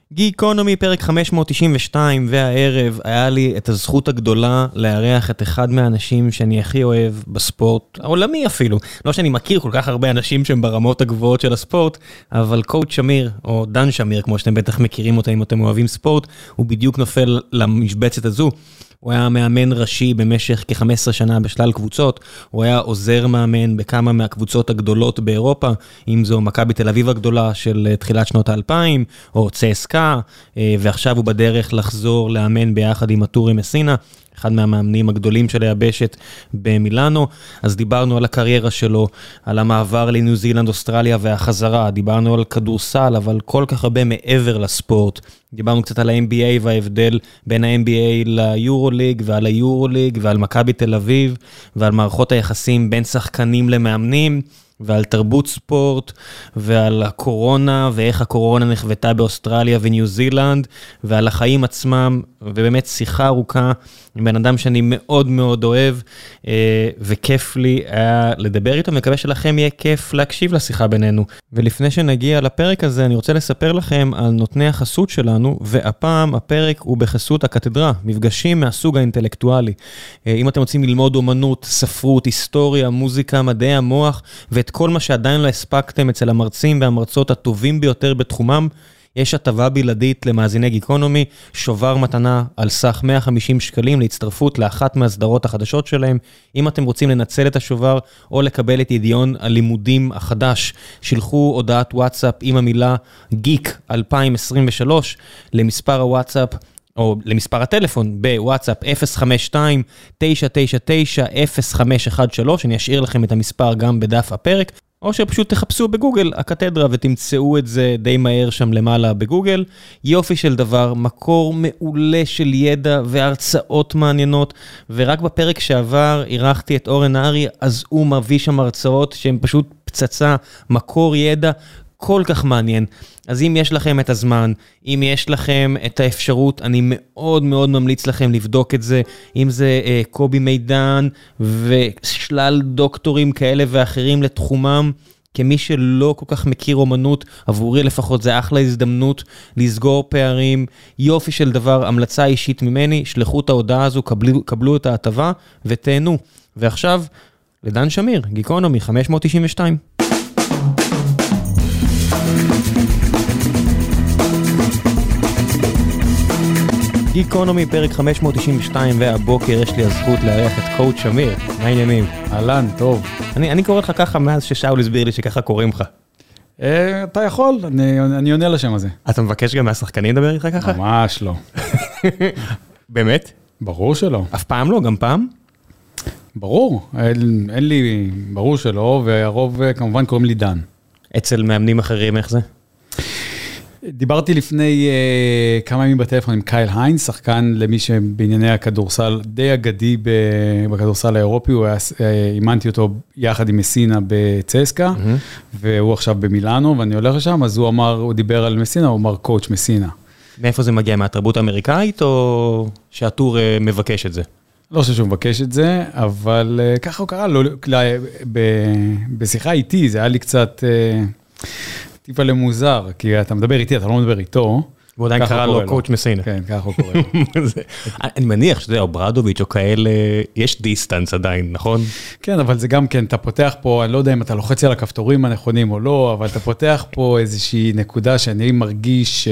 גיקונומי פרק 592, והערב היה לי את הזכות הגדולה לארח את אחד מהאנשים שאני הכי אוהב בספורט, העולמי אפילו. לא שאני מכיר כל כך הרבה אנשים שהם ברמות הגבוהות של הספורט, אבל קואוצ' שמיר, או דן שמיר, כמו שאתם בטח מכירים אותה אם אתם אוהבים ספורט, הוא בדיוק נופל למשבצת הזו. הוא היה מאמן ראשי במשך כ-15 שנה בשלל קבוצות, הוא היה עוזר מאמן בכמה מהקבוצות הגדולות באירופה, אם זו מכבי תל אביב הגדולה של תחילת שנות ה-2000, או צסקה, ועכשיו הוא בדרך לחזור לאמן ביחד עם אטורי מסינה, אחד מהמאמנים הגדולים של היבשת במילאנו. אז דיברנו על הקריירה שלו, על המעבר לניו זילנד, אוסטרליה והחזרה, דיברנו על כדורסל, אבל כל כך הרבה מעבר לספורט. דיברנו קצת על ה-NBA וההבדל בין ה-NBA ליורוליג ועל היורוליג ועל מכבי תל אביב ועל מערכות היחסים בין שחקנים למאמנים ועל תרבות ספורט ועל הקורונה ואיך הקורונה נחוותה באוסטרליה וניו זילנד ועל החיים עצמם, ובאמת שיחה ארוכה עם בן אדם שאני מאוד מאוד אוהב וכיף לי לדבר איתו. מקווה שלכם יהיה כיף להקשיב לשיחה בינינו. ולפני שנגיע לפרק הזה אני רוצה לספר לכם על נותני החסות שלנו, והפעם הפרק הוא בחסות הקתדרה, מפגשים מהסוג האינטלקטואלי. אם אתם רוצים ללמוד אומנות, ספרות, היסטוריה, מוזיקה, מדעי המוח ואת כל מה שעדיין לא הספקתם אצל המרצים והמרצות הטובים ביותר בתחומם, יש הטבה בלעדית למאזיני גיקונומי, שובר מתנה על סך 150 שקלים להצטרפות לאחת מהסדרות החדשות שלהם. אם אתם רוצים לנצל את השובר או לקבל את ידיעון הלימודים החדש, שלחו הודעת וואטסאפ עם המילה גיק 2023 למספר הוואטסאפ או למספר הטלפון בוואטסאפ 052-999-0513, אני אשאיר לכם את המספר גם בדף הפרק, או שפשוט תחפשו בגוגל הקתדרה ותמצאו את זה די מהר שם למעלה בגוגל. יופי של דבר, מקור מעולה של ידע והרצאות מעניינות, ורק בפרק שעבר אירחתי את אורן נהרי, אז הוא מביא שם הרצאות שהן פשוט פצצה, מקור ידע כל כך מעניין. אז אם יש לכם את הזמן, אם יש לכם את האפשרות, אני מאוד מאוד ממליץ לכם לבדוק את זה, אם זה קובי מידן ושלל דוקטורים כאלה ואחרים לתחומם, כמי שלא כל כך מכיר אומנות, עבורי לפחות זה אחלה הזדמנות לסגור פערים, יופי של דבר, המלצה אישית ממני, שלחו את ההודעה הזו, קבלו את ההטבה ותהנו. ועכשיו, לדן שמיר, גיקונומי 592. גיקונומי פרק 592, והבוקר יש לי הזכות לארח את קואוצ' שמיר. מה העניינים? אהלן, טוב. אני קורא לך ככה מאז ששאול הסביר לי שככה קוראים לך. אתה יכול, אני עונה לשם הזה. אתה מבקש גם מהשחקנים לדבר איתך ככה? ממש לא. באמת? ברור שלא. אף פעם לא, גם פעם? ברור, אין לי, ברור שלא, והרוב כמובן קוראים לי דן. אצל מאמנים אחרים איך זה? דיברתי לפני כמה ימים בטלפון עם קייל היינס, שחקן למי שבענייני הכדורסל די אגדי בכדורסל האירופי, אימנתי אותו יחד עם מסינה בצסקה, והוא עכשיו במילאנו, ואני הולך לשם, אז הוא דיבר על מסינה, הוא אמר קואוצ' מסינה. מאיפה זה מגיע? מהתרבות האמריקאית, או שהטור מבקש את זה? לא חושב שהוא מבקש את זה, אבל ככה הוא קרא, בשיחה איתי, זה היה לי קצת טיפה למוזר, כי אתה מדבר איתי, אתה לא מדבר איתו. הוא עדיין קרא לו קואוצ' מסינה. כן, ככה הוא קורא לו. אני מניח שזה אוברדוביץ' או כאלה, יש דיסטנס עדיין, נכון? כן, אבל זה גם כן, אתה פותח פה, אני לא יודע אם אתה לוחץ על הכפתורים הנכונים או לא, אבל אתה פותח פה איזושהי נקודה שאני מרגיש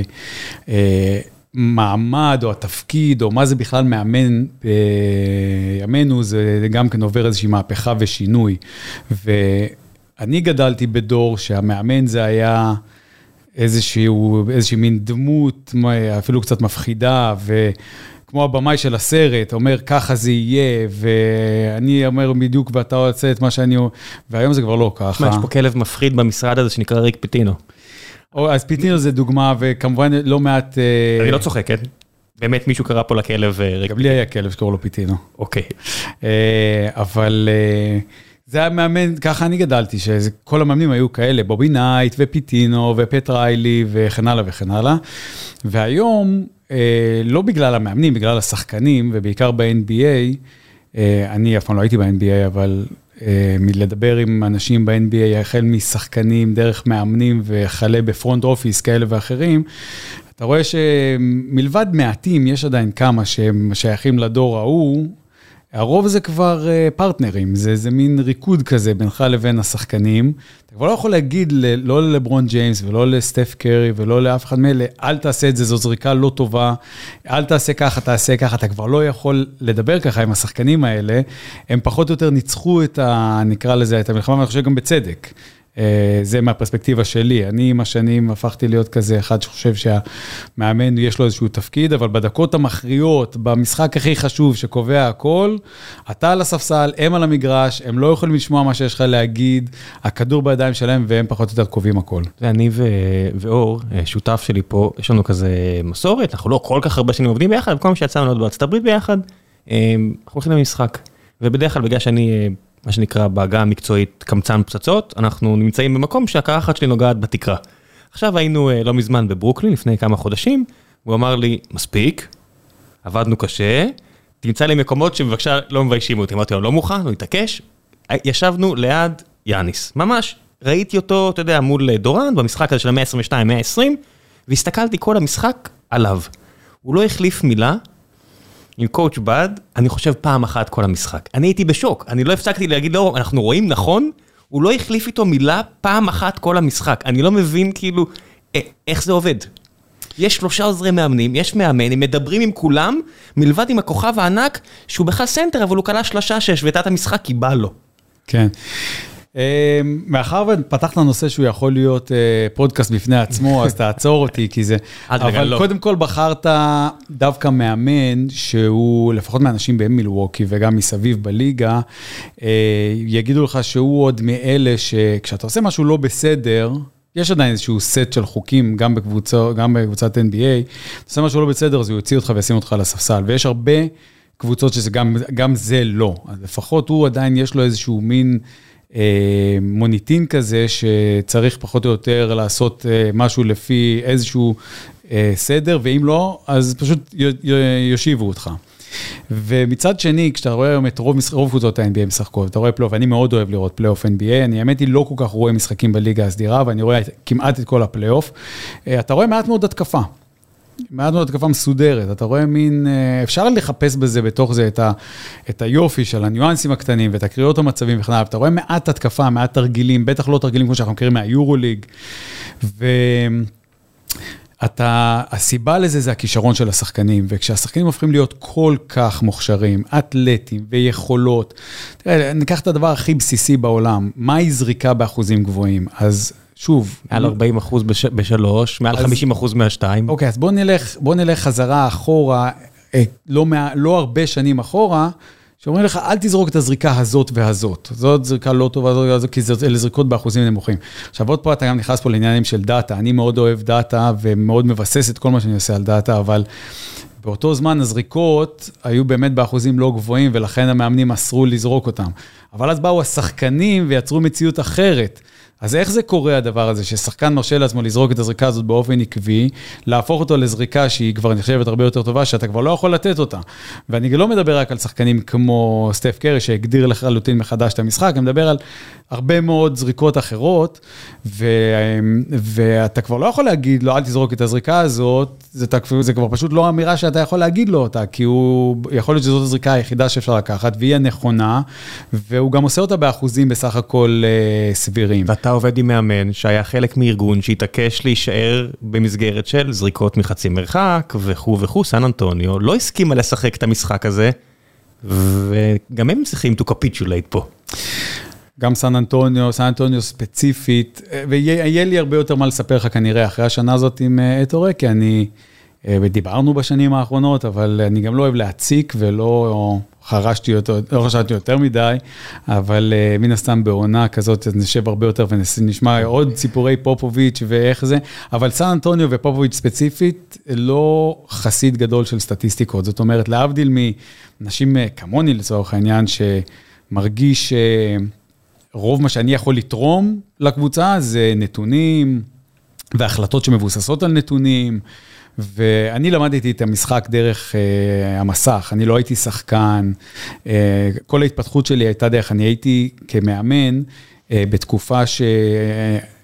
מעמד או התפקיד, או מה זה בכלל מאמן בימינו, זה גם כן עובר איזושהי מהפכה ושינוי. ואני גדלתי בדור שהמאמן זה היה איזושהי מין דמות, אפילו קצת מפחידה, וכמו הבמאי של הסרט, אומר ככה זה יהיה, ואני אומר בדיוק ואתה עושה את מה שאני, והיום זה כבר לא ככה. יש פה כלב מפחיד במשרד הזה שנקרא ריק פיטינו. אז פיטינו זה דוגמה, וכמובן לא מעט... אני לא צוחק, כן? באמת מישהו קרא פה לכלב ריק פיטינו. גם לי היה כלב שקורא לו פיטינו. אוקיי. אבל זה היה מאמן, ככה אני גדלתי, שכל המאמנים היו כאלה, בובי נייט ופיטינו ופט ריילי וכן הלאה וכן הלאה. והיום, לא בגלל המאמנים, בגלל השחקנים, ובעיקר ב-NBA, אני אף פעם לא הייתי ב-NBA, אבל מלדבר עם אנשים ב-NBA, החל משחקנים, דרך מאמנים וחלה בפרונט אופיס כאלה ואחרים, אתה רואה שמלבד מעטים, יש עדיין כמה שהם שייכים לדור ההוא, הרוב זה כבר פרטנרים, זה מין ריקוד כזה בינך לבין השחקנים. אתה כבר לא יכול להגיד לא ללברון ג'יימס ולא לסטף קרי ולא לאף אחד מאלה, אל תעשה את זה, זו זריקה לא טובה, אל תעשה ככה, תעשה ככה, אתה כבר לא יכול לדבר ככה עם השחקנים האלה, הם פחות או יותר ניצחו נקרא לזה, את המלחמה, ואני חושב גם בצדק. זה מהפרספקטיבה שלי, אני עם השנים הפכתי להיות כזה אחד שחושב שהמאמן יש לו איזשהו תפקיד, אבל בדקות המכריעות, במשחק הכי חשוב שקובע הכל, אתה על הספסל, הם על המגרש, הם לא יכולים לשמוע מה שיש לך להגיד, הכדור בידיים שלהם והם פחות או יותר קובעים הכל. ואני ואור, שותף שלי פה, יש לנו כזה מסורת, אנחנו לא כל כך הרבה שנים עובדים ביחד, וכל מה שיצאנו עוד בארצות הברית ביחד, אנחנו הולכים למשחק, ובדרך כלל בגלל שאני מה שנקרא בהגה המקצועית קמצן פצצות, אנחנו נמצאים במקום שהקרחת שלי נוגעת בתקרה. עכשיו היינו לא מזמן בברוקלין, לפני כמה חודשים, הוא אמר לי, מספיק, עבדנו קשה, תמצא לי מקומות שבבקשה לא מביישים אותי, אמרתי לו, לא מוכן, הוא התעקש, ישבנו ליד יאניס, ממש, ראיתי אותו, אתה יודע, מול דורן, במשחק הזה של 122-120, והסתכלתי כל המשחק עליו. הוא לא החליף מילה, עם קואוץ' בד, אני חושב פעם אחת כל המשחק. אני הייתי בשוק, אני לא הפסקתי להגיד לו, אנחנו רואים נכון, הוא לא החליף איתו מילה פעם אחת כל המשחק. אני לא מבין כאילו, איך זה עובד. יש 3 עוזרי מאמנים, יש מאמן, הם מדברים עם כולם, מלבד עם הכוכב הענק, שהוא בכלל סנטר, אבל הוא קלה 3 שהשוויתת המשחק כי בא לו. כן. מאחר ופתחת נושא שהוא יכול להיות פודקאסט בפני עצמו, אז תעצור אותי, כי זה... אבל קודם כל בחרת דווקא מאמן, שהוא לפחות מאנשים במילווקי וגם מסביב בליגה, יגידו לך שהוא עוד מאלה שכשאתה עושה משהו לא בסדר, יש עדיין איזשהו סט של חוקים, גם בקבוצת NBA, אתה עושה משהו לא בסדר, אז הוא יוציא אותך וישים אותך לספסל, ויש הרבה קבוצות שזה גם זה לא, אז לפחות הוא עדיין יש לו איזשהו מין... מוניטין כזה שצריך פחות או יותר לעשות משהו לפי איזשהו סדר, ואם לא, אז פשוט יושיבו אותך. ומצד שני, כשאתה רואה היום את רוב קבוצות ה-NBA משחקות, אתה רואה פלייאוף, אני מאוד אוהב לראות פלייאוף NBA, אני האמת היא לא כל כך רואה משחקים בליגה הסדירה, ואני רואה כמעט את כל הפלייאוף, אתה רואה מעט מאוד התקפה. מעט מאוד התקפה מסודרת, אתה רואה מין, אפשר לחפש בזה בתוך זה את היופי של הניואנסים הקטנים ואת הקריאות המצבים וכן הלאה, אתה רואה מעט התקפה, מעט תרגילים, בטח לא תרגילים כמו שאנחנו מכירים מהיורוליג, הסיבה לזה זה הכישרון של השחקנים, וכשהשחקנים הופכים להיות כל כך מוכשרים, אתלטים ויכולות, תראה, ניקח את הדבר הכי בסיסי בעולם, מהי זריקה באחוזים גבוהים, אז שוב. מעל 40% בשלוש, מעל 50% מהשתיים. אוקיי, אז בוא נלך חזרה אחורה, לא הרבה שנים אחורה, שאומרים לך, אל תזרוק את הזריקה הזאת והזאת. זאת זריקה לא טובה, כי אלה זריקות באחוזים נמוכים. עכשיו, עוד פה אתה גם נכנס פה לעניינים של דאטה. אני מאוד אוהב דאטה, ומאוד מבסס את כל מה שאני עושה על דאטה, אבל באותו זמן הזריקות היו באמת באחוזים לא גבוהים, ולכן המאמנים אסרו לזרוק אותם. אבל אז באו השחקנים ויצרו מציאות אחרת. אז איך זה קורה הדבר הזה, ששחקן מרשה לעצמו לזרוק את הזריקה הזאת באופן עקבי, להפוך אותו לזריקה שהיא כבר נחשבת הרבה יותר טובה, שאתה כבר לא יכול לתת אותה. ואני לא מדבר רק על שחקנים כמו סטף קרי, שהגדיר לחלוטין מחדש את המשחק, אני מדבר על הרבה מאוד זריקות אחרות, ואתה כבר לא יכול להגיד לו, אל תזרוק את הזריקה הזאת, זה כבר פשוט לא אמירה שאתה יכול להגיד לו אותה, כי הוא יכול להיות שזאת הזריקה היחידה שאפשר לקחת, והיא הנכונה, והוא גם עושה אותה באחוזים בסך הכל סבירים. ואתה עובד עם מאמן שהיה חלק מארגון שהתעקש להישאר במסגרת של זריקות מחצי מרחק וכו'. סן אנטוניו לא הסכימה לשחק את המשחק הזה, וגם הם צריכים to capitulate פה. גם סן אנטוניו ספציפית, ויהיה לי הרבה יותר מה לספר לך כנראה אחרי השנה הזאת עם אתו רקי, ודיברנו בשנים האחרונות, אבל אני גם לא אוהב להציק ולא חרשתי יותר מדי, אבל מן הסתם בעונה כזאת נשב הרבה יותר ונשמע עוד סיפורי פופוביץ' ואיך זה, אבל סן אנטוניו ופופוביץ' ספציפית לא חסיד גדול של סטטיסטיקות, זאת אומרת להבדיל מאנשים כמוני לצורך העניין שמרגיש רוב מה שאני יכול לתרום לקבוצה זה נתונים והחלטות שמבוססות על נתונים, ואני למדתי את המשחק דרך המסך, אני לא הייתי שחקן, כל ההתפתחות שלי הייתה דרך, אני הייתי כמאמן בתקופה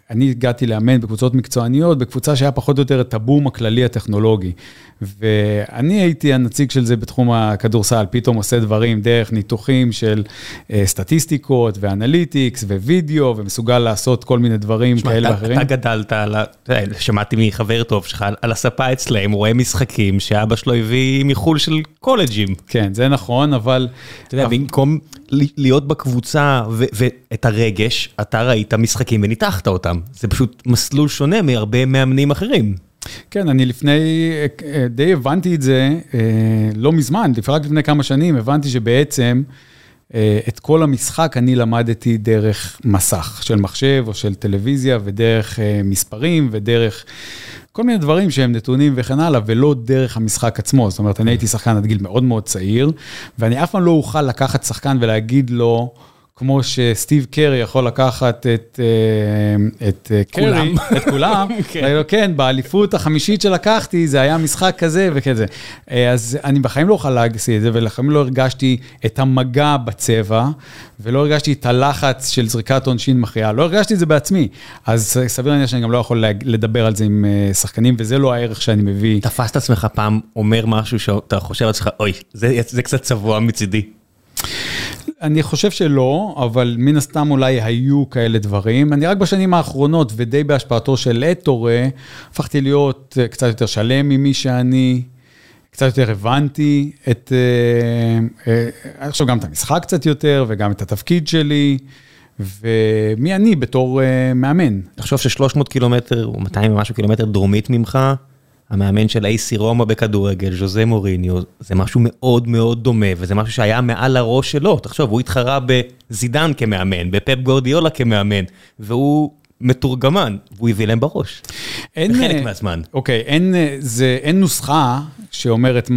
אני הגעתי לאמן בקבוצות מקצועניות, בקבוצה שהיה פחות או יותר את הבום הכללי הטכנולוגי. ואני הייתי הנציג של זה בתחום הכדורסל, פתאום עושה דברים דרך ניתוחים של סטטיסטיקות ואנליטיקס ווידאו, ומסוגל לעשות כל מיני דברים כאלה ואחרים. אתה גדלת, שמעתי מחבר טוב שלך, על הספה אצלהם, הוא רואה משחקים שאבא שלו הביא מחול של קולג'ים. כן, זה נכון, אבל... אתה יודע, במקום להיות בקבוצה ואת הרגש, אתה ראית משחקים וניתחת אותם. זה פשוט מסלול שונה מהרבה מאמנים אחרים. כן, אני לפני, די הבנתי את זה, לא מזמן, רק לפני כמה שנים, הבנתי שבעצם את כל המשחק אני למדתי דרך מסך של מחשב או של טלוויזיה, ודרך מספרים ודרך כל מיני דברים שהם נתונים וכן הלאה, ולא דרך המשחק עצמו. זאת אומרת, אני הייתי שחקן עד גיל מאוד מאוד צעיר, ואני אף פעם לא אוכל לקחת שחקן ולהגיד לו, כמו שסטיב קרי יכול לקחת את קרי, את כולם, כן, באליפות החמישית שלקחתי, זה היה משחק כזה וכזה. אז אני בחיים לא אוכל להגסי את זה, ולחיים לא הרגשתי את המגע בצבע, ולא הרגשתי את הלחץ של זריקת עונשין מכריעה, לא הרגשתי את זה בעצמי. אז סביר להניח שאני גם לא יכול לדבר על זה עם שחקנים, וזה לא הערך שאני מביא. תפסת עצמך פעם אומר משהו שאתה חושב על עצמך, אוי, זה קצת צבוע מצידי. אני חושב שלא, אבל מן הסתם אולי היו כאלה דברים. אני רק בשנים האחרונות, ודי בהשפעתו של אתורה, הפכתי להיות קצת יותר שלם ממי שאני, קצת יותר הבנתי אני חושב גם את המשחק קצת יותר, וגם את התפקיד שלי, ומי אני בתור מאמן. תחשוב ש300 קילומטר, או 200 ומשהו קילומטר דרומית ממך, המאמן של AC רומא בכדורגל, ז'וזה מוריניו, זה משהו מאוד מאוד דומה, וזה משהו שהיה מעל הראש שלו. תחשוב, הוא התחרה בזידן כמאמן, בפפ גוארדיולה כמאמן, והוא מתורגמן, והוא הביא להם בראש. בחלק מהזמן. אוקיי, אין נוסחה שאומרת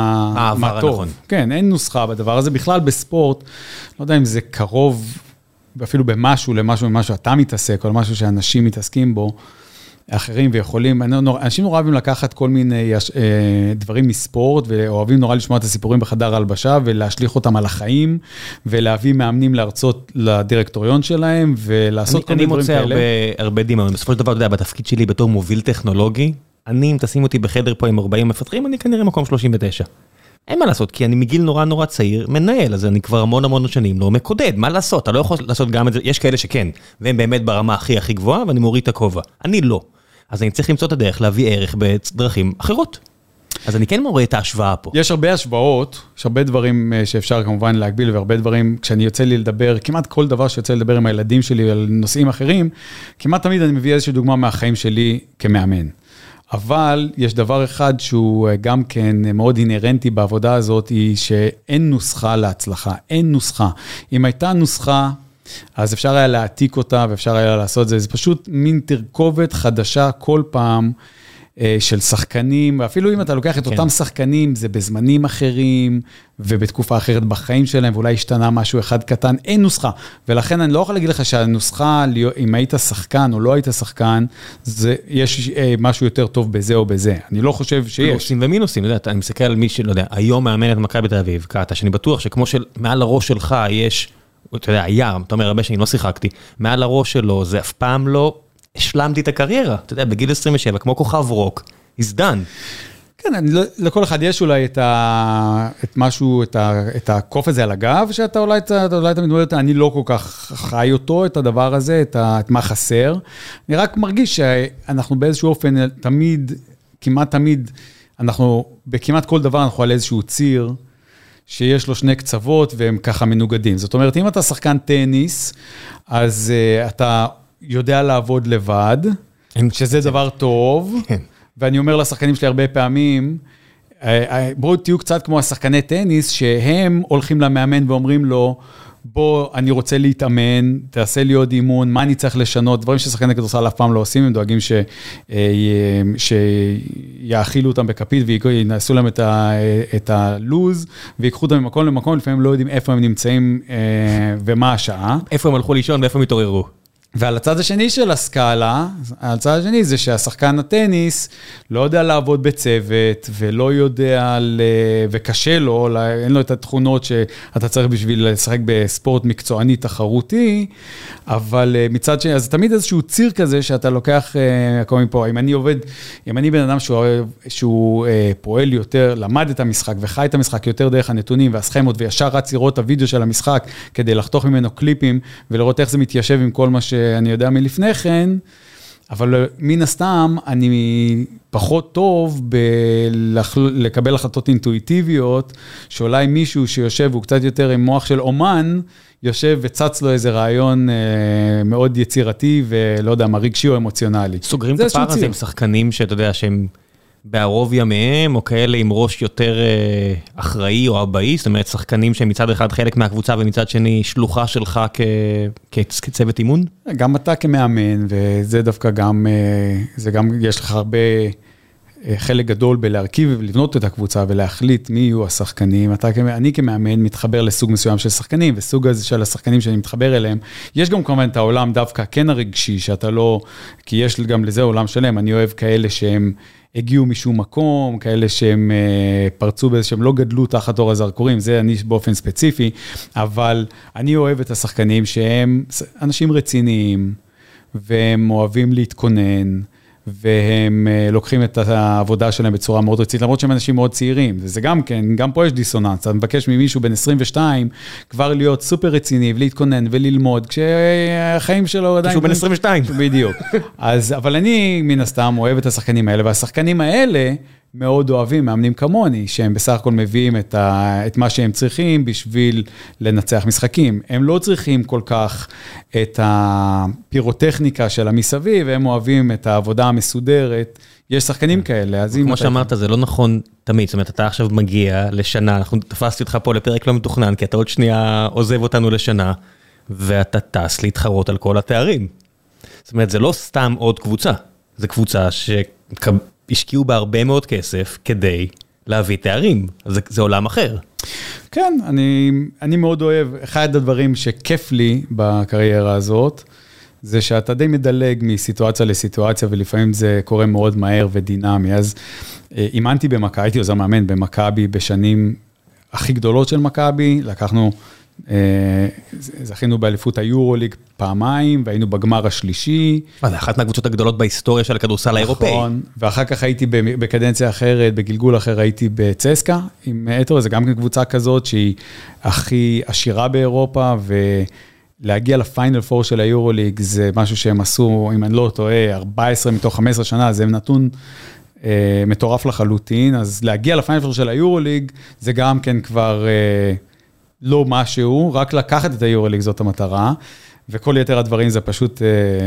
מה טוב. נכון. כן, אין נוסחה בדבר הזה. בכלל בספורט, לא יודע אם זה קרוב, אפילו במשהו, למשהו אתה מתעסק, או למשהו שאנשים מתעסקים בו, אחרים ויכולים, אנשים נורא אוהבים לקחת כל מיני דברים מספורט, ואוהבים נורא לשמוע את הסיפורים בחדר הלבשה, ולהשליך אותם על החיים, ולהביא מאמנים לארצות לדירקטוריון שלהם, ולעשות כל מיני דברים כאלה. אני מוצא הרבה דמיון, בסופו של דבר, אתה יודע, בתפקיד שלי בתור מוביל טכנולוגי, אם תשים אותי בחדר פה עם 40 מפתחים, אני כנראה מקום 39. אין מה לעשות, כי אני מגיל נורא נורא צעיר, מנהל, אז אני כבר המון שנים לא מקודד, מה לעשות? אתה לא יכול לעשות גם את זה, יש כאלה שכן, והם באמת ברמה הכי גבוהה, ואני מוריד את הכובע. אני לא. אז אני צריך למצוא את הדרך להביא ערך בדרכים אחרות. אז אני כן רואה את ההשוואה פה. יש הרבה השוואות, יש הרבה דברים שאפשר כמובן להגביל, והרבה דברים, כשאני יוצא לי לדבר, כמעט כל דבר שיוצא לדבר עם הילדים שלי על נושאים אחרים, כמעט תמיד אני מביא איזושהי דוגמה מהחיים שלי כמאמן. אבל יש דבר אחד שהוא גם כן מאוד אינרנטי בעבודה הזאת, היא שאין נוסחה להצלחה, אין נוסחה. אם הייתה נוסחה, אז אפשר היה להעתיק אותה, ואפשר היה לעשות את זה, זה פשוט מין תרכובת חדשה כל פעם, של שחקנים, ואפילו אם אתה לוקח את אותם שחקנים, זה בזמנים אחרים, ובתקופה אחרת בחיים שלהם, ואולי השתנה משהו אחד קטן, אין נוסחה, ולכן אני לא יכול להגיד לך שהנוסחה, אם היית שחקן או לא היית שחקן, יש משהו יותר טוב בזה או בזה, אני לא חושב שיש. פלוסים ומינוסים, אני מסתכל על מי שלא יודע, היום מאמן את מכבי בתל אביב, קאטה, שאני בטוח שכמו שמעל הראש שלך יש, אתה יודע, היה, אתה אומר הרבה שאני לא שיחקתי, מעל הראש שלו, זה אף פעם לא השלמתי את הקריירה, אתה יודע, בגיל 27, כמו כוכב רוק, הזדן. כן, לכל אחד יש אולי את משהו, את הקוף הזה על הגב, שאתה אולי אתה מתמודד, אני לא כל כך חי אותו, את הדבר הזה, את מה חסר. אני רק מרגיש שאנחנו באיזשהו אופן, תמיד, כמעט תמיד, אנחנו, בכמעט כל דבר אנחנו על איזשהו ציר, שיש לו שני קצוות, והם ככה מנוגדים. זאת אומרת, אם אתה שחקן טניס, אז אתה יודע לעבוד לבד, שזה דבר טוב, ואני אומר לשחקנים שלי הרבה פעמים, בואו תהיו קצת כמו השחקני טניס, שהם הולכים למאמן ואומרים לו, בוא, אני רוצה להתאמן, תעשה לי עוד אימון, מה אני צריך לשנות, דברים ששחקני כדורסל אף פעם לא עושים, הם דואגים שיאכילו אותם בכפית, וינעשו להם את הלוז, ויקחו אותם ממקום למקום, לפעמים לא יודעים איפה הם נמצאים, ומה השעה. איפה הם הלכו לישון ואיפה הם התעוררו. ועל הצד השני של הסקאלה, הצד השני זה שהשחקן הטניס לא יודע לעבוד בצוות, ולא יודע, וקשה לו, אין לו את התכונות שאתה צריך בשביל לשחק בספורט מקצועני תחרותי, אבל מצד שני, אז תמיד איזשהו ציר כזה שאתה לוקח, כל מפה, אם אני בן אדם שהוא פועל יותר, למד את המשחק וחי את המשחק יותר דרך הנתונים והסכמות, וישר רץ לראות את הוידאו של המשחק, כדי לחתוך ממנו קליפים, ולראות איך זה מתיישב עם כל מה שאני יודע מלפני כן, אבל מן הסתם אני פחות טוב לקבל החלטות אינטואיטיביות, שאולי מישהו שיושב והוא קצת יותר עם מוח של אומן, יושב וצץ לו איזה רעיון מאוד יצירתי, ולא יודע, מה רגשי או אמוציונלי. סוגרים את הפער הזה עם שחקנים שאתה יודע שהם בערוב ימיהם, או כאלה עם ראש יותר אחראי או הבאי, זאת אומרת, שחקנים שהם מצד אחד חלק מהקבוצה, ומצד שני שלוחה שלך כצוות אימון? גם אתה כמאמן, וזה דווקא גם, זה גם, יש לך הרבה חלק גדול בלהרכיב ולבנות את הקבוצה, ולהחליט מי יהיו השחקנים. אני כמאמן מתחבר לסוג מסוים של שחקנים, וסוג הזה של השחקנים שאני מתחבר אליהם. יש גם כמובן את העולם דווקא כן הרגשי, שאתה לא, כי יש גם לזה עולם שלם, אני אוהב כאלה שהם הגיעו משום מקום, כאלה שהם פרצו באיזה שהם לא גדלו תחת אור הזרקורים, זה אני באופן ספציפי, אבל אני אוהב את השחקנים שהם אנשים רציניים, והם אוהבים להתכונן, והם לוקחים את העבודה שלהם בצורה מאוד רצינית, למרות שהם אנשים מאוד צעירים, וזה גם כן, גם פה יש דיסוננס, אתה מבקש ממישהו בן 22, כבר להיות סופר רציני, ולהתכונן וללמוד, כשהחיים שלו עדיין... כשהוא בן 22. בדיוק. אבל אני מן הסתם אוהב את השחקנים האלה, והשחקנים האלה מאוד אוהבים, מאמנים כמוני, שהם בסך הכל מביאים את מה שהם צריכים בשביל לנצח משחקים. הם לא צריכים כל כך את הפירוטכניקה של המסביב, הם אוהבים את העבודה המסודרת. יש שחקנים כאלה, אז כמו שאמרת, זה לא נכון תמיד, זאת אומרת, אתה עכשיו מגיע לשנה, אנחנו תפסתי אותך פה לפרק לא מתוכנן, כי אתה עוד שנייה עוזב אותנו לשנה, ואתה טס להתחרות על כל התארים. זאת אומרת, זה לא סתם עוד קבוצה, זה קבוצה השקיעו בה הרבה מאוד כסף כדי להביא תארים. זה עולם אחר. כן, אני מאוד אוהב, אחד הדברים שכיף לי בקריירה הזאת, זה שאתה די מדלג מסיטואציה לסיטואציה, ולפעמים זה קורה מאוד מהר ודינמי. אז אימנתי במכבי, הייתי עוזר מאמן במכבי בשנים הכי גדולות של מכבי, לקחנו, זכינו באליפות היורוליג פעמיים, והיינו בגמר השלישי. זה אחת מהקבוצות הגדולות בהיסטוריה של הכדורסל האירופאי. נכון, ואחר כך הייתי בקדנציה אחרת, בגלגול אחר הייתי בצסקה, עם אתרו, זה גם קבוצה כזאת שהיא הכי עשירה באירופה, ולהגיע לפיינל פור של היורוליג, זה משהו שהם עשו, אם אני לא טועה, 14 מתוך 15 שנה, זה נתון מטורף לחלוטין, אז להגיע לפיינל פור של היורוליג, זה גם כן כבר לא משהו, רק לקחת את היורוליג זאת המטרה, וכל יתר הדברים זה פשוט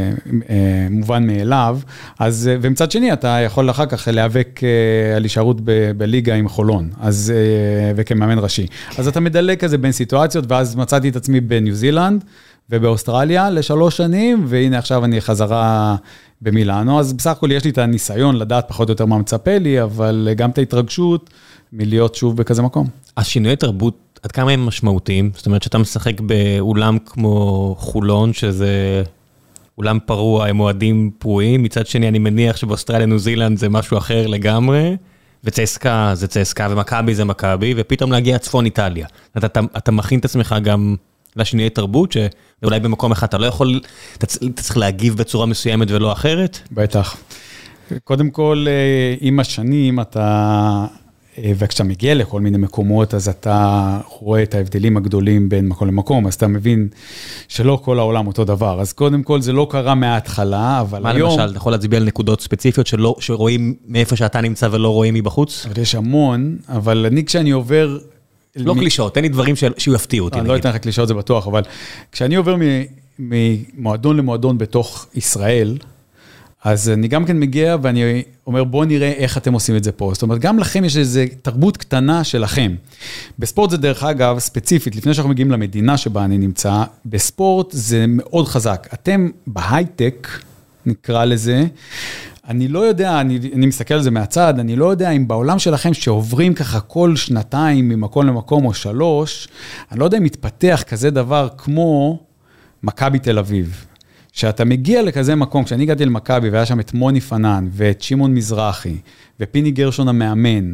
מובן מאליו, אז, ומצד שני אתה יכול אחר כך להיאבק על הישארות בליגה עם חולון, אז, וכמאמן ראשי. אז אתה מדלג כזה בין סיטואציות, ואז מצאתי את עצמי בניו זילנד, ובאוסטרליה ל3 שנים, והנה עכשיו אני חזרה במילאנו, אז בסך הכל יש לי את הניסיון לדעת פחות או יותר מה מצפה לי, אבל גם את ההתרגשות מלהיות שוב בכזה מקום. השינוי תרבות, עד כמה הם משמעותיים? זאת אומרת שאתה משחק באולם כמו חולון, שזה אולם פרוע, הם מועדים פרועים, מצד שני אני מניח שבאוסטרליה, ניו זילנד זה משהו אחר לגמרי, וצסקה זה צסקה, ומכבי זה מכבי, ופתאום להגיע צפון איטליה. אתה מכין את עצמך גם לשינוי תרבות, שאולי במקום אחד אתה לא יכול, אתה צריך להגיב בצורה מסוימת ולא אחרת? בטח. קודם כל, עם השנים אתה... וכשאתה מגיע לכל מיני מקומות, אז אתה רואה את ההבדלים הגדולים בין מקום למקום, אז אתה מבין שלא כל העולם אותו דבר. אז קודם כל זה לא קרה מההתחלה, אבל היום... מה למשל, אתה יכול להצביע על נקודות ספציפיות שרואים מאיפה שאתה נמצא ולא רואים מבחוץ? אבל יש המון, אבל אני כשאני עובר... לא קלישות, תן לי דברים שיפתיעו אותי. אני לא אתן לך קלישות, זה בטוח, אבל כשאני עובר ממועדון למועדון בתוך ישראל, אז אני גם כן מגיע ואני אומר, בוא נראה איך אתם עושים את זה פה. זאת אומרת, גם לכם יש איזו תרבות קטנה שלכם. בספורט זה דרך אגב, ספציפית, לפני שאנחנו מגיעים למדינה שבה אני נמצא, בספורט זה מאוד חזק. אתם בהייטק, נקרא לזה, אני לא יודע, אני מסתכל על זה מהצד, אני לא יודע אם בעולם שלכם שעוברים ככה כל שנתיים ממקום למקום או 3, אני לא יודע אם מתפתח כזה דבר כמו מכבי תל אביב. שאתה מגיע לכזה מקום, כשאני הגעתי למכבי, והיה שם את מוני פנן, ואת שמעון מזרחי, ופיני גרשון המאמן,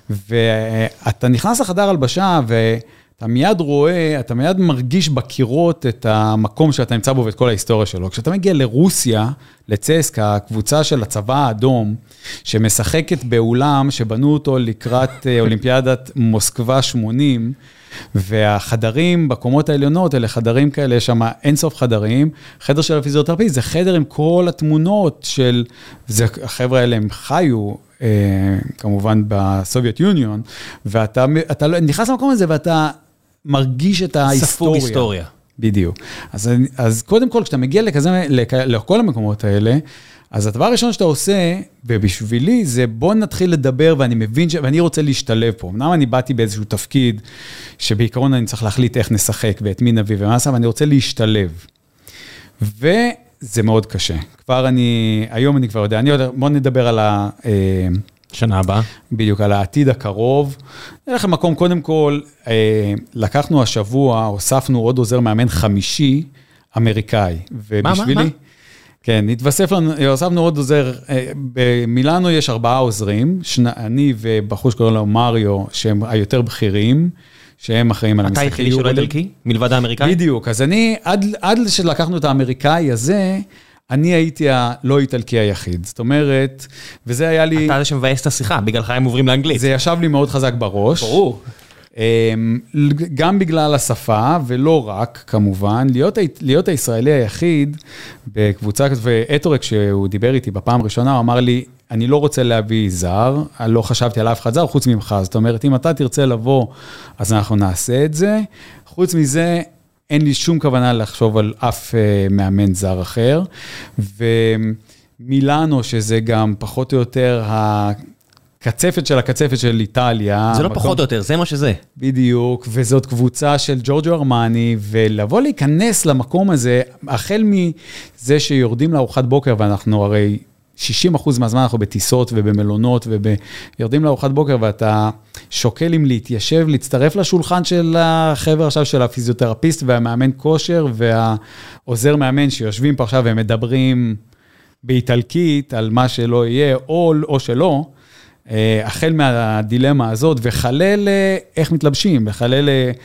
ואתה נכנס לחדר הלבשה, ואתה מיד רואה, אתה מיד מרגיש בקירות את המקום שאתה נמצא בו, ואת כל ההיסטוריה שלו. כשאתה מגיע לרוסיה, לצסקה, הקבוצה של הצבא האדום, שמשחקת באולם, שבנו אותו לקראת אולימפיאדת מוסקבה 80, והחדרים בקומות העליונות, אלה חדרים כאלה, יש שם אינסוף חדרים, חדר של הפיזיותרפיסט, זה חדר עם כל התמונות של, החבר'ה האלה הם חיו, כמובן בסובייט יוניון, ואתה נכנס למקום הזה, ואתה מרגיש את ההיסטוריה. ספוג היסטוריה. בדיוק. אז קודם כל, כשאתה מגיע לכל המקומות האלה, אז הדבר הראשון שאתה עושה, ובשבילי, זה בוא נתחיל לדבר, ואני מבין ואני רוצה להשתלב פה. אמנם אני באתי באיזשהו תפקיד, שבעיקרון אני צריך להחליט איך נשחק, ואת מי נביא ומה עשה, ואני רוצה להשתלב. וזה מאוד קשה. היום אני כבר יודע, בוא נדבר על שנה הבאה. בדיוק, על העתיד הקרוב. נלך למקום, קודם כל, לקחנו השבוע, הוספנו עוד עוזר מאמן 5 אמריקאי. מה? כן, נתווסף לנו, הוספנו עוד עוזר, במילאנו יש 4 עוזרים, אני ובחור שקוראים לו מריו, שהם היותר בכירים, שהם אחראים על המשחקים. אתה היחידי שלא איטלקי? מלבד האמריקאי? בדיוק, אז עד שלקחנו את האמריקאי הזה, אני הייתי הלא איטלקי היחיד, זאת אומרת, וזה היה לי... אתה זה שמבאס את השיחה, בגללך הם עוברים לאנגלית. זה ישב לי מאוד חזק בראש. ברור. גם בגלל השפה, ולא רק, כמובן, להיות הישראלי היחיד בקבוצה, ואתורק שהוא דיבר איתי בפעם הראשונה, הוא אמר לי, אני לא רוצה להביא זר, לא חשבתי על אף אחד זר, חוץ ממך, זאת אומרת, אם אתה תרצה לבוא, אז אנחנו נעשה את זה, חוץ מזה, אין לי שום כוונה לחשוב על אף מאמן זר אחר, ומילאנו, שזה גם פחות או יותר הקצפת של הקצפת של איטליה. זה לא פחות או יותר, זה מה שזה. בדיוק, וזאת קבוצה של ג'ורג'ו ארמני, ולבוא להיכנס למקום הזה, החל מזה שיורדים לארוחת בוקר, ואנחנו הרי 60% מהזמן אנחנו בטיסות ובמלונות, ויורדים לארוחת בוקר, ואתה שוקל אם להתיישב, להצטרף לשולחן של החבר עכשיו, של הפיזיותרפיסט, והמאמן כושר, והעוזר מאמן שיושבים פה עכשיו, ומדברים באיטלקית, על מה שלא יהיה, או שלא, החל מהדילמה הזאת, וחלל איך מתלבשים, וחלל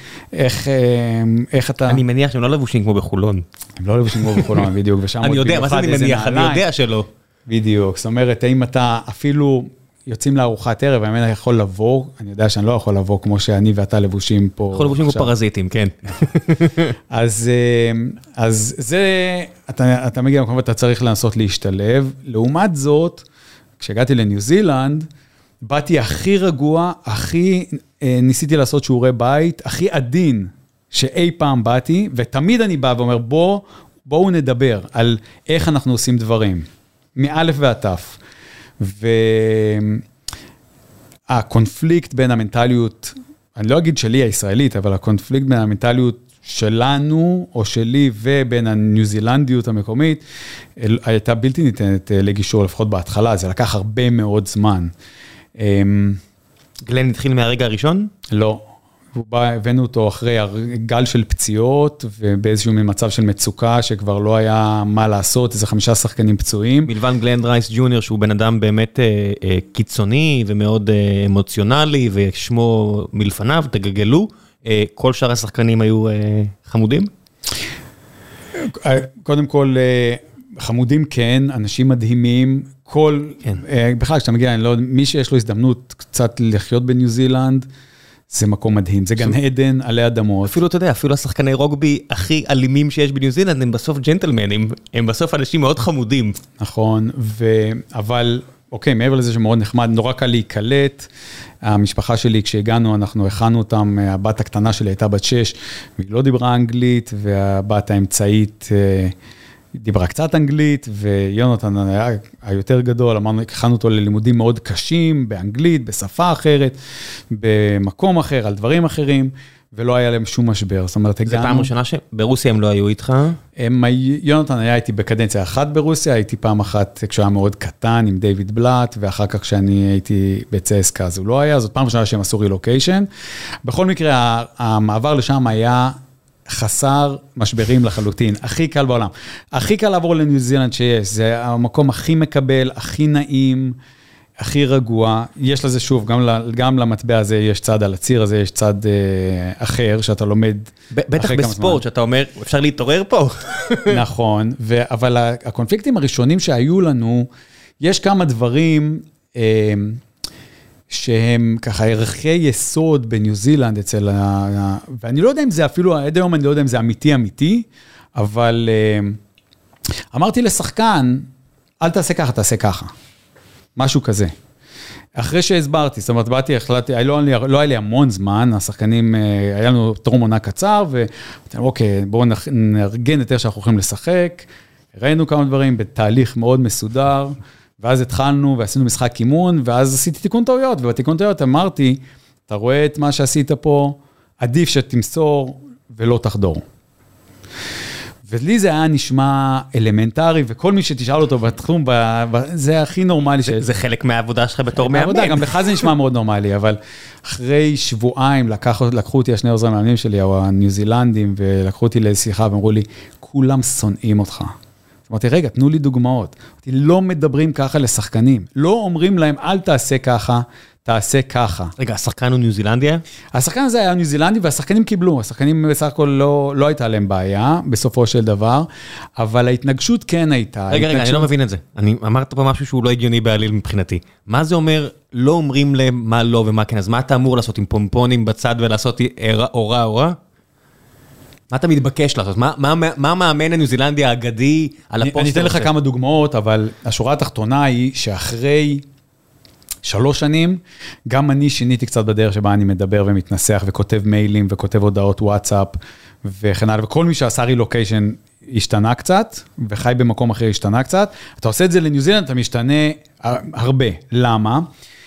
איך אתה... אני מניח שהם לא לבושים כמו בחולון. הם לא לבושים כמו בחולון, בדיוק, ושם... אני יודע, מה זה אני מניח? אני יודע שלא. בדיוק, זאת אומרת, אם אתה אפילו יוצאים לארוחת ערב, האמן יכול לבוא, אני יודע שאני לא יכול לבוא כמו שאני ואתה לבושים פה. יכול לבושים כמו פרזיטים, כן. אז זה, אתה מגיע למקום ואתה צריך לנסות להשתלב. לעומת זאת, כשהגעתי לניו זילנד, באתי הכי רגוע, ניסיתי לעשות שיעורי בית, הכי עדין שאי פעם באתי, ותמיד אני בא ואומר, בואו נדבר על איך אנחנו עושים דברים. מאלף ועטף. והקונפליקט בין המנטליות, אני לא אגיד שלי הישראלית, אבל הקונפליקט בין המנטליות שלנו, או שלי, ובין הניו זילנדיות המקומית, הייתה בלתי ניתנת לגישור, לפחות בהתחלה, זה לקח הרבה מאוד זמן. גלן התחיל מהרגע הראשון? לא. הבאנו אותו אחרי גל של פציעות, ובאיזשהו מצב של מצוקה, שכבר לא היה מה לעשות, איזה 5 שחקנים פצועים. מלבן גלן רייס ג'וניור, שהוא בן אדם באמת קיצוני, ומאוד אמוציונלי, ושמו מלפניו, תגגלו, כל שאר השחקנים היו חמודים? קודם כל, חמודים כן, אנשים מדהימים, בכלל, כשאתה מגיע, מי שיש לו הזדמנות קצת לחיות בניו זילנד, זה מקום מדהים, זה גן עדן עלי אדמות. אפילו, אתה יודע, אפילו השחקני רוגבי הכי אלימים שיש בניו זילנד, הם בסוף ג'נטלמנים, הם בסוף אנשים מאוד חמודים. נכון, אבל, אוקיי, מעבר לזה שמאוד נחמד, נורא קל להיקלט, המשפחה שלי, כשהגענו, אנחנו הכנו אותם, הבת הקטנה שלי הייתה בת 6, והיא לא דיברה אנגלית, והבת האמצעית דיברה קצת אנגלית, ויונתן היה היותר גדול, אמרנו, הכנו אותו ללימודים מאוד קשים, באנגלית, בשפה אחרת, במקום אחר, על דברים אחרים, ולא היה להם שום משבר. זאת אומרת, זה פעם ראשונה שברוסיה הם לא היו איתך? יונתן היה איתי בקדנציה אחת ברוסיה, הייתי פעם אחת כשהוא היה מאוד קטן עם דיוויד בלאט, ואחר כך כשאני הייתי בצסקה, אז הוא לא היה, זאת פעם ראשונה שהם עשו רילוקיישן. בכל מקרה, המעבר לשם היה חסר משברים לחלוטין, הכי קל בעולם. הכי קל לעבור לניו זילנד שיש, זה המקום הכי מקבל, הכי נעים, הכי רגוע. יש לזה שוב, גם למטבע הזה יש צד, על הציר הזה יש צד אחר, שאתה לומד. בטח בספורט, שאתה אומר, אפשר להתעורר פה. נכון, אבל הקונפליקטים הראשונים שהיו לנו, יש כמה דברים שהם ככה ערכי יסוד בניו זילנד אצל ואני לא יודע אם זה אפילו, עד היום אני לא יודע אם זה אמיתי, אבל אמרתי לשחקן, אל תעשה ככה, תעשה ככה. משהו כזה. אחרי שהסברתי, זאת אומרת, החלטתי, לא היה לי המון זמן, השחקנים, היה לנו טרום עונה קצר, ואמרתי, אוקיי, בואו נארגן את איך שאנחנו הולכים לשחק, ראינו כמה דברים בתהליך מאוד מסודר, ואז התחלנו ועשינו משחק אימון, ואז עשיתי תיקון טעויות, ובתיקון טעויות אמרתי, אתה רואה את מה שעשית פה, עדיף שתמסור ולא תחדור. ולי זה היה נשמע אלמנטרי, וכל מי שתשאל אותו בתחום, זה הכי נורמלי. זה חלק מהעבודה שלך בתור מאמן. גם לך זה נשמע מאוד נורמלי, אבל אחרי שבועיים לקחו אותי השני עוזרי מאמנים שלי, או הניו זילנדים, ולקחו אותי לשיחה ואמרו לי, כולם שונאים אותך. אמרתי, רגע, תנו לי דוגמאות. אמרתי, לא מדברים ככה לשחקנים. לא אומרים להם, אל תעשה ככה, תעשה ככה. רגע, השחקן הוא ניו זילנדי? השחקן הזה היה ניו זילנדי, והשחקנים קיבלו. השחקנים בסך הכל לא הייתה להם בעיה, בסופו של דבר, אבל ההתנגשות כן הייתה. רגע, אני לא מבין את זה. אמרת פה משהו שהוא לא הגיוני בעליל מבחינתי. מה זה אומר, לא אומרים להם מה לא ומה כן? אז מה אתה אמור לעשות עם פומפונים בצד ולעשות אורה? מה אתה מתבקש לעשות? מה מאמן הניו זילנדי האגדי על הפוסטר? אני אתן לך כמה דוגמאות, אבל השורה התחתונה היא שאחרי 3 שנים, גם אני שיניתי קצת בדרך שבה אני מדבר ומתנסח וכותב מיילים וכותב הודעות וואטסאפ וכן הלאה, וכל מי שעשה רילוקיישן השתנה קצת, וחי במקום אחר השתנה קצת. אתה עושה את זה לניו זילנד, אתה משתנה הרבה. למה?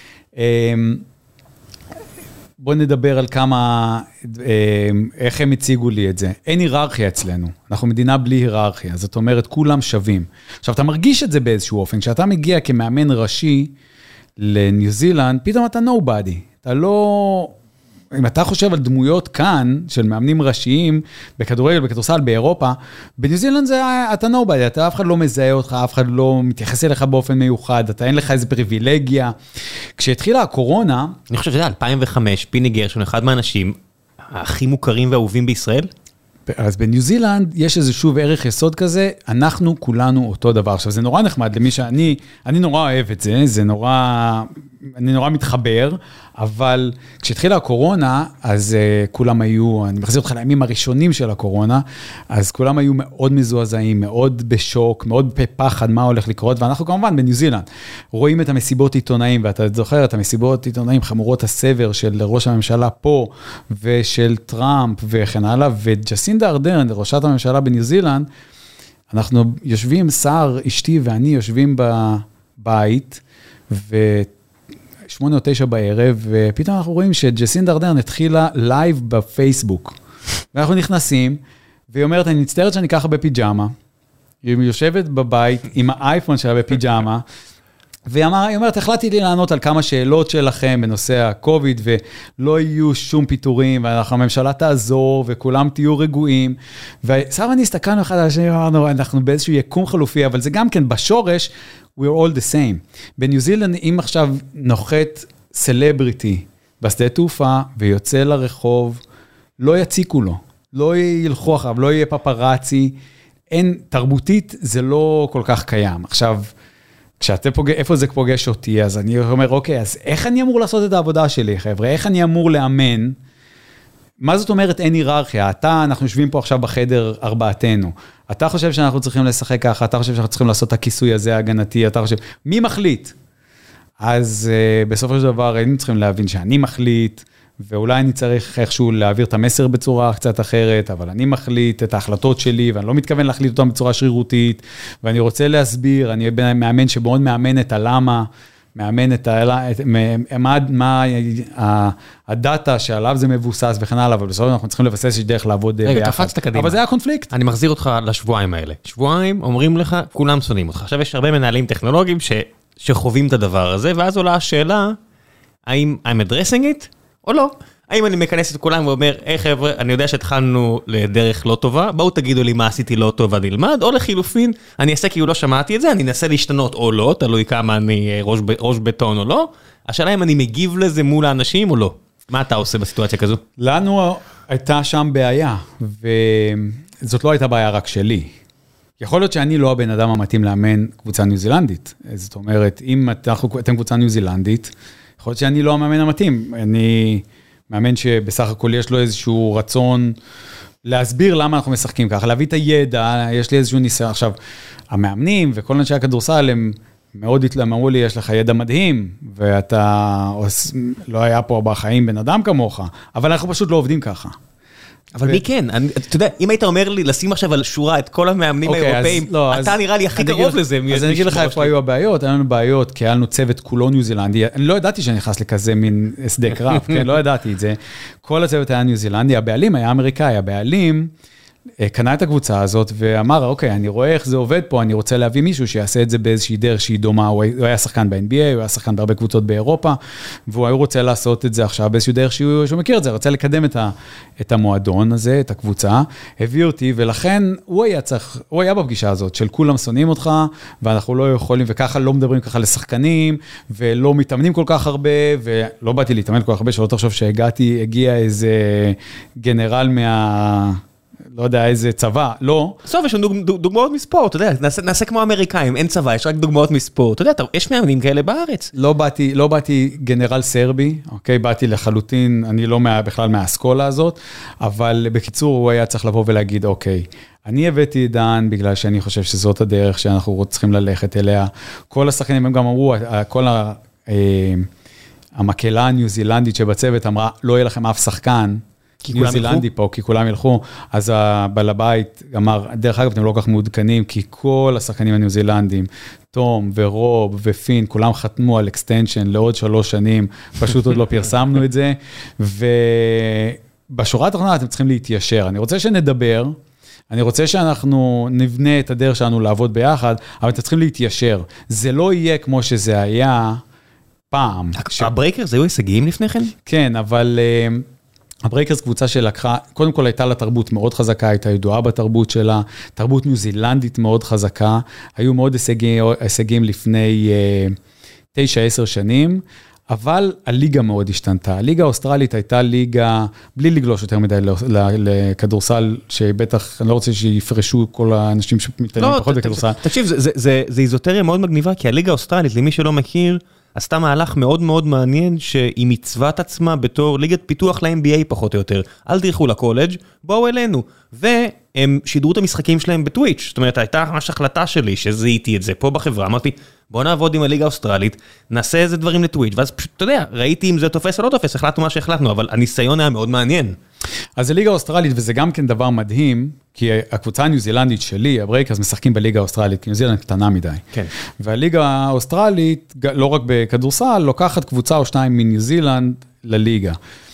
בוא נדבר על כמה, איך הם הציגו לי את זה. אין היררכיה אצלנו, אנחנו מדינה בלי היררכיה, זאת אומרת, כולם שווים. עכשיו, אתה מרגיש את זה באיזשהו אופן, כשאתה מגיע כמאמן ראשי לניו זילנד, פתאום אתה nobody, אתה לא, אם אתה חושב על דמויות כאן, של מאמנים ראשיים, בכדורגל, בכדורסל, באירופה, בניו זילנד זה, אתה nobody, אתה אף אחד לא מזהה אותך, אף אחד לא מתייחס אליך באופן מיוחד, אתה אין לך איזו פריבילגיה. כשהתחילה הקורונה, אני חושב שזה 2005, פיני גרשון, אחד מהאנשים הכי מוכרים ואהובים בישראל. אז בניו זילנד יש איזה שוב ערך יסוד כזה, אנחנו כולנו אותו דבר. עכשיו זה נורא נחמד למי שאני נורא אוהב את זה, אני נורא מתחבר, אבל כשהתחילה הקורונה, אז כולם היו, אני מחזיר אותך לימים הראשונים של הקורונה, אז כולם היו מאוד מזועזעים, מאוד בשוק, מאוד בפחד מה הולך לקרות, ואנחנו כמובן בניו זילנד רואים את המסיבות עיתונאים, ואתה זוכר את המסיבות עיתונאים, חמורות הסבר של ראש הממשלה פה, ושל טראמפ וכן הלאה, וג'סינדה ארדרן, ראשת הממשלה בניו זילנד, אנחנו יושבים, שר, אשתי ואני יושבים בבית, 8 או 9 בערב, ופתאום אנחנו רואים שג'סינדה ארדרן התחילה לייב בפייסבוק. ואנחנו נכנסים, והיא אומרת, אני מצטערת שאני ככה בפיג'מה, היא יושבת בבית עם האייפון שלה בפיג'מה, והיא אומרת, החלטתי לי לענות על כמה שאלות שלכם בנושא הקוביד, ולא יהיו שום פיתורים, והממשלה תעזור, וכולם תהיו רגועים. וסבא ואני הסתכלנו אחד על השני, אנחנו באיזשהו יקום חלופי, אבל זה גם כן בשורש, we're all the same. בניו זילנד, אם עכשיו נוחת סלבריטי בשדה תעופה, ויוצא לרחוב, לא יציקו לו, לא ילכו אחריו, לא יהיה פפרצי, אין, תרבותית זה לא כל כך קיים. עכשיו, איפה זה פוגש אותי, אז אני אומר, אוקיי, אז איך אני אמור לעשות את העבודה שלי, חבר'ה? איך אני אמור לאמן? מה זאת אומרת אין היררכיה? אנחנו יושבים פה עכשיו בחדר ארבעתנו. אתה חושב שאנחנו צריכים לשחק ככה, אתה חושב שאנחנו צריכים לעשות את הכיסוי הזה הגנתי, אתה חושב, מי מחליט? אז בסופו של דבר, היינו צריכים להבין שאני מחליט, ואולי אני צריך איכשהו להעביר את המסר בצורה קצת אחרת, אבל אני מחליט את ההחלטות שלי, ואני לא מתכוון להחליט אותם בצורה שרירותית, ואני רוצה להסביר, אני מאמן שמאוד מאמן את הלמה, מאמן את מה הדאטה שעליו זה מבוסס וכן הלאה, אבל בסופו אנחנו צריכים לבסס שיש דרך לעבוד ביחד. רגע, קפצת קדימה. אבל זה היה קונפליקט. אני מחזיר אותך לשבועיים האלה. שבועיים אומרים לך, כולם שונאים אותך. עכשיו יש הרבה מנהלים טכנולוגיים שחווים את הדבר הזה, ואז עולה השאלה, האם I'm addressing it או לא? האם אני מכנס את כולם ואומר, חבר'ה, אני יודע שהתחלנו לדרך לא טובה, בואו תגידו לי מה עשיתי לא טוב ונלמד, או לחילופין, אני אעשה כאילו לא שמעתי את זה, אני אנסה להשתנות או לא, תלוי כמה אני ראש בטון או לא, השאלה אם אני מגיב לזה מול האנשים או לא. מה אתה עושה בסיטואציה כזו? לנו הייתה שם בעיה, וזאת לא הייתה בעיה רק שלי. יכול להיות שאני לא הבן אדם המתאים לאמן קבוצה ניו זילנדית. זאת אומרת, אם אתם קבוצה ניו זילנדית, יכול להיות שאני לא המאמן המתאים. אני מאמן שבסך הכל יש לו איזשהו רצון להסביר למה אנחנו משחקים ככה, להביא את הידע, יש לי איזשהו ניסיון. עכשיו, המאמנים וכל אנשי הכדורסל הם מאוד התלמרו לי, יש לך ידע מדהים, ואתה לא היה פה בחיים בן אדם כמוך, אבל אנחנו פשוט לא עובדים ככה. אבל מי כן? אתה יודע, אם היית אומר לי לשים עכשיו על שורה את כל המאמנים האירופאים, אתה נראה לי הכי קרוב לזה. אז אני אגיד לך איפה היו הבעיות, היה לנו בעיות, כי היה לנו צוות כולו ניו זילנדי, אני לא ידעתי שאני נכנס לכזה מין שדה קרב, לא ידעתי את זה. כל הצוות היה ניו זילנדי, הבעלים היה אמריקאי, הבעלים קנה את הקבוצה הזאת ואמר, אוקיי, אני רואה איך זה עובד פה, אני רוצה להביא מישהו שיעשה את זה באיזושהי דרך שהיא דומה, הוא היה שחקן ב-NBA, הוא היה שחקן בהרבה קבוצות באירופה, והוא היה רוצה לעשות את זה עכשיו באיזושהי דרך שהוא מכיר את זה, רוצה לקדם את המועדון הזה, את הקבוצה, הביא אותי, ולכן הוא היה בפגישה הזאת, של כולם שונאים אותך, ואנחנו לא יכולים, וככה לא מדברים ככה לשחקנים, ולא מתאמנים כל כך הרבה, ולא באתי להתאמן כל כך הרבה, שלא תחשוב שהגעתי, הגיע איזה גנרל לא יודע איזה צבא, לא. בסוף יש לנו דוגמאות מספורט, אתה יודע, נעשה כמו אמריקאים, אין צבא, יש רק דוגמאות מספורט, אתה יודע, יש מאמנים כאלה בארץ. לא באתי גנרל סרבי, אוקיי, באתי לחלוטין, אני לא בכלל מהאסכולה הזאת, אבל בקיצור הוא היה צריך לבוא ולהגיד, אוקיי, אני הבאתי את דן בגלל שאני חושב שזאת הדרך שאנחנו צריכים ללכת אליה. כל השחקנים הם גם אמרו, כל המקהלה הניו-זילנדית שבצוות אמרה, לא יהיה לכם אף שחקן, ניו זילנדי פה, כי כולם ילכו, אז הבעל הבית אמר, דרך אגב, אתם לא כל כך מעודכנים, כי כל השחקנים הניו זילנדים, תום ורוב ופין, כולם חתמו על אקסטנשן לעוד 3 שנים, פשוט עוד לא פרסמנו את זה, ובשורה התחתונה אתם צריכים להתיישר. אני רוצה שנדבר, אני רוצה שאנחנו נבנה את הדרך שלנו לעבוד ביחד, אבל אתם צריכים להתיישר. זה לא יהיה כמו שזה היה פעם. הברייקרס היו הישגיים לפני כן? כן, אבל הברייקרס קבוצה שלקחה, קודם כל הייתה לה תרבות מאוד חזקה, הייתה ידועה בתרבות שלה, תרבות ניו זילנדית מאוד חזקה, היו מאוד הישגים לפני 9-10 שנים, אבל הליגה מאוד השתנתה. הליגה האוסטרלית הייתה ליגה, בלי לגלוש יותר מדי לכדורסל, שבטח, אני לא רוצה שיפרשו כל האנשים שמתעניינים פחות בכדורסל. תקשיב, זה איזוטריה מאוד מגניבה, כי הליגה האוסטרלית, למי שלא מכיר, עשתה מהלך מאוד מאוד מעניין שהיא מצוות עצמה בתור ליגת פיתוח ל-NBA פחות או יותר. אל תלכו לקולג', בואו אלינו. והם שידרו את המשחקים שלהם בטוויץ'. זאת אומרת, הייתה ממש החלטה שלי שזיהיתי את זה פה בחברה. אמרתי, בואו נעבוד עם הליגה האוסטרלית, נעשה איזה דברים לטוויץ'. ואז פשוט, אתה יודע, ראיתי אם זה תופס או לא תופס, החלטנו מה שהחלטנו, אבל הניסיון היה מאוד מעניין. אז זה ליגה האוסטרלית, וזה גם כן דבר מדהים, כי הקבוצה הניו זילנדית שלי, הברייקרס, משחקים בליגה האוסטרלית, כי ניו זילנד קטנה מדי. כן. והליגה האוסטרלית, לא רק בכדורסל, לוקחת קבוצה או 2 מניו זילנד לליגה.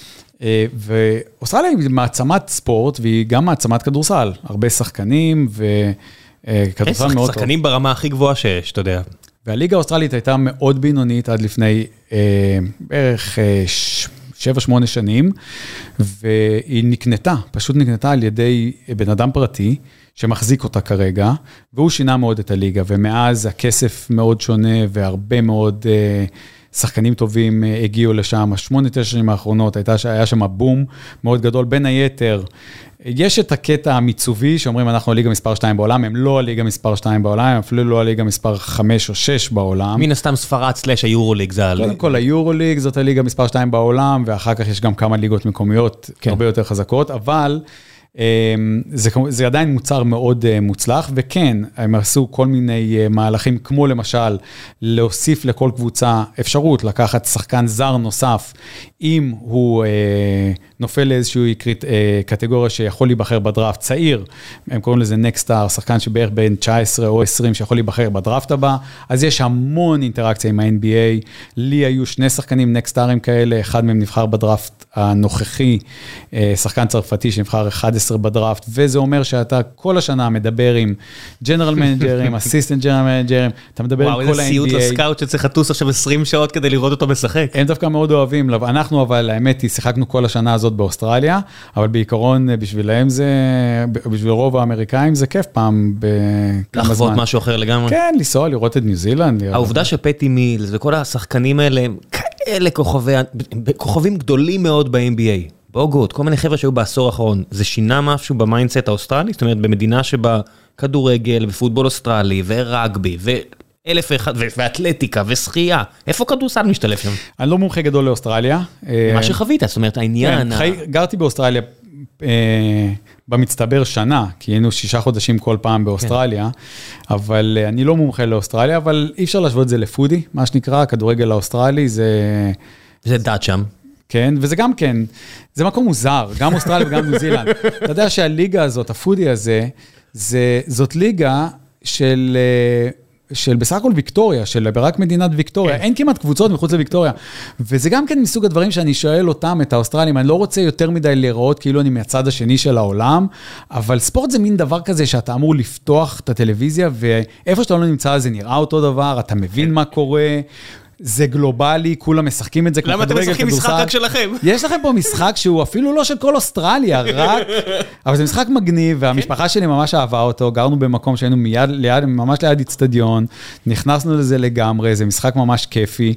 ואוסטרליה היא מעצמת ספורט, והיא גם מעצמת כדורסל. הרבה שחקנים, וכדורסל מאוד טוב. שחקנים ברמה הכי גבוהה שיש, אתה יודע. והליגה האוסטרלית הייתה מאוד בינונית עד לפני בערך 7-8 שנים, והיא נקנתה, פשוט נקנתה על ידי בן אדם פרטי, שמחזיק אותה כרגע, והוא שינה מאוד את הליגה, ומאז הכסף מאוד שונה, והרבה מאוד שחקנים טובים הגיעו לשם, 8-9 שנים האחרונות, היה שם בום מאוד גדול, בין היתר, יש את הקטע המיצובי, שאומרים אנחנו הליגה מספר 2 בעולם, הם לא הליגה מספר 2 בעולם, הם אפילו לא הליגה מספר 5 או 6 בעולם. מן הסתם ספרד / היורוליג זה הליגה. קודם כל היורוליג זאת הליגה מספר 2 בעולם, ואחר כך יש גם כמה ליגות מקומיות הרבה יותר חזקות, אבל זה עדיין מוצר מאוד מוצלח, וכן, הם עשו כל מיני מהלכים, כמו למשל, להוסיף לכל קבוצה אפשרות לקחת שחקן זר נוסף, אם הוא נופל לאיזושהי קטגוריה שיכול להיבחר בדראפט צעיר, הם קוראים לזה נקסטאר, שחקן שבערך בין 19 או 20 שיכול להיבחר בדראפט הבא, אז יש המון אינטראקציה עם ה-NBA, לי היו 2 שחקנים נקסטארים כאלה, אחד מהם נבחר בדראפט הנוכחי, שחקן צרפתי שנבחר 11 בדראפט, וזה אומר שאתה כל השנה מדבר עם ג'נרל מנג'רים, אסיסטנט ג'נרל מנג'רים, אתה מדבר עם כל ה-NBA. וואו, איזה סיוט לסקאוט שצריך לטוס עכשיו 20 שעות כדי לראות אותו משחק. הם דווקא מאוד אוהבים, אנחנו אנחנו אבל, האמת היא, שיחקנו כל השנה הזאת באוסטרליה, אבל בעיקרון בשבילהם זה, בשביל רוב האמריקאים זה כיף פעם בכמה זמן. לחוות משהו אחר לגמרי. כן, לנסוע, לראות את ניו זילנד. העובדה שפטי מילס וכל השחקנים האלה הם כאלה כוכבים גדולים מאוד ב-NBA. באוגות, כל מיני חבר'ה שהיו בעשור האחרון, זה שינה משהו במיינדסט האוסטרלי? זאת אומרת, במדינה שבה כדורגל ופוטבול אוסטרלי ורגבי ואלף ואחד ואתלטיקה ושחייה, איפה כדורסל משתלב שם? אני לא מומחה גדול לאוסטרליה. מה שחווית, זאת אומרת, העניין... גרתי באוסטרליה במצטבר שנה, כי היינו 6 חודשים כל פעם באוסטרליה, אבל אני לא מומחה לאוסטרליה, אבל אי אפשר להשוות את זה לפודי, מה שנקרא, הכדורגל האוסטרלי זה... זה דת שם. כן, וזה גם כן, זה מקום מוזר, גם אוסטרליה וגם ניו זילנד. אתה יודע שהליגה הזאת, הפודי הזה, זאת ליגה של בסך הכל ויקטוריה, של רק מדינת ויקטוריה, אין כמעט קבוצות מחוץ לויקטוריה, וזה גם כן מסוג הדברים שאני שואל אותם, את האוסטרלים, אני לא רוצה יותר מדי לראות, כאילו אני מהצד השני של העולם, אבל ספורט זה מין דבר כזה, שאתה אמור לפתוח את הטלוויזיה, ואיפה שאתה לא נמצא, זה נראה אותו דבר, אתה מבין מה קורה, זה גלובלי, כולם משחקים את זה. למה אתם משחקים משחק רק שלכם? יש לכם פה משחק שהוא אפילו לא של כל אוסטרליה, רק... אבל זה משחק מגניב, והמשפחה שלי ממש אהבה אותו, גרנו במקום שהיינו ממש ליד אצטדיון, נכנסנו לזה לגמרי, זה משחק ממש כיפי,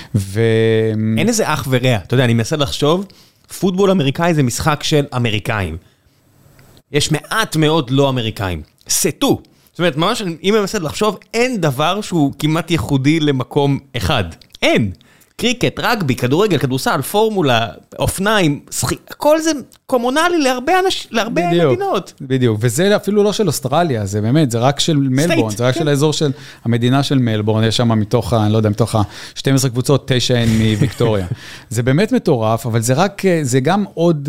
אין איזה אח ורע, אתה יודע, אני מנסה לחשוב, פוטבול אמריקאי זה משחק של אמריקאים. יש מעט מאוד לא אמריקאים. סטו. זאת אומרת, ממש, אם אני מנסה לחשוב, אין דבר שהוא כמעט ייחודי למקום אחד. אין. קריקט, רגבי, כדורגל, כדורסל, פורמולה, אופניים, הכל זה קומונלי להרבה מדינות. בדיוק, וזה אפילו לא של אוסטרליה, זה באמת, זה רק של מלבורן, זה רק של האזור של המדינה של מלבורן, יש שם מתוך, אני לא יודע, מתוך ה-12 קבוצות, 9 הן מוויקטוריה. זה באמת מטורף, אבל זה רק, זה גם עוד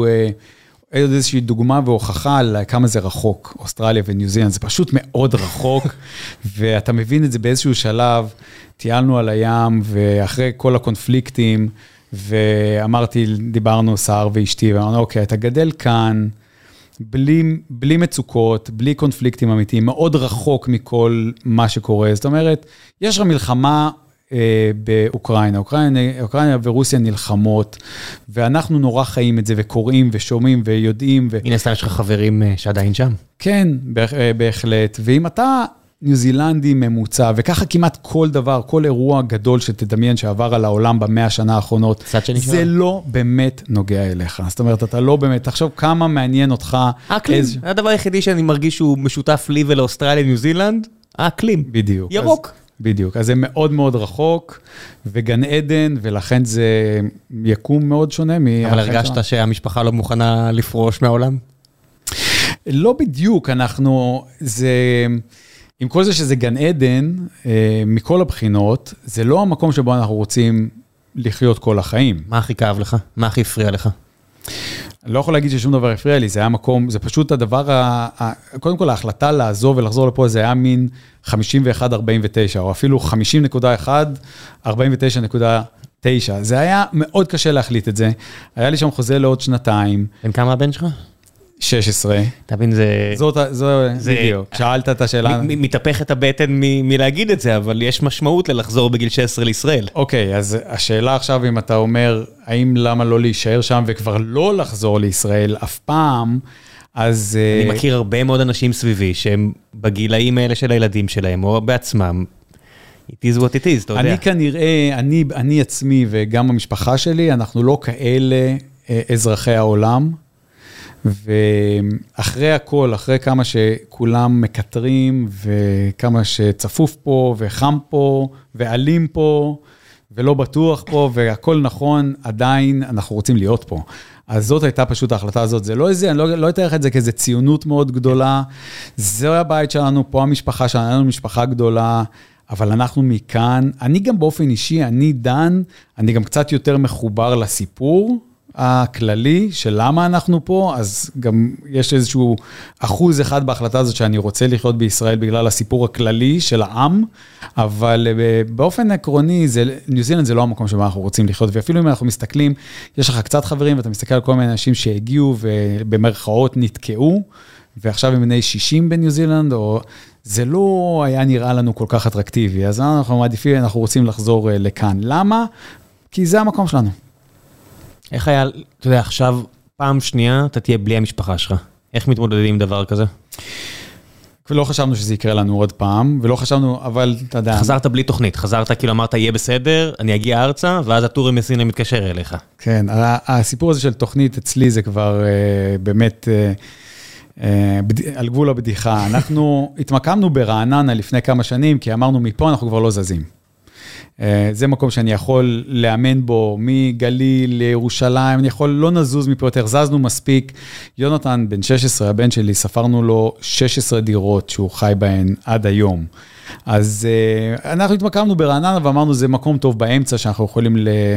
איזושהי דוגמה והוכחה על כמה זה רחוק, אוסטרליה וניו זילנד, זה פשוט מאוד רחוק, ואתה מבין את זה באיזשהו שלב, טיילנו על הים, ואחרי כל הקונפליקטים, ואמרתי, דיברנו סער ואשתי, ואמרנו, אוקיי, אתה גדל כאן, בלי מצוקות, בלי קונפליקטים אמיתיים, מאוד רחוק מכל מה שקורה, זאת אומרת, יש לך מלחמה, באוקראינה, אוקראינה ורוסיה נלחמות, ואנחנו נורא חיים את זה, וקוראים ושומעים ויודעים. הנה סתם יש לך חברים שעדיין שם. כן, בהחלט, ואם אתה ניו זילנדי ממוצע, וככה כמעט כל דבר, כל אירוע גדול שתדמיין שעבר על העולם ב100 שנה האחרונות, זה לא באמת נוגע אליך. זאת אומרת, אתה לא באמת, תחשוב כמה מעניין אותך. האקלים, הדבר היחידי שאני מרגיש שהוא משותף לי ולאוסטרליה, ניו זילנד, האקלים. בדיוק. ירוק. בדיוק, אז זה מאוד מאוד רחוק, וגן עדן, ולכן זה יקום מאוד שונה. אבל הרגשת שהמשפחה לא מוכנה לפרוש מהעולם? לא בדיוק, עם כל זה שזה גן עדן, מכל הבחינות, זה לא המקום שבו אנחנו רוצים לחיות כל החיים. מה הכי כאב לך? מה הכי הפריע לך? אני לא יכול להגיד ששום דבר הפריע לי, זה היה מקום, זה פשוט הדבר, קודם כל ההחלטה לעזוב ולחזור לפה, זה היה מין 51-49, או אפילו 50.1, 49.9, זה היה מאוד קשה להחליט את זה, היה לי שם חוזה לעוד 2 בן כמה הבן שלך? 16. תבין, זה בדיוק, שאלת את השאלה. מתהפך את הבטן מלהגיד את זה, אבל יש משמעות ללחזור בגיל 16 לישראל. אוקיי, אז השאלה עכשיו, אם אתה אומר, האם למה לא להישאר שם וכבר לא לחזור לישראל אף פעם, אז... אני מכיר הרבה מאוד אנשים סביבי, שהם בגילאים האלה של הילדים שלהם, או בעצמם, it is what it is, אתה יודע. אני כנראה, אני עצמי וגם המשפחה שלי, אנחנו לא כאלה אזרחי העולם, ואחרי הכל, אחרי כמה שכולם מקטרים, וכמה שצפוף פה, וחם פה, ועלים פה, ולא בטוח פה, והכל נכון, עדיין אנחנו רוצים להיות פה. אז זאת הייתה פשוט ההחלטה הזאת, זה לא איזה, אני לא אתאר את זה כאיזו ציונות מאוד גדולה, זה הבית שלנו, פה המשפחה שלנו, לנו משפחה גדולה, אבל אנחנו מכאן, אני גם באופן אישי, אני דן, אני גם קצת יותר מחובר לסיפור, הכללי של למה אנחנו פה, אז גם יש איזשהו 1% בהחלטה הזאת שאני רוצה לחיות בישראל בגלל הסיפור הכללי של העם, אבל באופן עקרוני, ניו זילנד זה לא המקום שבו אנחנו רוצים לחיות, ואפילו אם אנחנו מסתכלים, יש לך קצת חברים, ואתה מסתכל על כל מיני אנשים שהגיעו ובמרכאות נתקעו, ועכשיו הם בני 60 בניו זילנד, או זה לא היה נראה לנו כל כך אטרקטיבי, אז אנחנו מעדיפים, אנחנו רוצים לחזור לכאן. למה? כי זה המקום שלנו. איך היה, אתה יודע, עכשיו, פעם שנייה, אתה תהיה בלי המשפחה שלך. איך מתמודדים עם דבר כזה? ולא חשבנו שזה יקרה לנו עוד פעם, ולא חשבנו, אבל אתה יודע... חזרת בלי תוכנית, חזרת כאילו אמרת, יהיה בסדר, אני אגיע ארצה, ואז הטורי מסיני מתקשר אליך. כן, הסיפור הזה של תוכנית אצלי זה כבר באמת על גבול הבדיחה. אנחנו התמקמנו ברעננה לפני כמה שנים, כי אמרנו, מפה אנחנו כבר לא זזים. זה מקום שאני יכול לאמן בו מגליל לירושלים, אני יכול לא נזוז מפה יותר, זזנו מספיק. יונתן בן 16, הבן שלי, ספרנו לו 16 דירות שהוא חי בהן עד היום. אז אנחנו התמקמנו ברעננה ואמרנו, זה מקום טוב באמצע שאנחנו יכולים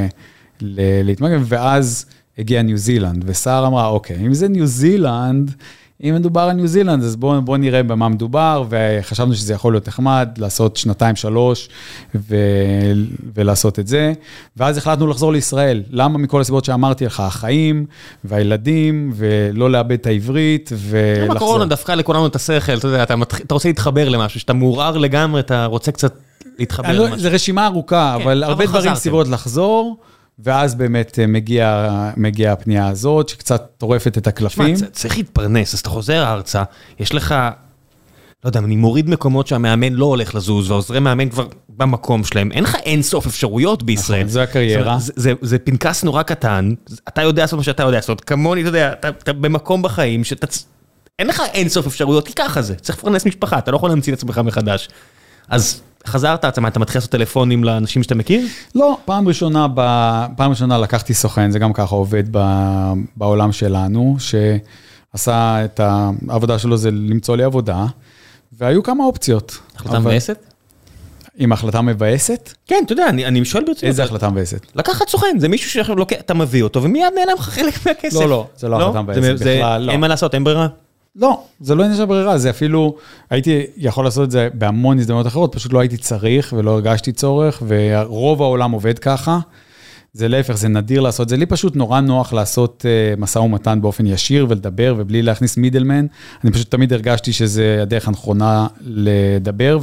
להתמקם, ואז הגיע ניו זילנד, וסער אמרה, אוקיי, אם זה ניו זילנד, אם מדובר על ניו זילנד, אז בואו נראה במה מדובר, וחשבנו שזה יכול להיות נחמד, לעשות 2-3, ולעשות את זה, ואז החלטנו לחזור לישראל. למה? מכל הסיבות שאמרתי לך, החיים, והילדים, ולא לאבד את העברית, ולחזור. גם הקורונה דווקא לכולנו את השכל, אתה יודע, אתה רוצה להתחבר למשהו, שאתה מעורר לגמרי, אתה רוצה קצת להתחבר למשהו. זה רשימה ארוכה, אבל הרבה דברים סיבות לחזור, ואז באמת מגיעה הפנייה הזאת, שקצת טורפת את הקלפים. צריך להתפרנס, אז אתה חוזר ארצה, יש לך, לא יודע, אני מוריד מקומות שהמאמן לא הולך לזוז, ועוזרי מאמן כבר במקום שלהם, אין לך אין סוף אפשרויות בישראל. זה הקריירה. זה פנקס נורא קטן, אתה יודע לעשות מה שאתה יודע לעשות, כמוני, אתה יודע, אתה במקום בחיים, אין לך אין סוף אפשרויות, כי ככה זה, צריך לפרנס משפחה, אתה לא יכול להמציא את עצמך מחדש. אז חזרת עצמה, אתה מתחיל לעשות טלפונים לאנשים שאתה מכיר? לא, פעם ראשונה לקחתי סוכן, זה גם ככה עובד בעולם שלנו, שעשה את העבודה שלו זה למצוא לי עבודה, והיו כמה אופציות. החלטה מבאסת? עם החלטה מבאסת? כן, אתה יודע, אני שואל ברצינות. איזה החלטה מבאסת? לקחת סוכן, זה מישהו שעכשיו אתה מביא אותו, ומיד נעלם לך חלק מהכסף. לא, זה לא החלטה מבאסת בכלל, לא. אין מה לעשות, אין ברירה? לא, זה לא עניין של ברירה, זה אפילו, הייתי יכול לעשות את זה בהמון הזדמנות אחרות, פשוט לא הייתי צריך ולא הרגשתי צורך, ורוב העולם עובד ככה, זה להפך, זה נדיר לעשות, זה לי פשוט נורא נוח לעשות משא ומתן באופן ישיר ולדבר, ובלי להכניס מידלמן, אני פשוט תמיד הרגשתי שזה הדרך הנכונה לדבר,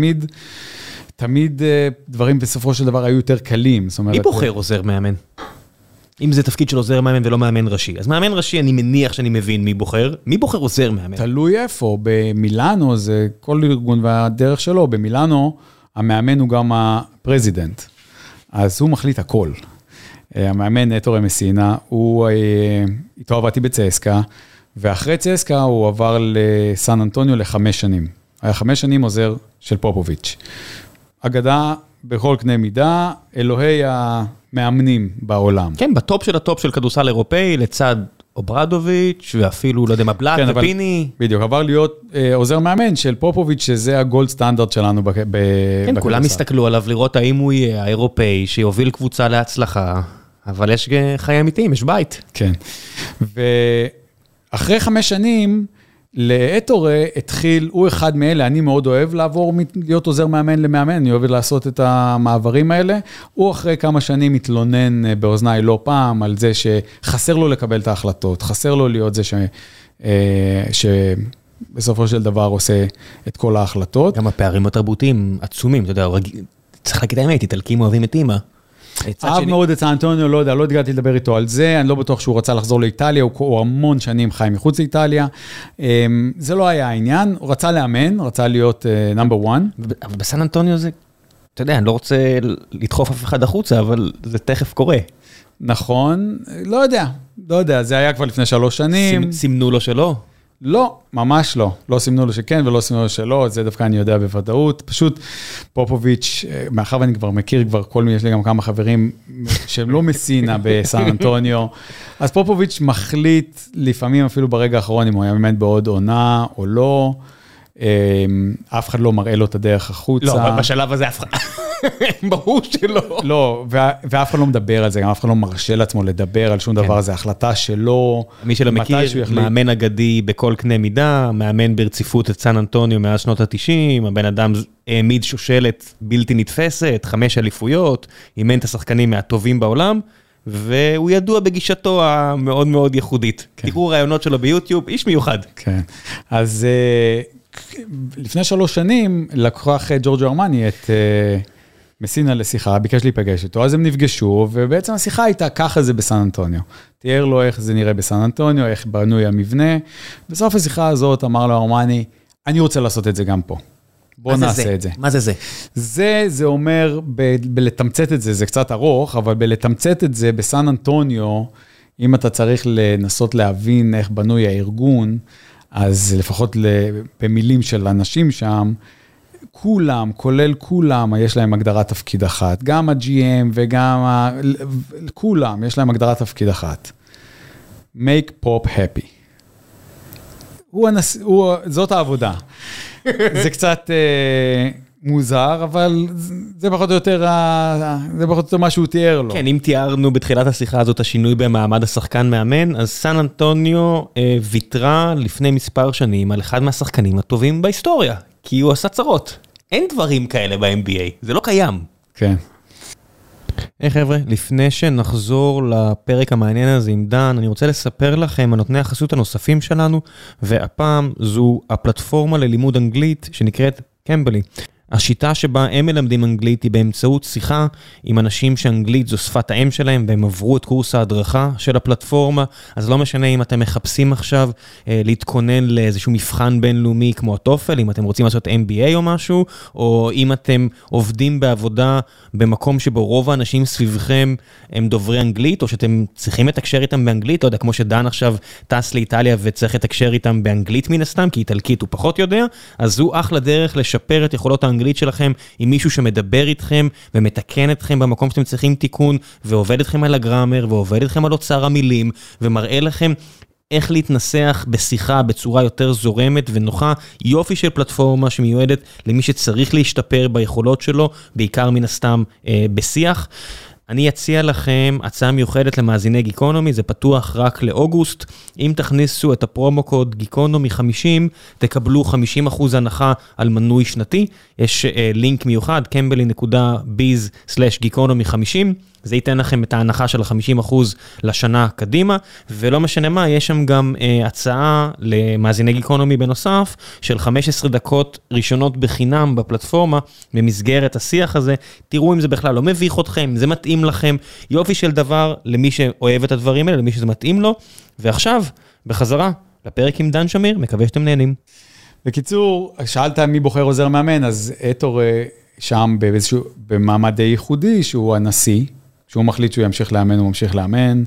ותמיד דברים בסופו של דבר היו יותר קלים, זאת אומרת... מי בוחר עוזר מאמן? אם זה תפקיד של עוזר מאמן ולא מאמן ראשי. אז מאמן ראשי אני מניח שאני מבין מי בוחר. מי בוחר עוזר מאמן? תלוי איפה. במילאנו זה כל ארגון והדרך שלו. במילאנו המאמן הוא גם הפרזידנט. אז הוא מחליט הכל. המאמן אטורי מסינה, איתו עבדתי בצסקה, ואחרי צסקה הוא עבר לסן אנטוניו ל5 שנים. היה 5 שנים עוזר של פופוביץ'. אגדה בכל קנה מידה, אלוהי המאמנים בעולם. כן, בטופ של הטופ של כדורסל אירופאי, לצד אוברדוביץ' ואפילו, לא יודע מה, בלאט ופיני. בדיוק, עבר להיות עוזר מאמן של פופוביץ', שזה הגולד סטנדרט שלנו בכדורסל. כן, כולם הסתכלו עליו לראות האם הוא יהיה האירופאי, שיוביל קבוצה להצלחה, אבל יש חיי אמיתיים, יש בית. כן, ואחרי 5 שנים, לאטורה התחיל, הוא אחד מאלה, אני מאוד אוהב לעבור להיות עוזר מאמן למאמן, אני אוהב לעשות את המעברים האלה, הוא אחרי כמה שנים מתלונן באוזניי לא פעם, על זה שחסר לו לקבל את ההחלטות, חסר לו להיות זה שבסופו של דבר עושה את כל ההחלטות. גם הפערים התרבותיים עצומים, אתה יודע, צריך להגיד האמת, איטלקים אוהבים את אמא. אהב מאוד את סן אנטוניו, לא יודע, לא הגעתי לדבר איתו על זה, אני לא בטוח שהוא רצה לחזור לאיטליה, הוא המון שנים חי מחוץ לאיטליה, זה לא היה העניין, הוא רצה לאמן, רצה להיות נאמבר 1. אבל בסן אנטוניו זה, אתה יודע, אני לא רוצה לדחוף אף אחד החוצה, אבל זה תכף קורה. נכון, לא יודע, זה היה כבר לפני 3 שנים. סימנו לו שלא? לא, ממש לא. לא סימנו לו שכן ולא סימנו לו שלא, זה דווקא אני יודע בוודאות. פשוט פופוביץ', מאחר ואני כבר מכיר יש לי גם כמה חברים שהם לא מסינה בסן אנטוניו, אז פופוביץ' מחליט לפעמים אפילו ברגע האחרון אם הוא היה באמת בעוד עונה או לא, אף אחד לא מראה לו את הדרך החוצה. לא, בשלב הזה אף אחד, ברור שלא. לא, ואף אחד לא מדבר על זה, גם אף אחד לא מרשה לעצמו לדבר על שום דבר, זה החלטה שלו. מי שלא מכיר, מאמן אגדי בכל קנה מידה, מאמן ברציפות את סן אנטוניו מאז שנות ה-90, הבן אדם העמיד שושלת בלתי נתפסת, 5 אליפויות, אימן את השחקנים מהטובים בעולם, והוא ידוע בגישתו המאוד מאוד ייחודית. תראו רעיונות שלו ביוטיוב, איש מיוחד. כן, אז לפני 3 שנים לקח ג'ורג'ו ארמני את מסינה לשיחה, ביקש להיפגש איתו, אז הם נפגשו, ובעצם השיחה הייתה, ככה זה בסן אנטוניו. תיאר לו איך זה נראה בסן אנטוניו, איך בנוי המבנה. בסוף השיחה הזאת אמר לו ארמני, אני רוצה לעשות את זה גם פה. בוא נעשה את זה. מה זה? זה אומר, בלתמצת את זה, זה קצת ארוך, אבל בלתמצת את זה בסן אנטוניו, אם אתה צריך לנסות להבין איך בנוי הארגון, אז לפחות במילים של אנשים שם, כולם, כולל כולם, יש להם הגדרת תפקיד אחת. גם ה-GM וגם כולם, יש להם הגדרת תפקיד אחת. make pop happy. זאת העבודה. זה קצת מוזר, אבל זה פחות או יותר מה שהוא תיאר לו. כן, אם תיארנו בתחילת השיחה הזאת השינוי במעמד השחקן מאמן, אז סן אנטוניו ויתרה לפני מספר שנים על אחד מהשחקנים הטובים בהיסטוריה, כי הוא עשה צרות. אין דברים כאלה ב-NBA, זה לא קיים. כן. חבר'ה, לפני שנחזור לפרק המעניין הזה עם דן, אני רוצה לספר לכם על נותני החסות הנוספים שלנו, והפעם זו הפלטפורמה ללימוד אנגלית שנקראת קמבלי. השיטה שבה הם מלמדים אנגלית היא באמצעות שיחה עם אנשים שאנגלית זו שפת האם שלהם, והם עברו את קורס ההדרכה של הפלטפורמה, אז לא משנה אם אתם מחפשים עכשיו להתכונן לאיזשהו מבחן בינלאומי כמו הטופל, אם אתם רוצים לעשות MBA או משהו, או אם אתם עובדים בעבודה במקום שבו רוב האנשים סביבכם הם דוברי אנגלית, או שאתם צריכים לתקשר איתם באנגלית, לא יודע, כמו שדן עכשיו טס לאיטליה וצריך לתקשר איתם באנגלית מן הסתם, כי איטלקית הוא פחות יודע, אז זו אחלה דרך לשפר את יכולות האנגלית שלכם עם מישהו שמדבר איתכם ומתקן אתכם במקום שאתם צריכים תיקון, ועובד אתכם על הגרמר, ועובד אתכם על אוצר המילים, ומראה לכם איך להתנסח בשיחה בצורה יותר זורמת ונוחה. יופי של פלטפורמה שמיועדת למי שצריך להשתפר ביכולות שלו, בעיקר מן הסתם בשיח. אני אציע לכם הצעה מיוחדת למאזיני גיקונומי, זה פתוח רק לאוגוסט. אם תכניסו את הפרומו קוד גיקונומי 50, תקבלו 50% הנחה על מנוי שנתי. יש לינק מיוחד, cambly.biz/גיקונומי50. זה ייתן לכם את ההנחה של 50% לשנה קדימה, ולא משנה מה, יש שם גם הצעה למאזיני גיקונומי בנוסף, של 15 דקות ראשונות בחינם בפלטפורמה, במסגרת השיח הזה. תראו אם זה בכלל לא מביך אתכם, אם זה מתאים לכם, יופי של דבר למי שאוהב את הדברים האלה, למי שזה מתאים לו. ועכשיו, בחזרה, לפרק עם דן שמיר, מקווה שאתם נהנים. בקיצור, שאלת מי בוחר עוזר מאמן, אז אתור שם במעמד ייחודי, שהוא הנשיא, שהוא מחליט שהוא ימשיך לאמן, הוא ממשיך לאמן,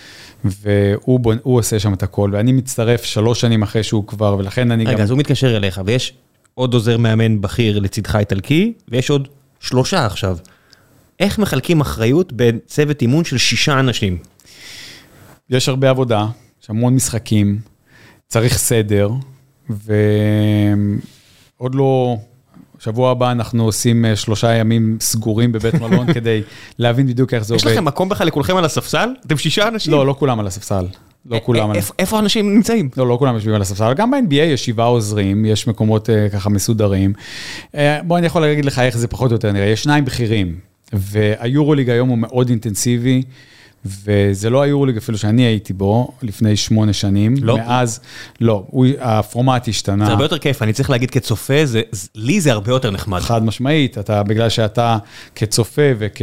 והוא עושה שם את הכל, ואני מצטרף 3 שנים אחרי שהוא כבר, ולכן אני רגע, אז הוא מתקשר אליך, ויש עוד עוזר מאמן בכיר לצדך איטלקי, ויש עוד 3 עכשיו. איך מחלקים אחריות בצוות אימון של 6 אנשים? יש הרבה עבודה, יש המון משחקים, צריך סדר, ועוד לא... שבוע הבא אנחנו עושים 3 ימים סגורים בבית מלון, כדי להבין בדיוק איך זה עובד. יש לכם מקום בכלל לכולכם על הספסל? אתם 6 אנשים? לא, לא כולם על הספסל. לא כולם. איפה אנשים נמצאים? לא כולם יושבים על הספסל. גם ב-NBA יש 7 עוזרים, יש מקומות ככה מסודרים. בוא, אני יכול להגיד לך איך זה פחות או יותר נראה. יש 2 בכירים, והיורוליג היום הוא מאוד אינטנסיבי, וזה לא היורוליג אפילו שאני הייתי בו לפני 8 שנים. לא? מאז, לא, הפורמט השתנה. זה הרבה יותר כיף, אני צריך להגיד כצופה, לי זה הרבה יותר נחמד. חד משמעית, בגלל שאתה כצופה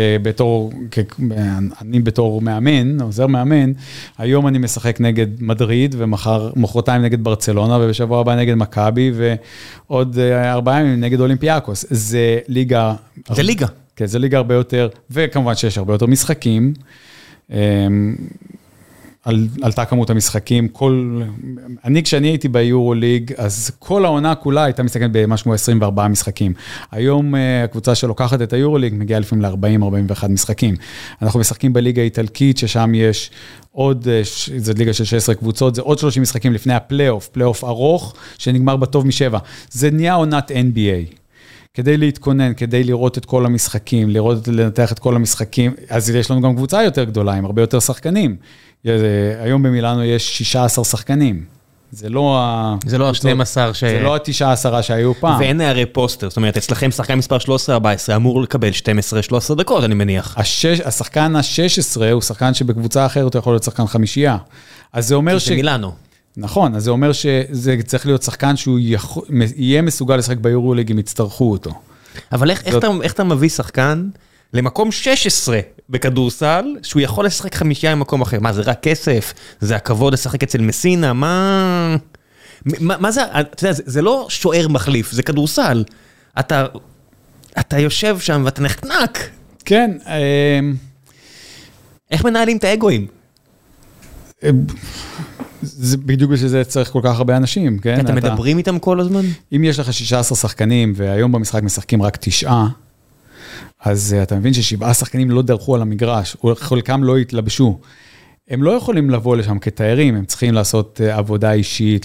אני בתור מאמן, עוזר מאמן, היום אני משחק נגד מדריד, ומחרתיים נגד ברצלונה, ובשבוע הבא נגד מכבי, ועוד 4 ימים נגד אולימפיאקוס. זה ליגה. זה ליגה. כן, זה ליגה הרבה יותר, וכמובן שיש הרבה יותר משחקים, עלתה כמות המשחקים, כשאני הייתי ביורוליג, אז כל העונה כולה הייתה מסתכלת במשהו כמו 24 משחקים. היום הקבוצה שלוקחת את היורוליג מגיעה לפעמים ל-40-41 משחקים. אנחנו משחקים בליגה האיטלקית, ששם יש עוד, זו ליגה של 16 קבוצות, זה עוד 30 משחקים לפני הפלייאוף, פלייאוף ארוך, שנגמר בטוב מ7. זה נהיה עונת NBA. כדי להתכונן, כדי לראות את כל המשחקים, לנתח את כל המשחקים, אז יש לנו גם קבוצה יותר גדולה, עם הרבה יותר שחקנים. היום במילאנו יש 16 שחקנים. זה לא ה-12 זה לא ה-19 שהיו פעם. ואין הרי פוסטר, זאת אומרת, אצלכם שחקן מספר 13-14 אמור לקבל 12-13 דקות, אני מניח. השחקן ה-16 הוא שחקן שבקבוצה אחרת הוא יכול להיות שחקן 5. אז זה אומר זה מילאנו. נכון, אז זה אומר שזה צריך להיות שחקן שהוא יהיה מסוגל לשחק ביורוליג אם יצטרכו אותו. אבל איך אתה מביא שחקן למקום 16 בכדורסל, שהוא יכול לשחק 5 במקום אחר. מה, זה רק כסף? זה הכבוד לשחק אצל מסינה? מה זה? אתה יודע, זה לא שוער מחליף, זה כדורסל. אתה יושב שם ואתה נחנק. כן. איך מנהלים את האגואים? זה בדיוק בשביל צריך כל כך הרבה אנשים, כן? אתם מדברים איתם כל הזמן? אם יש לך 16 שחקנים, והיום במשחק משחקים רק 9, אז אתה מבין ש7 שחקנים לא דרכו על המגרש, או חלקם לא התלבשו. הם לא יכולים לבוא לשם כתיירים, הם צריכים לעשות עבודה אישית,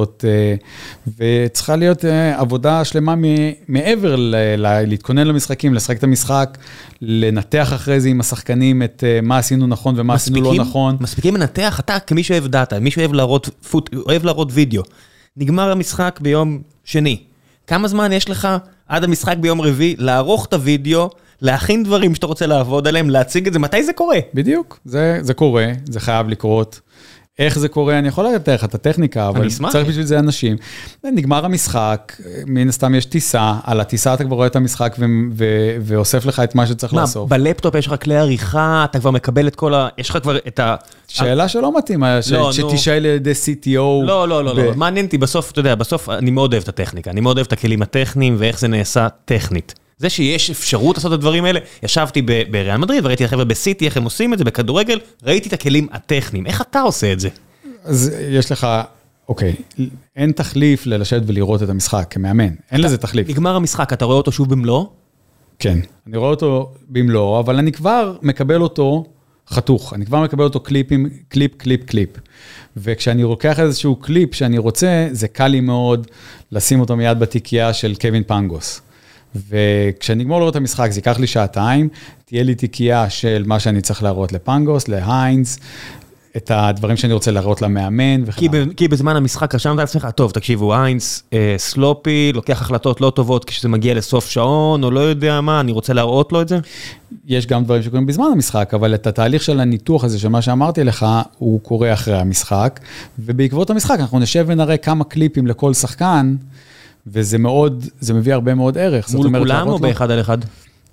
וצריכה להיות עבודה שלמה מעבר להתכונן למשחקים, לשחק את המשחק, לנתח אחרי זה עם השחקנים את מה עשינו נכון ומה עשינו לא נכון. מספיקים לנתח, אתה כמי שאוהב דאטה, מי שאוהב להראות וידאו, נגמר המשחק ביום שני. כמה זמן יש לך עד המשחק ביום רביעי לערוך את הוידאו, להכין דברים שאתה רוצה לעבוד עליהם, להציג את זה, מתי זה קורה? בדיוק, זה קורה, זה חייב לקרות. איך זה קורה? אני יכול לתאר לך את הטכניקה, אבל צריך בשביל זה אנשים. נגמר המשחק, מן הסתם יש טיסה, על הטיסה אתה כבר רואה את המשחק ואוסף לך את מה שצריך לאסוף. בלפטופ יש לך כלי עריכה, אתה כבר מקבל את כל יש לך כבר את שאלה שלא מתאימה, שתשאל לידי CTO. לא, מעניין אותי בסוף, אתה יודע, בסוף אני מאוד אוהב את הטכניקה, אני מאוד אוהב את הכלים הטכניים ואיך זה נעשה טכנית. זה שיש אפשרות לעשות את הדברים האלה, ישבתי בריאל מדריד וראיתי את החבר'ה בסיטי, איך הם עושים את זה, בכדורגל, ראיתי את הכלים הטכניים. איך אתה עושה את זה? אז יש לך, אוקיי, אין תחליף ללשבת ולראות את המשחק כמאמן, אין לזה תחליף. נגמר המשחק, אתה רואה אותו שוב במלוא? כן, אני רואה אותו במלוא, אבל אני כבר מקבל אותו חתוך, אני כבר מקבל אותו קליפ. וכשאני רוקח איזשהו קליפ שאני רוצה, זה קל לי מאוד לשים אותו מיד בתיקייה של קווין פנגוס. וכשאני אגמור לראות את המשחק, זה ייקח לי 2 שעות, תהיה לי תיקייה של מה שאני צריך להראות לפנגוס, להיינס, את הדברים שאני רוצה להראות למאמן. כי בזמן המשחק רשמת לעצמך, טוב, תקשיבו, היינס, סלופי, לוקח החלטות לא טובות כשזה מגיע לסוף שעון, או לא יודע מה, אני רוצה להראות לו את זה? יש גם דברים שקורים בזמן המשחק, אבל את התהליך של הניתוח הזה, של מה שאמרתי לך, הוא קורה אחרי המשחק, ובעקבות המשחק אנחנו נשב ונראה כמה קליפים לכל שחקן, וזה מאוד, זה מביא הרבה מאוד ערך. מול כולם או באחד על אחד?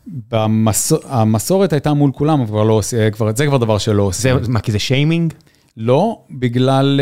המסורת הייתה מול כולם, אבל זה כבר דבר שלא עושה. מה, כי זה שיימינג? לא, בגלל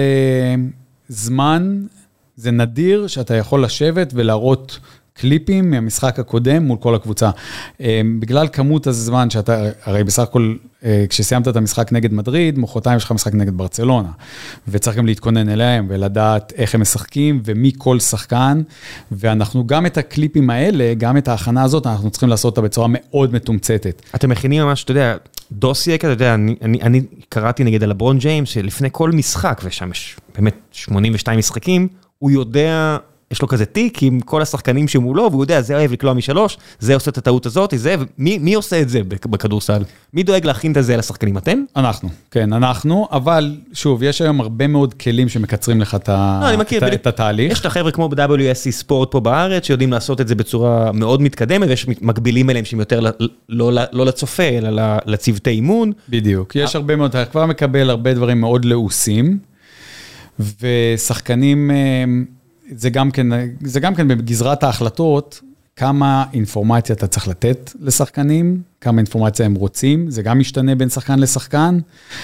זמן, זה נדיר שאתה יכול לשבת ולהראות קליפים מהמשחק הקודם מול כל הקבוצה. בגלל כמות הזמן שאתה, הרי בסך הכל, כשסיימת את המשחק נגד מדריד, מחרתיים יש לך משחק נגד ברצלונה, וצריך גם להתכונן אליהם ולדעת איך הם משחקים ומי כל שחקן, ואנחנו גם את הקליפים האלה, גם את ההכנה הזאת, אנחנו צריכים לעשות אותה בצורה מאוד מתומצתת. אתם מכינים ממש, אתה יודע, דוסיה, אתה יודע, אני קראתי נגד על לברון ג'יימס, שלפני כל משחק, ושם יש באמת 82 משחקים, הוא יודע, יש לו כזה תיק עם כל השחקנים שמולו, והוא יודע, זה אוהב לקלוע מ3, זה עושה את הטעות הזאת, זה, מי עושה את זה בכדורסל? מי דואג להכין את זה לשחקנים? אתם? אנחנו, כן, אנחנו, אבל שוב, יש היום הרבה מאוד כלים שמקצרים לך את התהליך. יש את החבר'ה כמו ב-WSC ספורט פה בארץ, שיודעים לעשות את זה בצורה מאוד מתקדמת, ויש מקבילים אליהם שהם יותר לא לצופה, אלא לצוותי אימון. בדיוק, יש הרבה מאוד, אתה כבר מקבל הרבה דברים מאוד לעוסים, ושחקנים, זה גם כן בגזרת ההחלטות, כמה אינפורמציה אתה צריך לתת לשחקנים, כמה אינפורמציה הם רוצים, זה גם משתנה בין שחקן לשחקן,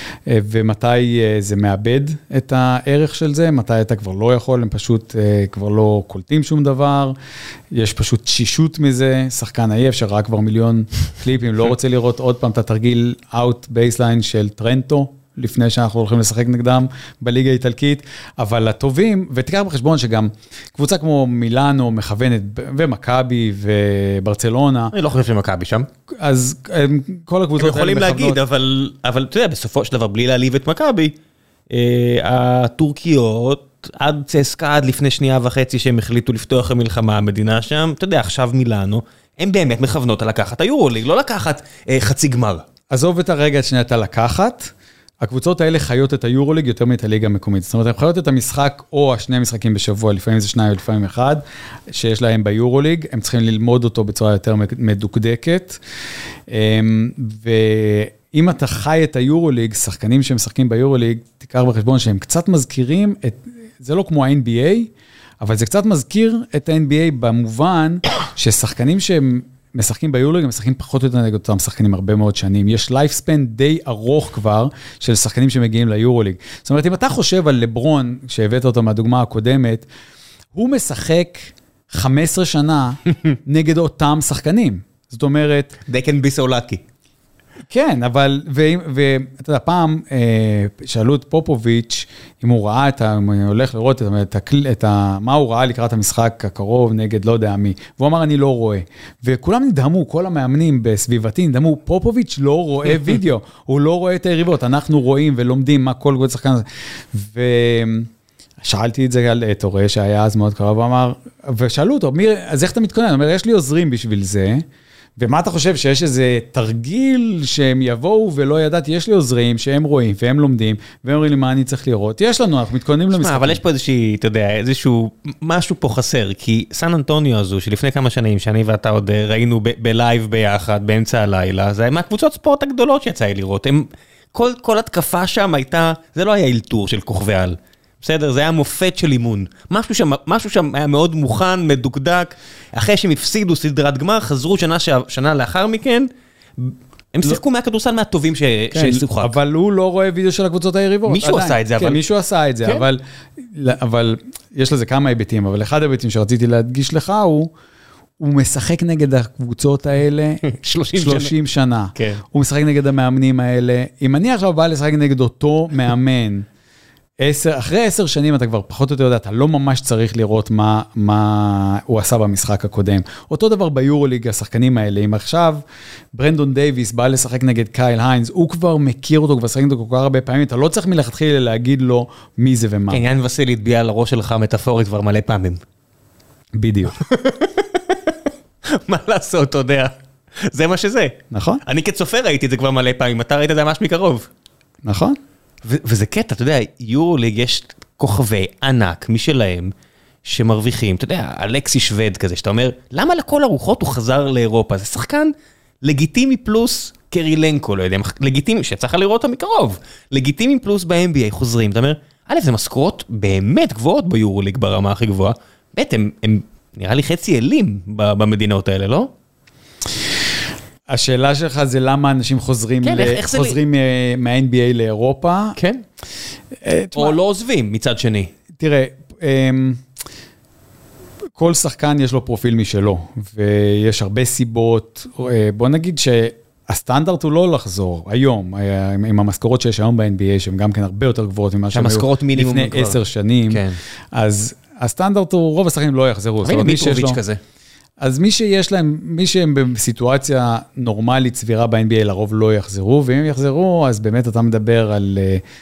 ומתי זה מאבד את הערך של זה, מתי אתה כבר לא יכול, הם פשוט כבר לא קולטים שום דבר, יש פשוט שישות מזה, שחקן עייף שראה כבר מיליון קליפים, לא רוצה לראות עוד פעם את התרגיל out baseline של טרנטו, לפני שאנחנו הולכים לשחק נגדם בליגה האיטלקית, אבל הטובים, ותיקח בחשבון שגם קבוצה כמו מילאנו מכוונת, ומכבי וברצלונה. אני לא חושב שמכבי שם. אז כל הקבוצות האלה מכוונות. הם יכולים להגיד, אבל אתה יודע, בסופו של דבר, בלי להעליב את מכבי, הטורקיות, עד צסקה, עד לפני 1.5 שנייה שהם החליטו לפתוח המלחמה, המדינה שם, אתה יודע, עכשיו מילאנו, הם באמת מכוונות על לקחת היורוליג, לא לקחת חצי גמר. עזוב את הרגע השנייה את הלקחת, הקבוצות האלה חיות את היורוליג יותר מאת הליגה המקומית. זאת אומרת, הן חיות את המשחק או 2 משחקים בשבוע, לפעמים זה 2 ולפעמים 1, שיש להם ביורוליג, הם צריכים ללמוד אותו בצורה יותר מדוקדקת. ואם אתה חי את היורוליג, שחקנים שמשחקים ביורוליג, תיקח בחשבון שהם קצת מזכירים, זה לא כמו ה-NBA, אבל זה קצת מזכיר את ה-NBA במובן ששחקנים שהם משחקים ביורוליג, הם משחקים פחות או יותר נגד אותם שחקנים הרבה מאוד שנים. יש לייפספן די ארוך כבר של שחקנים שמגיעים ליורוליג. זאת אומרת, אם אתה חושב על לברון, שהבאת אותו מהדוגמה הקודמת, הוא משחק 15 שנה נגד אותם שחקנים. זאת אומרת... They can be so lucky. כן, אבל, ואתה יודע, פעם שאלו את פופוביץ' אם הוא ראה הוא הולך לראות מה הוא ראה לקראת המשחק הקרוב נגד לא יודע מי, והוא אמר אני לא רואה, וכולם נדהמו, כל המאמנים בסביבתי נדהמו, פופוביץ' לא רואה וידאו, הוא לא רואה את היריבות, אנחנו רואים ולומדים מה כל גוד שחקן, ושאלתי את זה על תורה שהיה אז מאוד קרוב, הוא אמר, ושאלו אותו, אז איך אתה מתכונן? הוא אומר, יש לי עוזרים בשביל זה, ומה אתה חושב, שיש איזה תרגיל שהם יבואו ולא ידעתי, יש לי עוזרים שהם רואים והם לומדים, והם אומרים לי מה אני צריך לראות, יש לנו, אנחנו מתכוננים למשחקים. אבל יש פה איזושהי, אתה יודע, איזשהו, משהו פה חסר, כי סן אנטוניו הזו, שלפני כמה שנים, שאני ואתה עוד ראינו בלייב ביחד, באמצע הלילה, זה היה מהקבוצות ספורט הגדולות שיצא לי לראות, כל התקפה שם הייתה, זה לא היה אילתור של כוכבי על. בסדר, זה היה מופת של אימון. משהו שם היה מאוד מוכן, מדוקדק. אחרי שהם הפסידו סדרת גמר, חזרו שנה לאחר מכן, הם שיחקו מהכדורסל מהטובים ששיחקו. אבל הוא לא רואה וידאו של הקבוצות היריבות. מישהו עשה את זה, אבל... כן, מישהו עשה את זה, אבל יש לזה כמה היבטים, אבל אחד ההיבטים שרציתי להדגיש לך הוא משחק נגד הקבוצות האלה 30 שנה. הוא משחק נגד המאמנים האלה. אם אני עכשיו בא לשחק נגד אותו מאמן, אחרי 10 שנים אתה כבר פחות או יותר יודע, אתה לא ממש צריך לראות מה הוא עשה במשחק הקודם. אותו דבר ביורוליג, השחקנים האלה, אם עכשיו ברנדון דייביס בא לשחק נגד קייל היינס, הוא כבר מכיר אותו, כבר שחק אותו כל כך הרבה פעמים, אתה לא צריך מלכתחילה להגיד לו מי זה ומה. כן, יאן וסילי התביע על הראש שלך מטאפורית כבר מלא פעמים. בדיוק. מה לעשות, אתה יודע? זה מה שזה. נכון. אני כצופה ראיתי את זה כבר מלא פעמים, אתה ראית את זה ממש מקרוב. נכון. וזה קטע, אתה יודע, יורוליג יש כוכבי ענק משלהם שמרוויחים, אתה יודע, אלכסי שווד כזה, שאתה אומר, למה לכל הרוחות הוא חזר לאירופה? זה שחקן לגיטימי פלוס קרילנקו, לא יודע, לגיטימי, שצריך לראות אותו מקרוב, לגיטימי פלוס ב-NBA חוזרים, אתה אומר, א', זה משכורות באמת גבוהות ביורוליג ברמה הכי גבוהה, ב', הם נראה לי חצי אלים במדינות האלה, לא? השאלה שלך זה למה אנשים חוזרים מה-NBA לאירופה. כן. או לא עוזבים מצד שני. תראה, כל שחקן יש לו פרופיל משלו, ויש הרבה סיבות. בוא נגיד שהסטנדרט הוא לא לחזור היום, עם המשכורות שיש היום ב-NBA, שהן גם כן הרבה יותר גבוהות ממה שהן היו לפני 10 שנים. אז הסטנדרט הוא, רוב השחקנים לא יחזרו. אבל מיטרוביץ' כזה. אז מי שהם בסיטואציה נורמלית סבירה ב-NBA לרוב לא יחזרו, ואם יחזרו, אז באמת אתה מדבר על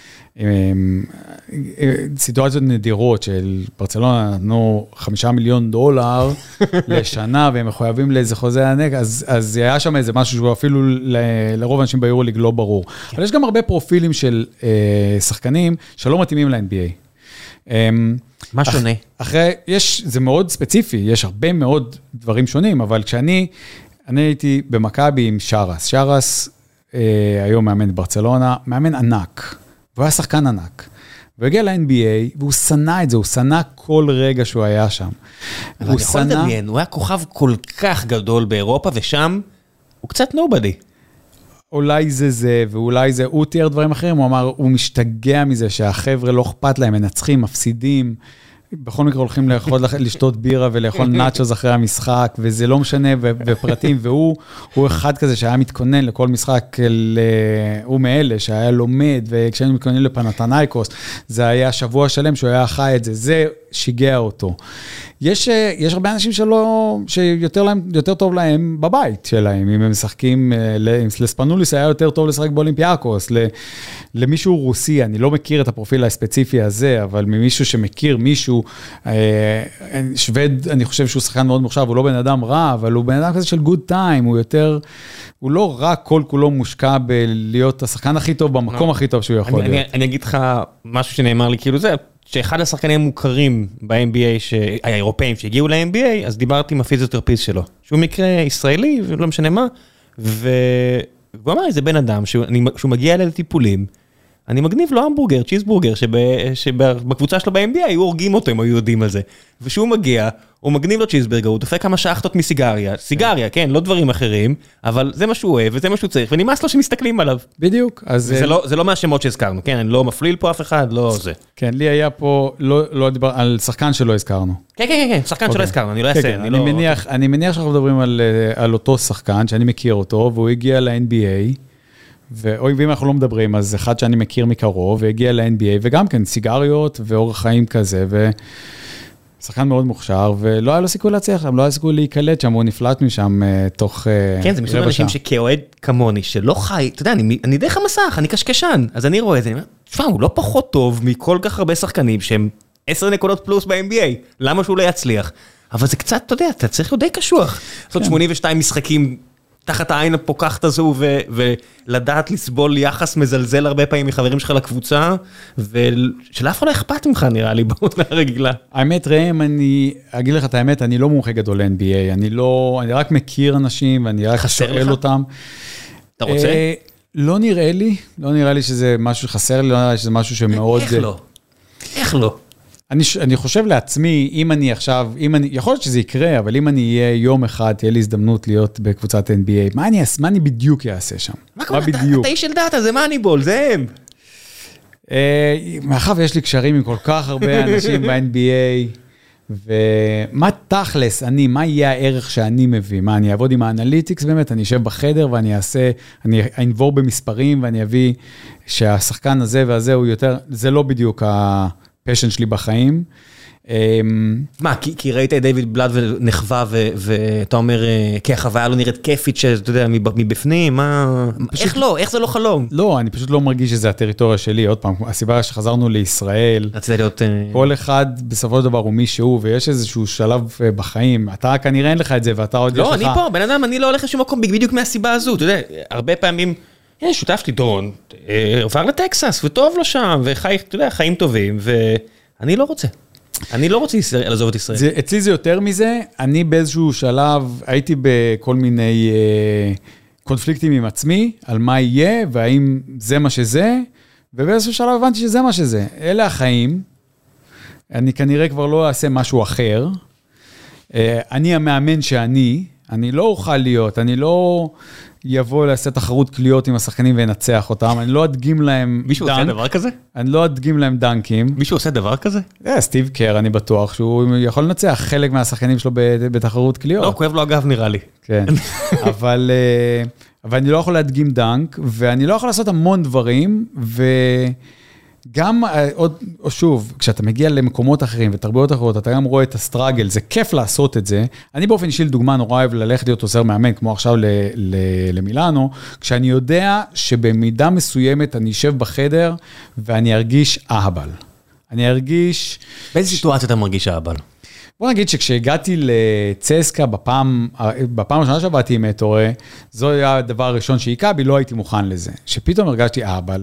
סיטואציות נדירות של ברצלונה נתנו $5 מיליון לשנה, והם מחויבים לאיזה חוזה ענק, אז היה שם איזה משהו שהוא אפילו לרוב אנשים ביורוליג לא ברור. אבל יש גם הרבה פרופילים של שחקנים שלא מתאימים ל-NBA. מה שונה? זה מאוד ספציפי, יש הרבה מאוד דברים שונים, אבל כשאני הייתי במכבי עם שרס, היום מאמן ברצלונה, מאמן ענק, והוא היה שחקן ענק, והוא הגיע ל-NBA, והוא שנא את זה, הוא שנא כל רגע שהוא היה שם. אבל אני יכול לדמיין, הוא היה כוכב כל כך גדול באירופה, ושם הוא קצת נובדי. אולי זה, ואולי זה, הוא תיאר דברים אחרים, הוא אמר, הוא משתגע מזה שהחבר'ה לא אכפת להם, מנצחים, מפסידים, בכל מקרה הולכים לשתות בירה ולאכול נאצ'וז אחרי המשחק, וזה לא משנה, ופרטים, והוא אחד כזה שהיה מתכונן לכל משחק, הוא מאלה שהיה לומד, וכשהיינו מתכוננים לפנתנייקוס, זה היה שבוע שלם שהוא היה חי את זה, זה שיגע אותו. יש הרבה אנשים שיותר טוב להם בבית שלהם, אם הם משחקים, לספנוליס היה יותר טוב לשחק באולימפיאקוס, למישהו רוסי, אני לא מכיר את הפרופיל הספציפי הזה, אבל ממישהו שמכיר מישהו, שווד, אני חושב שהוא שחקן מאוד מוכשר, הוא לא בן אדם רע, אבל הוא בן אדם כזה של good time, הוא לא רק כל כולו מושקע בלהיות השחקן הכי טוב, במקום הכי טוב שהוא יכול להיות. אני אגיד לך משהו שנאמר לי, כאילו זה, שאחד השחקנים המוכרים ב-NBA, האירופאים שהגיעו ל-NBA, אז דיברתי עם הפיזיותרפיסט שלו, שהוא מקרה ישראלי, ולא משנה מה, והוא אמר, זה בן אדם, שהוא מגיע לטיפולים, אני מגניב לו המבורגר, צ'יזבורגר, שבקבוצה שלו ב-NBA היו הורגים אותו, הם היו יודעים על זה. ושהוא מגיע, הוא מגניב לו צ'יזבורגר, הוא דופק כמה שחטות מסיגריה, סיגריה, כן, לא דברים אחרים, אבל זה מה שהוא אוהב, וזה מה שהוא צריך, ונמאס לו שמסתכלים עליו. בדיוק. זה לא מהשמות שהזכרנו, כן, אני לא מפליל פה אף אחד, לא זה. כן, לי היה פה, לא דיבר על שחקן שלא הזכרנו. כן, כן, כן, שחקן שלא הזכרנו, אני לא אעשה, אני מניח שאנחנו מדברים על אותו שחקן, שאני מכיר אותו, והוא הגיע ל-NBA, ואם אנחנו לא מדברים, אז אחד שאני מכיר מקרוב, והגיע ל-NBA, וגם כן סיגריות ואורח חיים כזה, ושחקן מאוד מוכשר, ולא היה לו סיכוי להצליח שם, לא היה סיכוי להיקלט שם, הוא נפלט משם תוך רבע שעה. כן, זה מסוג אנשים שכאוהד כמוני, שלא חי, אתה יודע, אני דרך המסך, אני קשקשן, אז אני רואה את זה, אני אומר, תשמע, הוא לא פחות טוב מכל כך הרבה שחקנים שהם 10 נקודות פלוס ב-NBA, למה שהוא לא יצליח? אבל זה קצת, אתה יודע, אתה צריך להיות די קשוח. לעשות 82 משחקים תחת העין הפוקחת הזו, ולדעת לסבול יחס מזלזל הרבה פעמים מחברים שלך לקבוצה, ושלאף אחד לא אכפת ממך נראה לי בעונה רגילה. האמת, ראם, אני אגיד לך את האמת, אני לא מומחה גדול ל-NBA, אני רק מכיר אנשים, ואני רק שואל אותם. אתה רוצה? לא נראה לי שזה משהו שחסר לי, לא נראה לי שזה משהו שמאוד... איך לא? אני חושב לעצמי, אם אני עכשיו, יכול להיות שזה יקרה, אבל אם אני אהיה יום אחד, תהיה לי הזדמנות להיות בקבוצת NBA, מה אני בדיוק אעשה שם? מה בדיוק? אתה איש של דאטה, זה מאניבול, זה הם. מאחר ויש לי קשרים עם כל כך הרבה אנשים ב-NBA, ומה תכלס, מה יהיה הערך שאני מביא? מה, אני אעבוד עם האנליטיקס באמת, אני אשב בחדר ואני אני אנבור במספרים ואני אביא שהשחקן הזה והזה הוא יותר, זה לא בדיוק הפשן שלי בחיים. מה, כי ראית את דיוויד בלאט ונחווה, ואתה אומר, כי החוויה לא נראית כיפית, שאתה יודע, מבפנים, מה... איך לא? איך זה לא חלום? לא, אני פשוט לא מרגיש שזה הטריטוריה שלי. עוד פעם, הסיבה שחזרנו לישראל, כל אחד בסופו של דבר הוא מישהו, ויש איזשהו שלב בחיים, אתה כנראה אין לך את זה, ואתה עוד יש לך... לא, אני פה, בן אדם, אני לא הולך לשום מקום בדיוק מהסיבה הזו, אתה יודע, הרבה פעמים, שותף לי דורון, עבר לטקסס, וטוב לו שם, וחי, אתה יודע, חיים טובים, ואני לא רוצה. אני לא רוצה לעזוב את ישראל. אצלי זה יותר מזה, אני באיזשהו שלב הייתי בכל מיני קונפליקטים עם עצמי, על מה יהיה, והאם זה מה שזה, ובאיזשהו שלב הבנתי שזה מה שזה. אלה החיים, אני כנראה כבר לא אעשה משהו אחר, אני המאמן אני לא אוכל להיות, אני לא יבוא לעשות תחרות קליות עם השחקנים וינצח אותם, אני לא אדגים להם דנק. מישהו עושה דבר כזה? אני לא אדגים להם דנקים. מישהו עושה דבר כזה? סטיב קר, אני בטוח שהוא יכול לנצח חלק מהשחקנים שלו בתחרות קליות. לא, כואב לו אגב נראה לי. כן, אבל אני לא יכול להדגים דנק, ואני לא יכול לעשות המון דברים, גם, או שוב, כשאתה מגיע למקומות אחרים ותרבויות אחרות, אתה גם רואה את הסטראגל, זה כיף לעשות את זה. אני באופן אישי לדוגמה נורא אוהב ללכת להיות עוזר מאמן, כמו עכשיו למילאנו, כשאני יודע שבמידה מסוימת אני אשב בחדר ואני ארגיש אהבל. אני ארגיש... באיזה סיטואציה אתה מרגיש אהבל? בוא נגיד שכשהגעתי לצסקה בפעם הראשונה שעבדתי עם אתורה, זו היה הדבר הראשון שהיכה בי, לא הייתי מוכן לזה. שפתאום הרגשתי אהבל,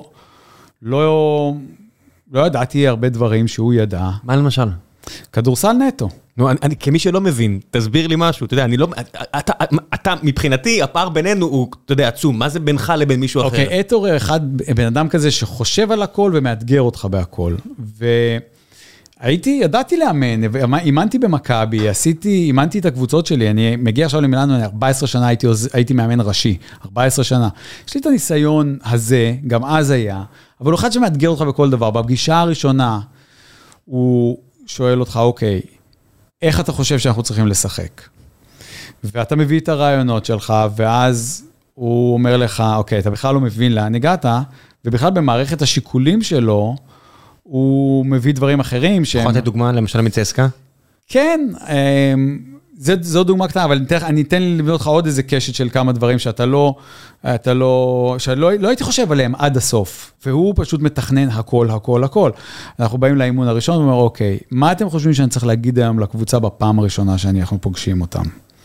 לא ידעתי הרבה דברים שהוא ידע. מה למשל? כדורסל נטו. נו, כמי שלא מבין, תסביר לי משהו, אתה יודע, אתה, מבחינתי, הפער בינינו הוא, אתה יודע, עצום, מה זה בינך לבין מישהו אחר? אוקיי, אתור אחד, בן אדם כזה שחושב על הכל ומאתגר אותך בהכל, ידעתי לאמן, אימנתי במכבי, אימנתי את הקבוצות שלי, אני מגיע עכשיו למילאנו, 14 שנה הייתי מאמן ראשי, 14 שנה. יש לי את הניסיון הזה, גם אז היה, אבל הוא אחד שמאתגר אותך בכל דבר. בפגישה הראשונה, הוא שואל אותך, אוקיי, איך אתה חושב שאנחנו צריכים לשחק? ואתה מביא את הרעיונות שלך, ואז הוא אומר לך, אוקיי, אתה בכלל לא מבין לאן הגעת, ובכלל במערכת השיקולים שלו, הוא מביא דברים אחרים. יכול לתת דוגמה למשל מצסקה? כן, זו דוגמה קטנה, אבל אני אתן לבנות אותך עוד איזה קשת של כמה דברים שלא הייתי חושב עליהם עד הסוף, והוא פשוט מתכנן הכל. אנחנו באים לאימון הראשון ואומר, אוקיי, מה אתם חושבים שאני צריך להגיד היום לקבוצה בפעם הראשונה שאנחנו פוגשים אותם?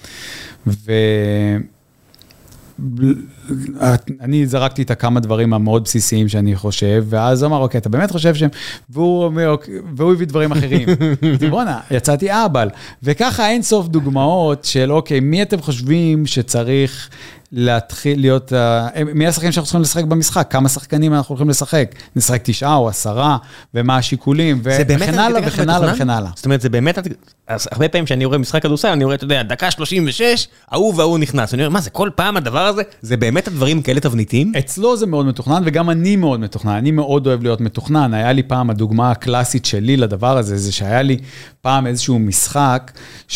אני זרקתי את כמה דברים המאוד בסיסיים שאני חושב, ואז הוא אמר, אוקיי, אתה באמת חושב שהם, והוא הביא דברים אחרים. בוא'נה, יצאתי אהבל. וככה אין סוף דוגמאות של, אוקיי, מי אתם חושבים שצריך להתחיל להיות, מי השחקנים שאנחנו צריכים לשחק במשחק, כמה שחקנים אנחנו הולכים לשחק, נשחק 9 או 10, ומה השיקולים, וכן הלאה וכן הלאה וכן הלאה. זאת אומרת, זה באמת, הרבה פעמים שאני רואה משחק כדורסל, אני רואה, אתה יודע, דקה 36, ההוא וההוא נכנס, אני אומר, מה זה, כל פעם הדבר הזה, זה באמת הדברים כאלה תבניתים? אצלו זה מאוד מתוכנן, וגם אני מאוד מתוכנן, אני מאוד אוהב להיות מתוכנן, היה לי פעם, הדוגמה הקלאסית שלי לדבר הזה, זה שהיה לי פעם איזשהו משחק,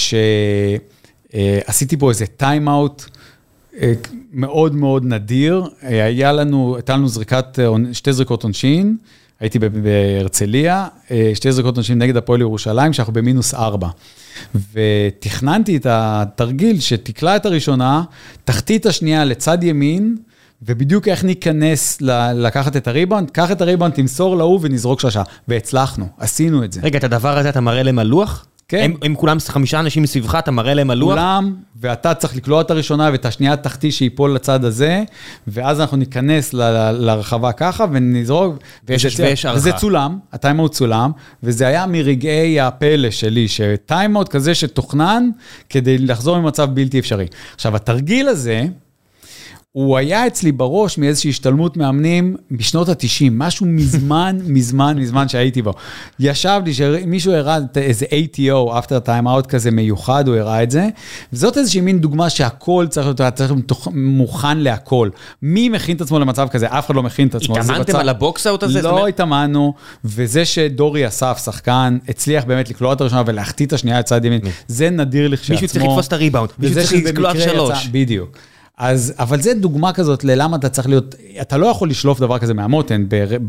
שעשיתי פה איזה טיים-אאוט, מאוד מאוד נדיר, הייתה לנו שתי זריקות עונשין, הייתי בהרצליה, שתי זריקות עונשין נגד הפועל ירושלים, שאנחנו ב-4, ותכננתי את התרגיל שתקלה את הראשונה, תחתית השנייה לצד ימין, ובדיוק איך ניכנס לקחת את הריבאונד, קח את הריבאונד, תמסור להוא ונזרוק שלושה, והצלחנו, עשינו את זה. רגע, את הדבר הזה אתה מראה להם על לוח? כן. הם כולם 5 אנשים מסביבך, אתה מראה להם על לוח? כולם, ואתה צריך לקלוע את הראשונה, ואת השנייה תחתי שיפול לצד הזה, ואז אנחנו ניכנס לרחבה ככה, ונזרוק, וזה צולם, הטיימאוט צולם, וזה היה מרגעי הפלא שלי, שטיימאוט כזה שתוכנן, כדי לחזור ממצב בלתי אפשרי. עכשיו, התרגיל הזה, הוא היה אצלי בראש מאיזושהי השתלמות מאמנים בשנות ה-90, משהו מזמן שהייתי בו. ישב לי שמישהו הראה איזה ATO, after time out כזה מיוחד, הוא הראה את זה, וזאת איזושהי מין דוגמה שהכל צריך להיות מוכן להכל. מי מכין את עצמו למצב כזה? אף אחד לא מכין את עצמו. התאמנתם על הבוקס-אוט הזה? לא התאמנו, וזה שדורי אסף, שחקן, הצליח באמת לקלוע את הראשונה ולהחטיא את השנייה לצד ימין, זה נדיר לכשעצמו. מישהו צריך לתפוס את הריבאונד, מישהו צריך לקלוע 3. בדיוק. אז, אבל זה דוגמה כזאת ללמה אתה צריך להיות, אתה לא יכול לשלוף דבר כזה מהמותן,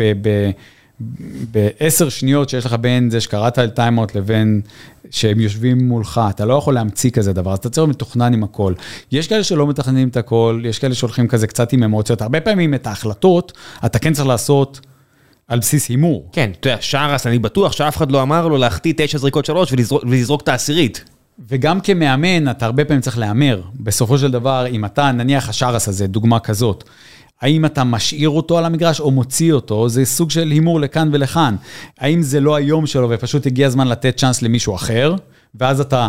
ב10 שניות שיש לך בין זה שקראת על טיימאוט לבין שהם יושבים מולך, אתה לא יכול להמציא כזה דבר, אז אתה צריך מתוכנן עם הכל. יש כאלה שלא מתכננים את הכל, יש כאלה שהולכים כזה קצת עם אמוציות, הרבה פעמים את ההחלטות, אתה כן צריך לעשות על בסיס הימור. כן, אתה יודע, שרס, אני בטוח שאף אחד לא אמר לו להחטיא 9 זריקות 3 ולזרוק את העשירית. וגם כמאמן, אתה הרבה פעמים צריך לאמר. בסופו של דבר, אם אתה, נניח השרס הזה, דוגמה כזאת, האם אתה משאיר אותו על המגרש או מוציא אותו, זה סוג של הימור לכאן ולכאן. האם זה לא היום שלו ופשוט הגיע הזמן לתת צ'אנס למישהו אחר, ואז אתה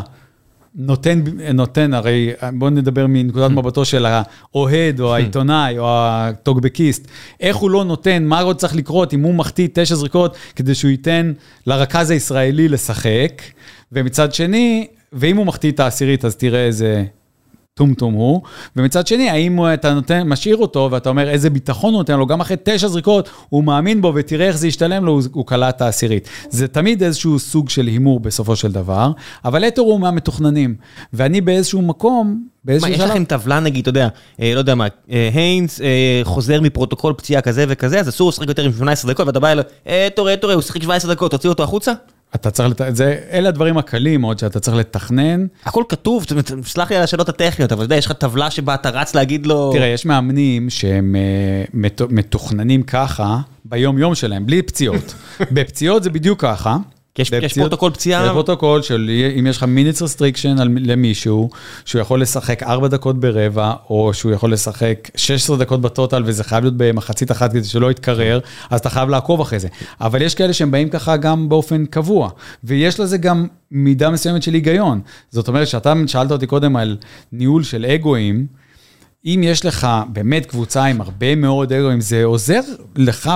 נותן, הרי בואו נדבר מנקודת מבטו של האוהד או העיתונאי או הטוקבקיסט, איך הוא לא נותן, מה עוד צריך לקרות אם הוא מחטיא 9 זריקות כדי שהוא ייתן לרכז הישראלי לשחק, ומצד שני, ואם הוא מחטיא את העשירית, אז תראה איזה טום הוא, ומצד שני, האם אתה משאיר אותו, ואתה אומר איזה ביטחון הוא נותן לו, גם אחרי 9 זריקות, הוא מאמין בו, ותראה איך זה ישתלם לו, הוא קלע את העשירית. זה תמיד איזשהו סוג של הימור בסופו של דבר, אבל יתר הוא מהמתוכננים, ואני באיזשהו מקום, מה, יש לכם טבלה נגיד, אתה יודע, לא יודע מה, היינס חוזר מפרוטוקול פציעה כזה וכזה, אז אסור לשחק יותר עם 18 דקות, ואתה בא אליו, תורא, הוא שחק 17 דקות, תוציא אותו החוצה? אתה צריך, אלה הדברים הקלים מאוד שאתה צריך לתכנן. הכל כתוב, סלח לי על השאלות הטכניות, אבל אתה יודע, יש לך טבלה שבה אתה רץ להגיד לו... תראה, יש מאמנים שהם מתוכננים ככה, ביום יום שלהם, בלי פציעות. בפציעות זה בדיוק ככה. יש פרוטוקול פציעה. יש פרוטוקול של אם יש לך minutes restriction למישהו, שהוא יכול לשחק 4 דקות ברבע, או שהוא יכול לשחק 16 דקות בטוטל, וזה חייב להיות במחצית אחת כדי שלא יתקרר, אז אתה חייב לעקוב אחרי זה. אבל יש כאלה שהם באים ככה גם באופן קבוע, ויש לזה גם מידה מסוימת של היגיון. זאת אומרת, שאתה שאלת אותי קודם על ניהול של אגואים, אם יש לך באמת קבוצה עם הרבה מאוד אגואים, זה עוזר לך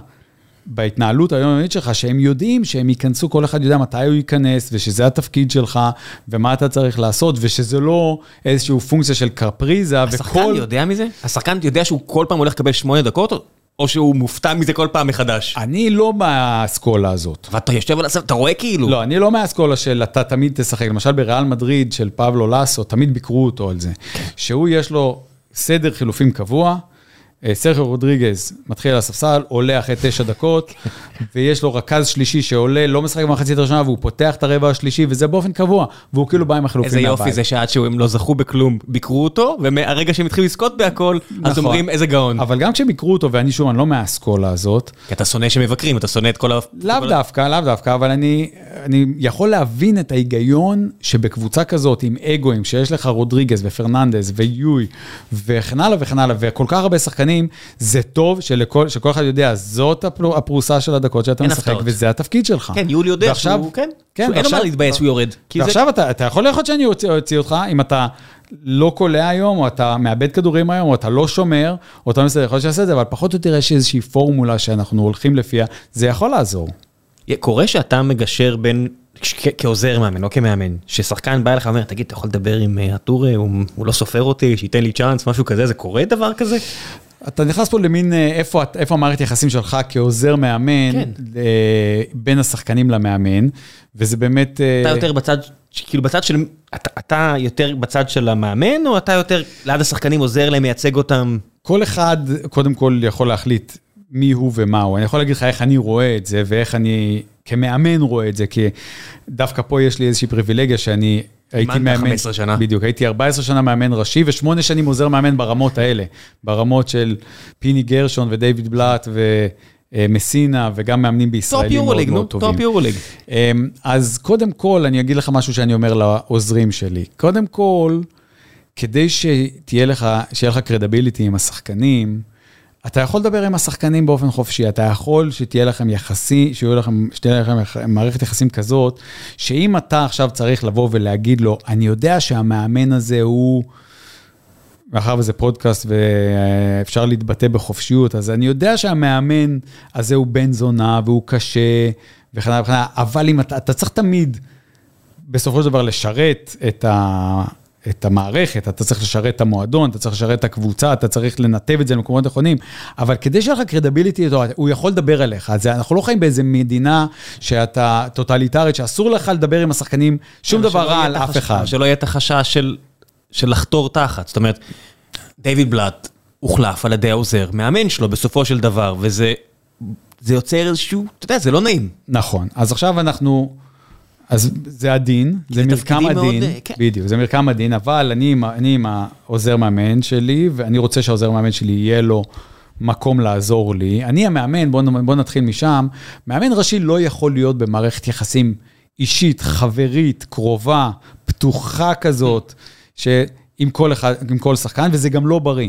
בהתנהלות היומיומית שלך, שהם יודעים שהם ייכנסו, כל אחד יודע מתי הוא ייכנס, ושזה התפקיד שלך, ומה אתה צריך לעשות, ושזה לא איזושהי פונקציה של קפריזה. השחקן יודע מזה? השחקן יודע שהוא כל פעם הולך לקבל 8 דקות, או שהוא מופתע מזה כל פעם מחדש? אני לא מהאסכולה הזאת. ואתה יושב על הסף, אתה רואה כאילו? לא, אני לא מהאסכולה של אתה תמיד תשחק. למשל בריאל מדריד של פבלו לסו, תמיד ביקרו אותו על זה. שהוא יש לו סדר חילופים קבוע, סרחיו רודריגז מתחיל על הספסל, עולה אחרי 9 דקות, ויש לו רכז שלישי שעולה, לא משחק במחצית הראשונה, והוא פותח את הרבע השלישי, וזה באופן קבוע, והוא כאילו בא עם החילופים מהבית. איזה יופי זה שעד שהם לא זכו בכלום, ביקרו אותו, והרגע שהם התחילו לזכות בהכל, אז אומרים איזה גאון. אבל גם כשהם ביקרו אותו, ואני שוב, אני לא מהאסכולה הזאת. כי אתה שונא שמבקרים, אתה שונא את כל לאו דווקא, אבל אני אני יכול להבין את ההיגיון שבקבוצה כזאת, עם אגואים, שיש לך רודריגז ופרננדז ויוי, וכן הלאה וכן הלאה, וכל כך הרבה שחקנים, זה טוב שכל אחד יודע, זאת הפרוסה של הדקות שאתה משחק, וזה התפקיד שלך. כן, יולי יודע שהוא, כן, אין לו מה להתבייס, הוא יורד. ועכשיו אתה יכול ללכות שאני אוציא אותך, אם אתה לא קולע היום, או אתה מאבד כדורים היום, או אתה לא שומר, או אתה מסתכל, יכול שיעשה את זה, אבל פחות או יותר יש איזושהי פורמולה שאנחנו הולכים לפיה, זה יכול לעזור. קורה שאתה מגשר בין, כעוזר מאמן, לא כמאמן, ששחקן בא אליך ואומר, תגיד, אתה יכול לדבר עם הטורה, הוא לא סופר אותי, שייתן לי צ'אנס, משהו כזה, זה קורה דבר כזה? אתה נכנס פה למין, איפה המערכת יחסים שלך כעוזר מאמן, בין השחקנים למאמן, וזה באמת... אתה יותר בצד, כאילו בצד של, אתה יותר בצד של המאמן, או אתה יותר ליד השחקנים עוזר להם, מייצג אותם? כל אחד, קודם כל, יכול להחליט מי הוא ומה הוא. אני יכול להגיד לך איך אני רואה את זה, ואיך אני כמאמן רואה את זה, כי דווקא פה יש לי איזושהי פריבילגיה שאני הייתי מאמן, 15 שנה. בדיוק, הייתי 14 שנה מאמן ראשי, ו8 שנים עוזר מאמן ברמות האלה, ברמות של פיני גרשון ודייוויד בלאט ומסינה, וגם מאמנים בישראלים מאוד מאוד טובים. טופ יורוליג. אז קודם כל, אני אגיד לך משהו שאני אומר לעוזרים שלי. קודם כל, כדי שיהיה לך קרדיביליטי עם השחקנים, אתה יכול לדבר עם השחקנים באופן חופשי, אתה יכול שתהיה לכם שתהיה לכם מערכת יחסים כזאת, שאם אתה עכשיו צריך לבוא ולהגיד לו, אני יודע שהמאמן הזה הוא, מאחר וזה פודקאסט ואפשר להתבטא בחופשיות, אז אני יודע שהמאמן הזה הוא בן זונה והוא קשה וכן הלאה, אבל אם אתה צריך תמיד בסופו של דבר לשרת את המערכת, אתה צריך לשרת את המועדון, אתה צריך לשרת את הקבוצה, אתה צריך לנתב את זה למקומות נכונים, אבל כדי שיהיה לך קרדיביליטי, הוא יכול לדבר אליך, אז אנחנו לא חיים באיזה מדינה שאתה טוטליטרית, שאסור לך לדבר עם השחקנים, שום דבר רע על אף אחד. שלא יהיה את החשש של לחתור תחת, זאת אומרת, דיוויד בלאט הוחלף על ידי העוזר, מאמן שלו בסופו של דבר, וזה יוצר איזשהו, אתה יודע, זה לא נעים. נכון, אז עכשיו אז זה הדין, זה מרקם הדין, בדיוק, זה מרקם הדין, אבל אני עם העוזר מאמן שלי, ואני רוצה שהעוזר מאמן שלי יהיה לו מקום לעזור לי. אני המאמן, בוא נתחיל משם, מאמן ראשי לא יכול להיות במערכת יחסים אישית, חברית, קרובה, פתוחה כזאת, עם כל שחקן, וזה גם לא בריא.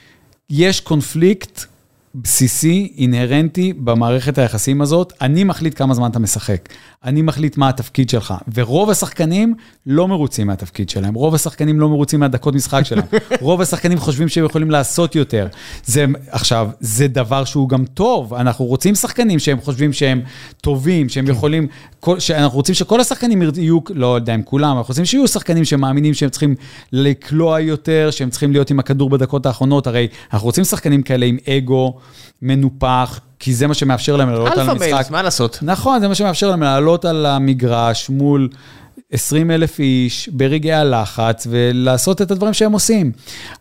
יש קונפליקט בסיסי, אינהרנטי, במערכת היחסים הזאת, אני מחליט כמה זמן אתה משחק, אני מחליט מה התפקיד שלך, ורוב השחקנים לא מרוצים מהתפקיד שלהם, רוב השחקנים לא מרוצים מהדקות משחק שלהם, רוב השחקנים חושבים שהם יכולים לעשות יותר, עכשיו, זה דבר שהוא גם טוב, אנחנו רוצים שחקנים שהם חושבים שהם טובים, שהם יכולים, אנחנו רוצים שכל השחקנים יהיו, לא יודע אם כולם, אנחנו רוצים שיהיו שחקנים שמאמינים שהם צריכים לקלוע יותר, שהם צריכים להיות עם הכדור בדקות האחרונות, הרי אנחנו רוצים שחקנים כאלה עם אגו, מנופח, כי זה מה שמאפשר להם לעלות על המשחק. אלפא מיילס, מה לעשות? נכון, זה מה שמאפשר להם לעלות על המגרש מול 20,000 איש ברגעי הלחץ, ולעשות את הדברים שהם עושים.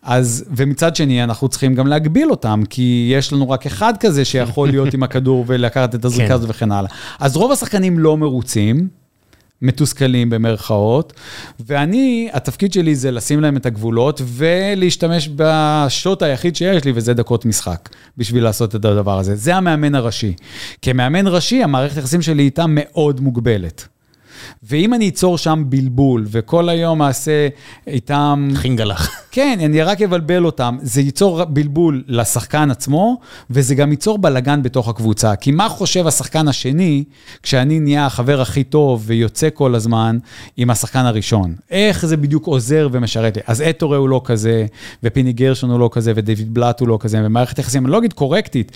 ומצד שני, אנחנו צריכים גם להגביל אותם, כי יש לנו רק אחד כזה שיכול להיות עם הכדור ולקחת את הזריקה הזאת וכן הלאה. אז רוב השחקנים לא מרוצים, מתוסכלים במרכאות, התפקיד שלי זה לשים להם את הגבולות, ולהשתמש בשוט היחיד שיש לי, וזה דקות משחק, בשביל לעשות את הדבר הזה. זה המאמן הראשי. כמאמן ראשי, המערכת היחסים שלי איתה מאוד מוגבלת. ואם אני אצור שם בלבול, וכל היום אעשה איתם... חינגלח. כן, אני רק אבלבל אותם. זה ייצור בלבול לשחקן עצמו, וזה גם ייצור בלגן בתוך הקבוצה. כי מה חושב השחקן השני, כשאני נהיה החבר הכי טוב, ויוצא כל הזמן עם השחקן הראשון? איך זה בדיוק עוזר ומשרת לי? אז אטורה הוא לא כזה, ופיני גרשון הוא לא כזה, ודייוויד בלאט הוא לא כזה, ומערכת יחסים, אני לא אגיד קורקטית,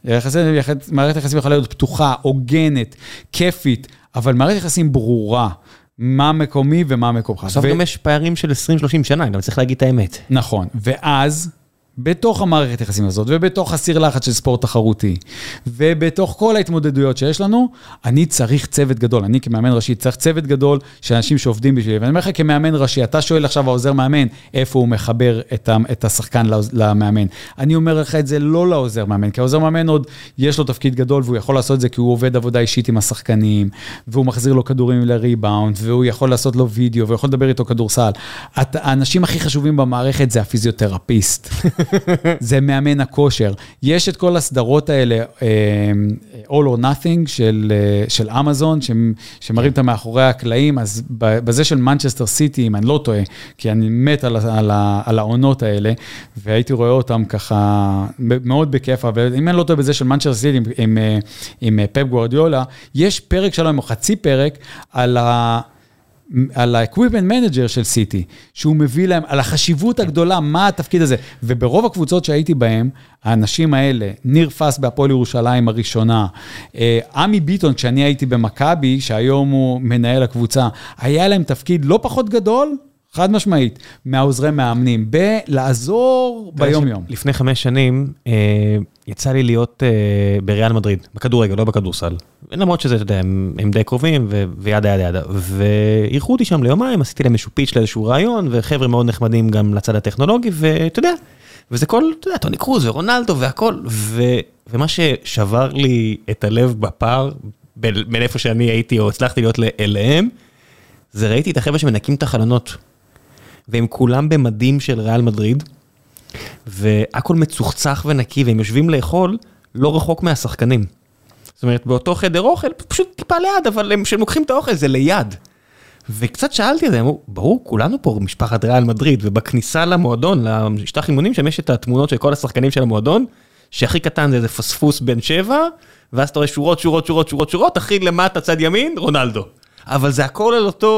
מערכת יחסים יכולה להיות פתוחה, הוגנת, כיפית, אבל מערכת יחסים ברורה, מה מקומי ומה מקומך. בסוף גם יש פערים של 20-30 שנה, גם צריך להגיד את האמת. נכון, ואז בתוך המערכת היחסים הזאת, ובתוך הסיר לחץ של ספורט תחרותי, ובתוך כל ההתמודדויות שיש לנו, אני צריך צוות גדול, אני כמאמן ראשי צריך צוות גדול של אנשים שעובדים בשבילי, ואני אומר לך כמאמן ראשי, אתה שואל עכשיו העוזר מאמן, איפה הוא מחבר את השחקן למאמן. אני אומר לך את זה לא לעוזר מאמן, כי העוזר מאמן עוד יש לו תפקיד גדול, והוא יכול לעשות את זה כי הוא עובד עבודה אישית עם השחקנים, והוא מחזיר לו כדורים לריבאונד, והוא יכול לעשות לו וידאו, והוא יכול לדבר איתו כדורסל. האנשים הכי חשובים במערכת זה הפיזיותרפיסט. זה מאמן הכושר. יש את כל הסדרות האלה, All or Nothing של אמזון, שמראים אותה מאחורי הקלעים, אז בזה של מנצ'סטר סיטי, אם אני לא טועה, כי אני מת על העונות האלה, והייתי רואה אותם ככה מאוד בכיף, אבל אם אני לא טועה בזה של מנצ'סטר סיטי עם פפ גוארדיולה, יש פרק שלהם, או חצי פרק, על ה-Equipment Manager של סיטי, שהוא מביא להם, על החשיבות הגדולה, מה התפקיד הזה, וברוב הקבוצות שהייתי בהם, האנשים האלה, ניר פס בהפועל ירושלים הראשונה, עמי ביטון, כשאני הייתי במכבי, שהיום הוא מנהל הקבוצה, היה להם תפקיד לא פחות גדול, חד משמעית, מהעוזרי מאמנים, בלעזור ביום יום. לפני 5 שנים, יצא לי להיות בריאל מדריד, בכדורגל, לא בכדורסל. למרות שזה, אתה יודע, הם די קרובים, וידה ידה ידה. ועירכו אותי שם ליומיים, עשיתי להם איזשהו פיץ' לאיזשהו רעיון, וחבר'ה מאוד נחמדים גם לצד הטכנולוגי, ואתה יודע, וזה כל, אתה יודע, טוני קרוז ורונלדו והכל, ומה ששבר לי את הלב בפער, בין איפה שאני הייתי, או הצלחתי להיות אליהם, זה ראיתי את החבר'ה שמנקים את החלונות, והם כולם במדים של ריאל מדריד, והכל מצוחצח ונקי, והם יושבים לאכול לא רחוק מהשחקנים. זאת אומרת, באותו חדר אוכל, פשוט טיפה ליד, אבל כשהם לוקחים את האוכל, זה ליד. וקצת שאלתי את זה, אמרו, ברור, כולנו פה משפחת ריאל מדריד, ובכניסה למועדון, לשטח אימונים, שם יש את התמונות של כל השחקנים של המועדון, שהכי קטן זה איזה פספוס בן 7, ואז אתה רואה שורות, שורות, שורות, שורות, שורות, הכי למטה צד ימין, רונלדו. אבל זה הכל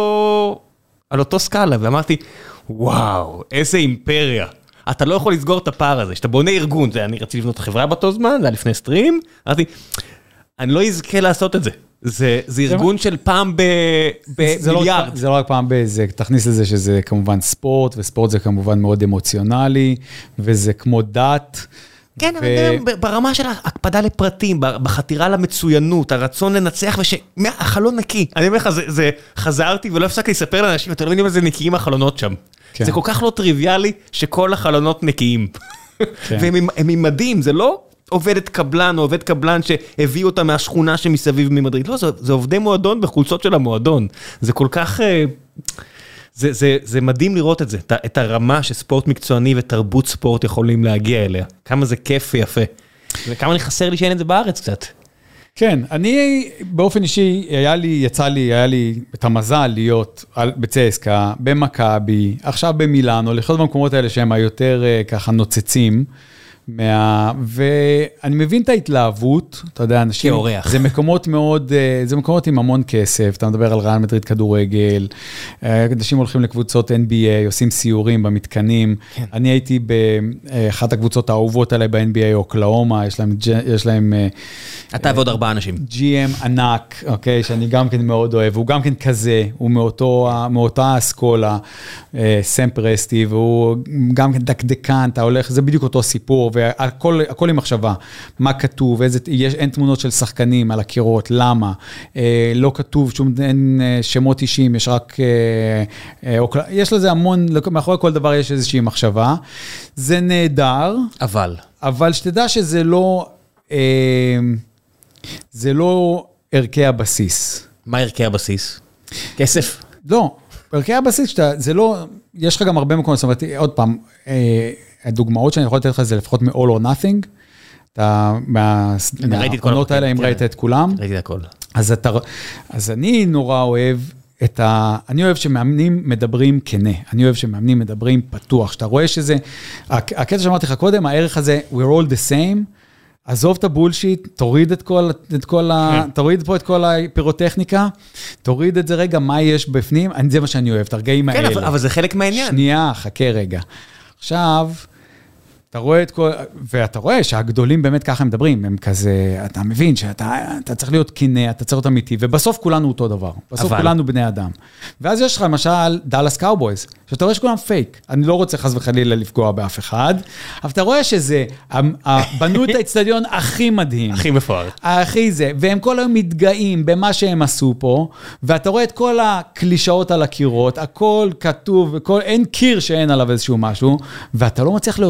על אותו סקאלה, ואמרתי, וואו, איזה אימפריה. אתה לא יכול לסגור את הפער הזה, שאתה בונה ארגון, אני רציתי לבנות חברה באותו זמן, זה היה לפני סטרים, אמרתי, אני לא אזכה לעשות את זה. זה ארגון של פעם במיליארד. זה לא רק פעם זה תכניס לזה שזה כמובן ספורט, וספורט זה כמובן מאוד אמוציונלי, וזה כמו דת. כן, אבל ברמה של הקפדה לפרטים, בחתירה למצוינות, הרצון לנצח, והחלון נקי. אני אומר לך, חזרתי ולא הפסקתי לספר לאנשים, אתם לא מבינים איזה נקיים החלונות שם. זה כל כך לא טריוויאלי שכל החלונות נקיים. והם ממדים, זה לא עובדת קבלן או עובד קבלן שהביא אותה מהשכונה שמסביב ממדריד. לא, זה עובדי מועדון בחולצות של המועדון. זה כל כך... זה מדהים לראות את זה, את הרמה שספורט מקצועני ותרבות ספורט יכולים להגיע אליה. כמה זה כיף ויפה. וכמה אני חסר לי שאין את זה בארץ קצת. כן, אני באופן אישי, יצא לי את המזל להיות בצסקה, במכבי, עכשיו במילאנו, לחיות במקומות האלה שהם היותר ככה נוצצים, ואני מבין את ההתלהבות, אתה יודע, אנשים, זה מקומות מאוד, זה מקומות עם המון כסף, אתה מדבר על ריאל מדריד כדורגל, אנשים הולכים לקבוצות NBA, עושים סיורים במתקנים, אני הייתי באחת הקבוצות האהובות עליי ב-NBA, אוקלאומה, יש להם... אתה ועוד 4 אנשים. GM ענק, אוקיי, שאני גם כן מאוד אוהב, הוא גם כן כזה, הוא מאותה אסכולה, סם פרסטי, והוא גם כן דקדקן, אתה הולך, זה בדיוק אותו סיפור, והכל עם מחשבה, מה כתוב, אין תמונות של שחקנים על הקירות, למה, לא כתוב, אין שמות אישיים, יש רק, יש לזה המון, מאחורי כל דבר יש איזושהי מחשבה, זה נהדר, אבל שתדע שזה לא, זה לא ערכי הבסיס. מה ערכי הבסיס? כסף? לא, ערכי הבסיס, זה לא, יש לך גם הרבה מקומות, זאת אומרת, עוד פעם, הדוגמאות שאני יכול לתת לך זה לפחות מ-all or nothing, אתה, מהעונות האלה, אם ראית את כולם. ראיתי את הכל. אז אני נורא אוהב אני אוהב שמאמנים מדברים כנה, אני אוהב שמאמנים מדברים פתוח, שאתה רואה שזה, הקטע שאמרתי לך קודם, הערך הזה, we're all the same, עזוב את הבולשיט, תוריד תוריד פה את כל הפירוטכניקה, תוריד את זה רגע, מה יש בפנים, זה מה שאני אוהב, את הרגעים האלה. כן, אבל זה חלק מהעניין. שנייה, חכה רגע. עכשיו, אתה רואה ואתה רואה שהגדולים באמת ככה מדברים, הם כזה, אתה מבין שאתה צריך להיות כנה, אתה צריך להיות אמיתי, ובסוף כולנו אותו דבר, בסוף כולנו בני אדם. ואז יש לך למשל דאלאס קאובויז, שאתה רואה שכולם פייק, אני לא רוצה חס וחלילה לפגוע באף אחד, אבל אתה רואה שזה, בנו את האצטדיון הכי מדהים. הכי מפואר. הכי זה, והם כל היום מתגאים במה שהם עשו פה, ואתה רואה את כל הקלישאות על הקירות, הכל כתוב, אין קיר שאין עליו איזשהו משהו, ואתה לא מצליח להוציא,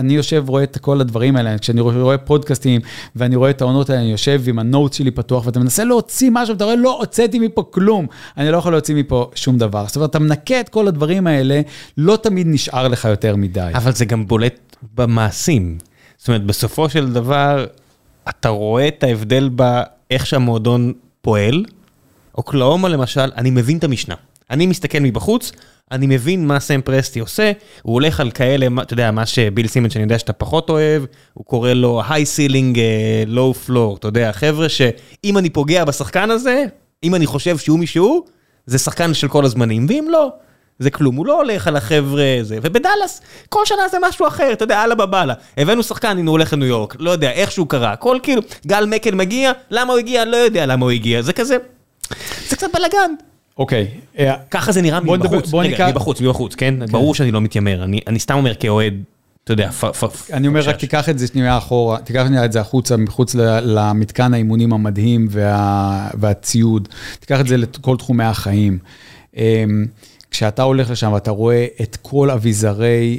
אני יושב, רואה את כל הדברים האלה, כשאני רואה פודקאסטים, ואני רואה את העונות האלה, אני יושב עם הנוט שלי פתוח, ואתה מנסה להוציא משהו, ואתה רואה, לא הוצאתי מפה כלום, אני לא יכול להוציא מפה שום דבר. זאת אומרת, אתה מנקה את כל הדברים האלה, לא תמיד נשאר לך יותר מדי. אבל זה גם בולט במעשים. זאת אומרת, בסופו של דבר, אתה רואה את ההבדל באיך שהמועדון פועל, אוקלאומה למשל, אני מבין את המשנה. אני מסתכל מבחוץ, אני מבין מה סם פרסטי עושה, הוא הולך על כאלה, אתה יודע, מה שביל סימון שאני יודע שאתה פחות אוהב, הוא קורא לו high ceiling, low floor, אתה יודע, חבר'ה שאם אני פוגע בשחקן הזה, אם אני חושב שהוא מישהו, זה שחקן של כל הזמנים, ואם לא, זה כלום, הוא לא הולך על החבר'ה הזה, ובדלס, כל שנה זה משהו אחר, אתה יודע, אללה בבאללה, הבאנו שחקן, הנה הוא הולך לניו יורק, לא יודע, איך שהוא קרה, כל כאילו, גל מקל מגיע, למה הוא הגיע, לא יודע למה הוא הגיע, זה כזה, זה קצת בלגן. אוקיי. ככה זה נראה מבחוץ, רגע, מבחוץ, כן? ברור שאני לא מתיימר, אני סתם אומר כאוהד, אתה יודע, אני אומר רק תיקח את זה שנייה אחורה, תיקח את זה החוצה, מחוץ למתקן האימונים המדהים והציוד, תיקח את זה לכל תחומי החיים. כשאתה הולך לשם ואתה רואה את כל אביזרים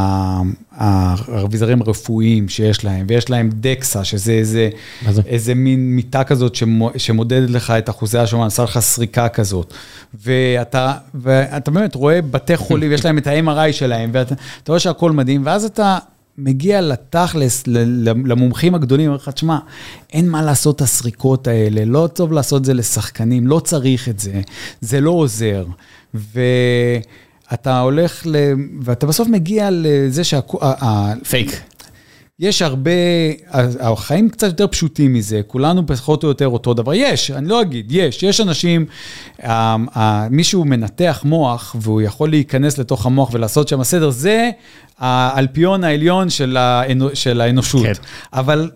הרפואיים שיש להם, ויש להם דקסה, שזה איזה מין מיטה כזאת שמודדת לך את אחוזי השומן, עושה לך סריקה כזאת, ואתה באמת רואה בתי חולים, יש להם את ה-MRI שלהם, ואתה רואה שהכל מדהים, ואז אתה מגיע לתכלס, למומחים הגדולים, אומר לך, תשמע, אין מה לעשות את הסריקות האלה, לא טוב לעשות זה לשחקנים, לא צריך את זה, זה לא עוזר. ואתה הולך, ואתה בסוף מגיע לזה פייק. יש הרבה, החיים קצת יותר פשוטים מזה, כולנו פחות או יותר אותו דבר. אני לא אגיד, יש אנשים, מישהו מנתח מוח, והוא יכול להיכנס לתוך המוח ולעשות שם הסדר, זה האלפיון העליון של האנושות. אבל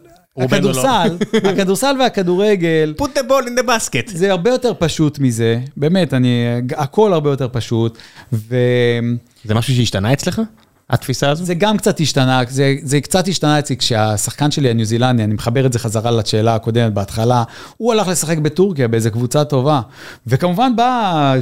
הכדורסל והכדורגל, put the ball in the basket. זה הרבה יותר פשוט מזה, באמת, הכל הרבה יותר פשוט, זה משהו שהשתנה אצלך? התפיסה הזו? זה גם קצת השתנה, זה קצת השתנה אצלי, כשהשחקן שלי הניו זילנדי, אני מחבר את זה חזרה לשאלה הקודמת בהתחלה, הוא הלך לשחק בטורקיה, באיזו קבוצה טובה, וכמובן בא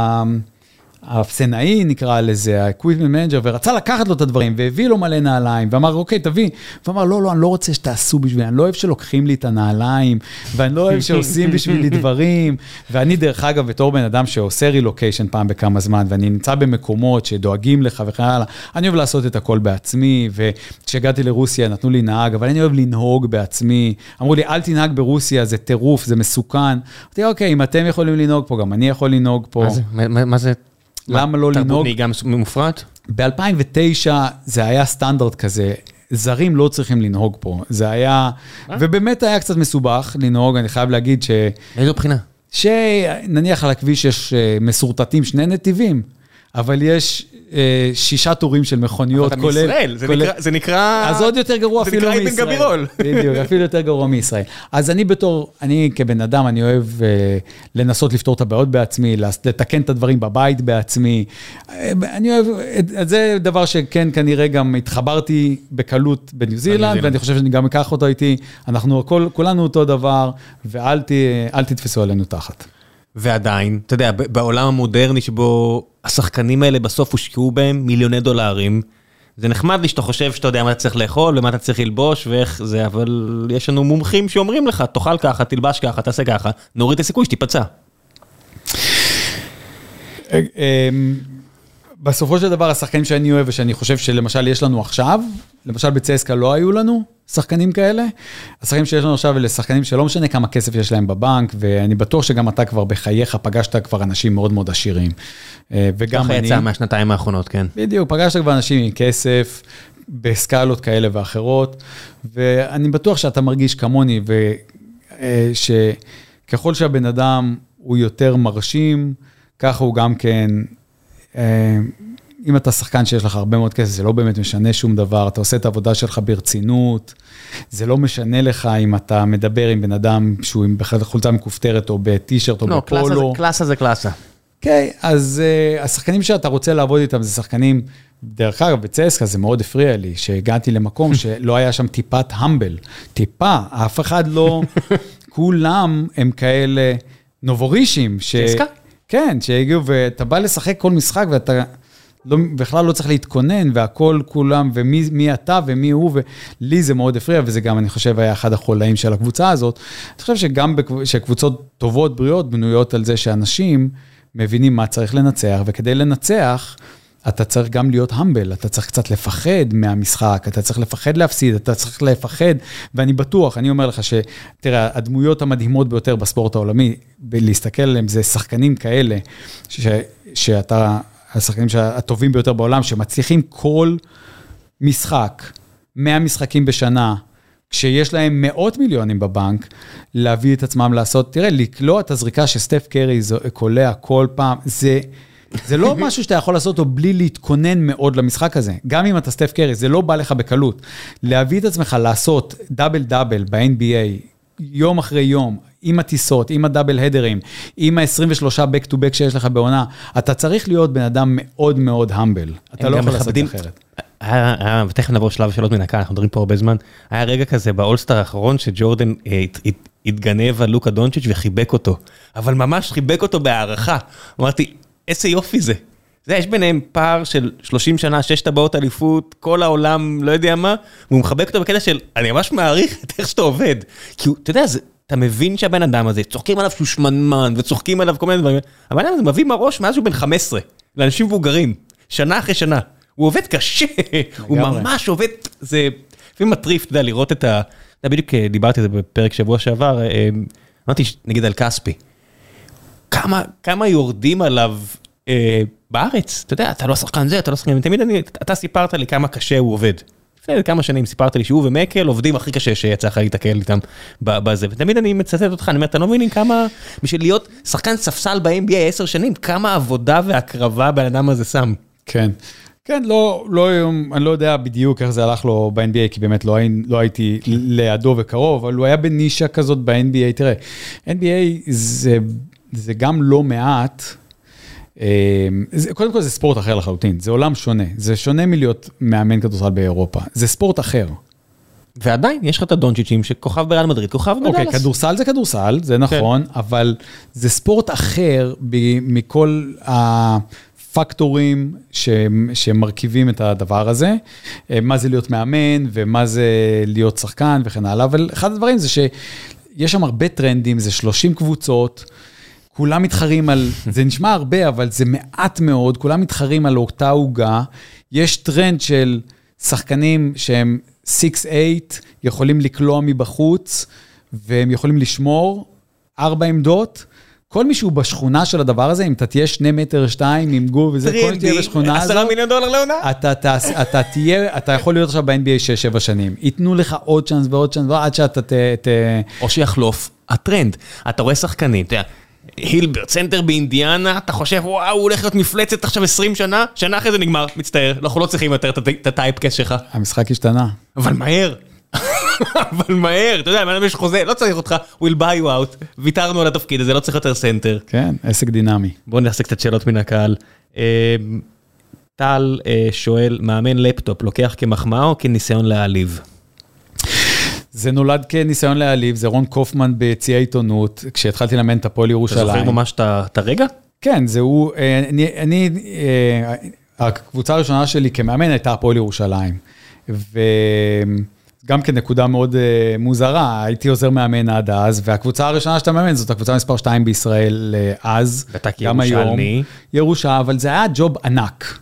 האפסנאי נקרא לזה, האקוויפמנט מנג'ר, ורצה לקחת לו את הדברים, והביא לו מלא נעליים, ואמר, אוקיי, תביא. ואמר, לא, אני לא רוצה שתעשו בשבילי, אני לא אוהב שלוקחים לי את הנעליים, ואני לא אוהב שעושים בשבילי דברים, ואני דרך אגב, בתור בן אדם שעושה רילוקיישן פעם בכמה זמן, ואני נמצא במקומות שדואגים לך וכן הלאה, אני אוהב לעשות את הכל בעצמי, וכשהגעתי לרוסיה נתנו לי נהג, אבל אני אוהב לנהוג בעצמי. אמרו לי, אל תנהג ברוסיה, זה טירוף, זה מסוכן. אמרתי, אוקיי, אם אתם יכולים לנהוג פה, גם אני יכול לנהוג פה. מה זה? למה לא לנהוג? תרבות נהיגה מופרט? ב-2009 זה היה סטנדרט כזה, זרים לא צריכים לנהוג פה, זה היה, ובאמת היה קצת מסובך לנהוג, אני חייב להגיד איזו בחינה? שנניח על הכביש יש מסורטטים 2 נתיבים, אבל יש 6 טורים של מכוניות, אבל אתה מישראל, זה נקרא... אז עוד יותר גרוע אפילו מישראל. זה נקרא אבן גבירול. בדיוק, אפילו יותר גרוע מישראל. אז אני כבן אדם, אני אוהב לנסות לפתור את הבעיות בעצמי, לתקן את הדברים בבית בעצמי. אני אוהב, זה דבר שכן, כנראה גם התחברתי בקלות בניו זילנד, ואני חושב שאני גם אקח אותו איתי. אנחנו כולנו אותו דבר, ואל תתפסו עלינו תחת. ועדיין, אתה יודע, בעולם המודרני שבו השחקנים האלה בסוף הושקעו בהם מיליוני דולרים, זה נחמד לי שאתה חושב שאתה יודע מה אתה צריך לאכול, ומה אתה צריך ללבוש, ואיך זה, אבל יש לנו מומחים שאומרים לך, תאכל ככה, תלבש ככה, תעשה ככה, נוריד את הסיכוי שתיפצע. בסופו של דבר, השחקנים שאני אוהב, ושאני חושב שלמשל יש לנו עכשיו, למשל בצסקה לא היו לנו שחקנים כאלה, השחקנים שיש לנו עכשיו, אלה שחקנים שלא משנה כמה כסף יש להם בבנק, ואני בטוח שגם אתה כבר בחייך פגשת כבר אנשים מאוד מאוד עשירים. וגם אני... יצא מהשנתיים האחרונות, כן. בדיוק, פגשת כבר אנשים עם כסף, בסקלות כאלה ואחרות, ואני בטוח שאתה מרגיש כמוני, שככל שהבן אדם הוא יותר מרשים, ככה הוא גם כן... אם אתה שחקן שיש לך הרבה מאוד כסף, זה לא באמת משנה שום דבר, אתה עושה את העבודה שלך ברצינות, זה לא משנה לך אם אתה מדבר עם בן אדם שהוא עם חולצה מכופתרת או בטישרט או בפולו. לא, קלאסה זה קלאסה. כן, אז השחקנים שאתה רוצה לעבוד איתם זה שחקנים, דרך אגב, בצסקה זה מאוד הפריע לי, שהגעתי למקום שלא היה שם טיפת המבל, טיפה, אף אחד לא, כולם הם כאלה נובורישים. צסקה? כן, שהגיעו ואתה בא לשחק כל משחק ואתה בכלל לא צריך להתכונן, והכל כולם, ומי אתה ומי הוא, ולי זה מאוד הפריע, וזה גם, אני חושב, היה אחד החולאים של הקבוצה הזאת. אני חושב שגם שקבוצות טובות, בריאות, בנויות על זה שאנשים מבינים מה צריך לנצח, וכדי לנצח, אתה צריך גם להיות המבל, אתה צריך קצת לפחד מהמשחק, אתה צריך לפחד להפסיד, אתה צריך לפחד, ואני בטוח, אני אומר לך תראה, הדמויות המדהימות ביותר בספורט העולמי, להסתכל עליהם, זה שחקנים כאלה, שאתה, השחקנים הטובים ביותר בעולם, שמצליחים כל משחק, 100 משחקים בשנה, כשיש להם מאות מיליונים בבנק, להביא את עצמם לעשות, תראה, לקלוע את הזריקה שסטף קרי קולע כל פעם, זה לא משהו שאתה יכול לעשות אותו בלי להתכונן מאוד למשחק הזה. גם אם אתה סטף קרי, זה לא בא לך בקלות. להביא את עצמך לעשות דאבל ב-NBA, יום אחרי יום, עם הטיסות, עם הדאבל הדרים, עם ה-23 back to back שיש לך בעונה, אתה צריך להיות בן אדם מאוד מאוד המבל. אתה לא יכול לעשות אחרת. ותכף נעבור שלב שאלות מן הקהל, אנחנו מדברים פה הרבה זמן. היה רגע כזה באולסטאר האחרון שג'ורדן התגנב על לוקה דונצ'יץ' וחיבק אותו. אבל ממש חיבק אותו בהערכה. אמרתי, איזה יופי זה. יש ביניהם פער של 30 שנה, 6 טבעות אליפות, כל העולם לא יודע מה, והוא מחבק אותו בקטע של, אני ממש מעריך את איך שאתה עובד. כי אתה יודע, אתה מבין שהבן אדם הזה, צוחקים עליו שהוא שמנמן, וצוחקים עליו כל מיני דברים, הבן אדם הזה מביא מראש מאז שהוא בן 15, לאנשים מבוגרים, שנה אחרי שנה. הוא עובד קשה, הוא ממש עובד, זה לפעמים מטריף, אתה יודע, לראות את ה... אתה בדיוק דיברתי על זה בפרק שבוע שעבר, אמרתי, נגיד על כספי. כמה יורדים עליו בארץ, אתה יודע, אתה לא שחקן זה, אתה לא שחקן, תמיד אתה סיפרת לי כמה קשה הוא עובד. לפני כמה שנים סיפרת לי שהוא ומקל עובדים הכי קשה שיצא לך להתקל איתם בזה, ותמיד אני מצטט אותך, אני אומר, אתה לא מבינים כמה, בשביל להיות שחקן ספסל ב-NBA 10 שנים, כמה עבודה והקרבה בן אדם הזה שם. כן. כן, אני לא יודע בדיוק איך זה הלך לו ב-NBA, כי באמת לא הייתי לידו וקרוב, אבל הוא היה בנישה כזאת ב-NBA. תראה, NBA זה גם לא מעט, קודם כל זה ספורט אחר לחלוטין, זה עולם שונה, זה שונה מלהיות מאמן כדורסל באירופה, זה ספורט אחר. ועדיין, יש לך את הדונצ'יצ'ים שכוכב בריאל מדריד, כוכב בדלס. אוקיי, כדורסל זה כדורסל, זה נכון, אבל זה ספורט אחר מכל הפקטורים שמרכיבים את הדבר הזה, מה זה להיות מאמן ומה זה להיות שחקן וכן הלאה, אבל אחד הדברים זה שיש שם הרבה טרנדים, זה 30 קבוצות, כולם מתחרים על, זה נשמע הרבה, אבל זה מעט מאוד, כולם מתחרים על אותה הוגה, יש טרנד של שחקנים שהם 6-8, יכולים לקלוע מבחוץ, והם יכולים לשמור 4 עמדות, כל מישהו בשכונה של הדבר הזה, אם אתה תהיה 2.2 מטר עם גוף וזה, כל מי תהיה בשכונה הזאת, $10 מיליון לעונה? אתה יכול להיות עכשיו ב-NBA 6-7 שנים, ייתנו לך עוד צ'אנס ועוד צ'אנס, עד שאתה או שיחלוף הטרנד, אתה רואה שחקנים, אתה יודע, הילברט, סנטר באינדיאנה, אתה חושב, וואו, הוא הולך להיות מפלצת עכשיו 20 שנה, שנה אחרי זה נגמר, מצטער, אנחנו לא צריכים יותר את הטייפקס שלך. המשחק השתנה. אבל מהר. אבל מהר, אתה יודע, אם יש חוזה, לא צריך אותך, we'll buy you out, ויתרנו על התפקיד הזה, לא צריך יותר סנטר. כן, עסק דינמי. בואו נעשה קצת שאלות מן הקהל. טל שואל, מאמן לפטופ, לוקח כמחמאה או כניסיון להעליב? זה נולד כניסיון להעליב, זה רון קופמן ביציעי עיתונות, כשהתחלתי לאמן את הפועל ירושלים. אתה זוכר ממש את הרגע? כן, זהו, הקבוצה הראשונה שלי כמאמן הייתה הפועל ירושלים, וגם כנקודה מאוד מוזרה, הייתי עוזר מאמן עד אז, והקבוצה הראשונה שאתה מאמן, זאת הקבוצה מספר 2 בישראל אז, גם היום. ירושה, אבל זה היה ג'וב ענק,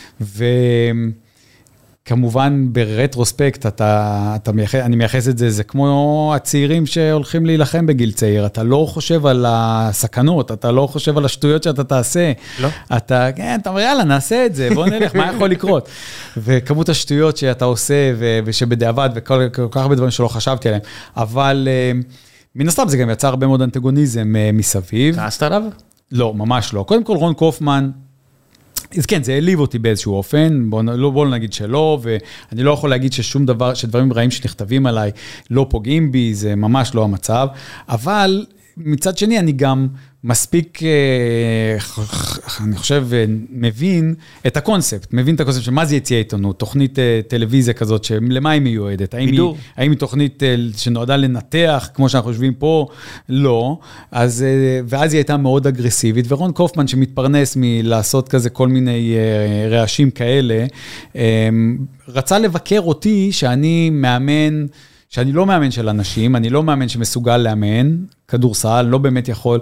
כמובן ברטרוספקט, אני מייחס את זה, זה כמו הצעירים שהולכים להילחם בגיל צעיר, אתה לא חושב על הסכנות, אתה לא חושב על השטויות שאתה תעשה, לא. אתה אומר, יאללה, נעשה את זה, בוא נלך, מה יכול לקרות? וכמות השטויות שאתה עושה, ושבדיעבד, וכל כך הרבה דברים שלא חשבתי עליהם, אבל מן הסתם זה גם יצר הרבה מאוד אנטגוניזם מסביב. כעסת עליו? לא, ממש לא. קודם כל רון קופמן, אז כן, זה העליב אותי באיזשהו אופן, בואו נגיד שלא, ואני לא יכול להגיד ששום דבר, שדברים רעים שנכתבים עליי לא פוגעים בי, זה ממש לא המצב, אבל מצד שני, אני גם מספיק, אני חושב, מבין את הקונספט של מה זה יציאה עיתונות, תוכנית טלוויזיה כזאת, שלמה היא מיועדת? האם היא תוכנית שנועדה לנתח, כמו שאנחנו חושבים פה? לא. ואז היא הייתה מאוד אגרסיבית, ורון קופמן שמתפרנס מלעשות כזה כל מיני רעשים כאלה, רצה לבקר אותי שאני מאמן, שאני לא מאמן של אנשים, אני לא מאמן שמסוגל לאמן, כדורסל, לא באמת יכול,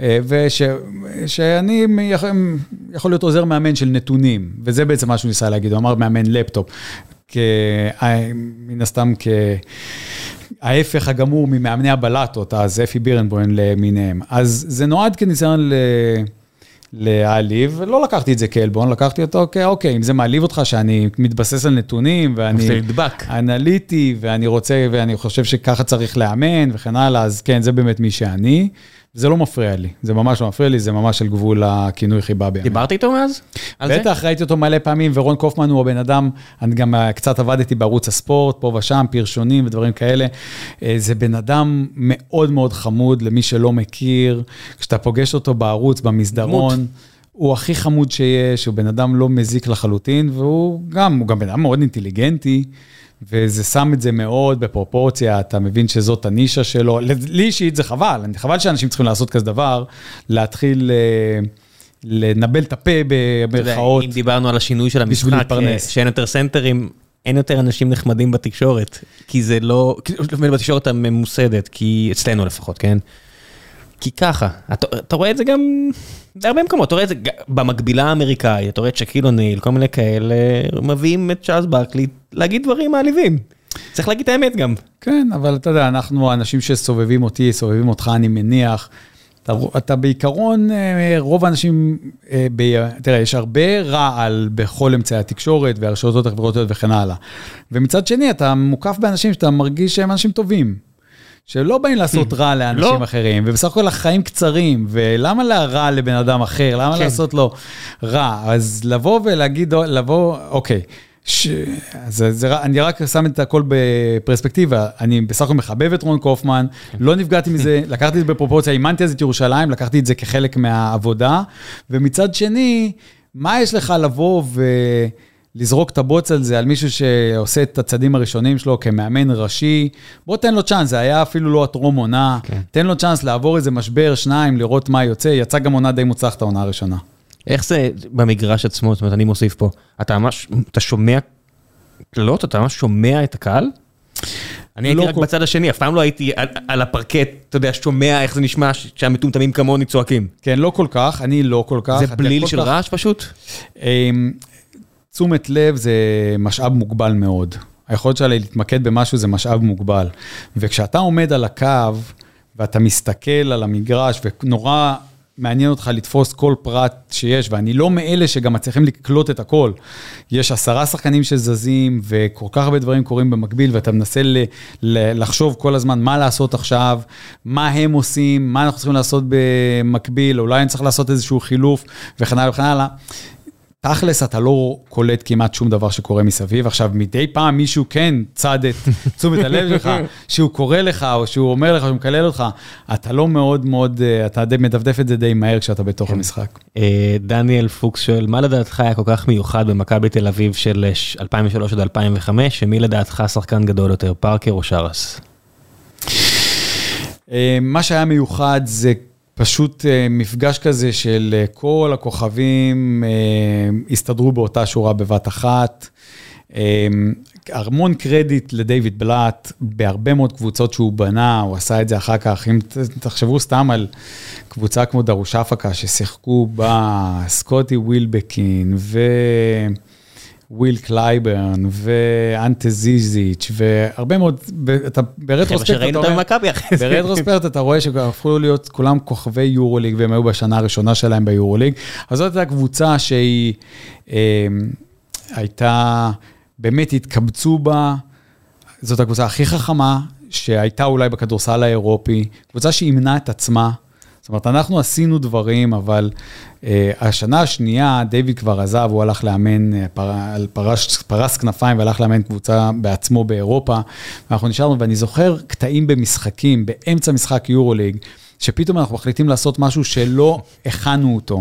ושאני יכול להיות עוזר מאמן של נתונים, וזה בעצם מה שהוא ניסה להגיד, הוא אמר מאמן לפטופ, מן הסתם ההפך הגמור ממאמני הבלטות, אז אפי בירנבוים למיניהם, אז זה נועד כניסיון להעליב, ולא לקחתי את זה כאלבון, לקחתי אותו כאוקיי, אם זה מעליב אותך שאני מתבסס על נתונים, ואני אנליטי, ואני חושב שככה צריך לאמן, וכן הלאה, אז כן, זה באמת מי שאני, זה לא מפריע לי, זה ממש לא מפריע לי, זה ממש על גבול הכינוי חיבה בימים. דיברתי איתו מאז? בטח, ראיתי אותו מלא פעמים, ורון קופמן הוא הבן אדם, אני גם קצת עבדתי בערוץ הספורט, פה ושם, פרשונים ודברים כאלה, זה בן אדם מאוד מאוד חמוד, למי שלא מכיר, כשאתה פוגש אותו בערוץ, במסדרון, הוא הכי חמוד שיש, הוא בן אדם לא מזיק לחלוטין, והוא גם בן אדם מאוד אינטליגנטי, וזה שם את זה מאוד בפרופורציה, אתה מבין שזאת הנישה שלו, לי אישית זה חבל, חבל שאנשים צריכים לעשות כזה דבר, להתחיל לנבל את הפה במרכאות. אם דיברנו על השינוי של המשחק, שאין יותר סנטרים, אין יותר אנשים נחמדים בתקשורת, כי זה לא, בתקשורת הממוסדת, כי אצלנו לפחות, כן? כי ככה, אתה רואה את זה גם בהרבה מקומות, אתה רואה את זה במקבילה האמריקאית, אתה רואה את שקיל אוניל, כל מיני כאלה, מביאים את צ'ארלס ברקלי להגיד דברים מעליבים. צריך להגיד את האמת גם. כן, אבל אתה יודע, אנחנו האנשים שסובבים אותי, סובבים אותך, אני מניח, אתה בעיקרון, רוב האנשים, תראה, יש הרבה רעל בכל אמצעי התקשורת, והרשתות החברתיות וכן הלאה. ומצד שני, אתה מוקף באנשים שאתה מרגיש שהם אנשים טובים. שלא באים לעשות רע לאנשים אחרים, ובסך הכל החיים קצרים, ולמה להרע לבן אדם אחר? למה לעשות לו רע? אז לבוא ולהגיד, אוקיי, אני רק שם את הכל בפרספקטיבה, אני בסך הכל מחבב את רון קופמן, לא נפגעתי מזה, לקחתי את זה בפרופורציה, אימנתי אז את ירושלים, לקחתי את זה כחלק מהעבודה, ומצד שני, מה יש לך לבוא לזרוק את הבוץ על זה, על מישהו שעושה את הצדים הראשונים שלו כמאמן ראשי, בוא תן לו צ'אנס, זה היה אפילו לא הטרום עונה, תן לו צ'אנס לעבור איזה משבר, שניים, לראות מה יוצא, יצא גם עונה די מוצלחת העונה הראשונה. איך זה במגרש עצמו, זאת אומרת, אני מוסיף פה, אתה שומע קללות, אתה ממש שומע את הקהל? אני הייתי רק בצד השני, אף פעם לא הייתי על הפרקט, אתה יודע, שומע איך זה נשמע שהמטומטמים כמוני צועקים. כן, לא כל כך, אני לא כל כך. זה בליל של רעש פשוט? תשומת לב זה משאב מוגבל מאוד. היכולת שלה להתמקד במשהו זה משאב מוגבל. וכשאתה עומד על הקו, ואתה מסתכל על המגרש, ונורא מעניין אותך לתפוס כל פרט שיש, ואני לא מאלה שגם מצליחים לקלוט את הכל. יש 10 שחקנים שזזים, וכל כך הרבה דברים קורים במקביל, ואתה מנסה לחשוב כל הזמן מה לעשות עכשיו, מה הם עושים, מה אנחנו צריכים לעשות במקביל, אולי אני צריך לעשות איזשהו חילוף, וכן הלאה וכן הלאה. תכלס, אתה לא קולט כמעט שום דבר שקורה מסביב. עכשיו, מדי פעם מישהו כן צד את תשומת הלב שלך, שהוא קורא לך, או שהוא אומר לך, שהוא מקלל אותך, אתה לא מאוד מאוד, אתה מדפדף את זה די מהר כשאתה בתוך המשחק. דניאל פוקס שואל, מה לדעתך היה כל כך מיוחד במכבי תל אביב של 2003 עד 2005, ומי לדעתך שחקן גדול יותר, פארקר או שרס? מה שהיה מיוחד זה פשוט מפגש כזה של כל הכוכבים הסתדרו באותה שורה בבת אחת. המון קרדיט לדיוויד בלאט, בהרבה מאוד קבוצות שהוא בנה, הוא עשה את זה אחר כך. אם תחשבו סתם על קבוצה כמו דרושפקה, ששיחקו בה סקוטי ווילבקין וויל קלייברן, ואנטה זיזיץ', והרבה מאוד, ברטרוספקט אתה רואה שהפכו להיות כולם כוכבי יורוליג, והם היו בשנה הראשונה שלהם ביורוליג, אז זאת הייתה קבוצה שהיא הייתה, באמת התקבצו בה, זאת הקבוצה הכי חכמה, שהייתה אולי בכדורסל האירופי, קבוצה שאימנה את עצמה, זאת אומרת, אנחנו עשינו דברים, אבל השנה השנייה, דיוויד כבר עזב, הוא הלך לאמן, פרס כנפיים, והלך לאמן קבוצה בעצמו באירופה, ואנחנו נשארנו, ואני זוכר קטעים במשחקים, באמצע משחק יורוליג, שפתאום אנחנו מחליטים לעשות משהו שלא הכנו אותו,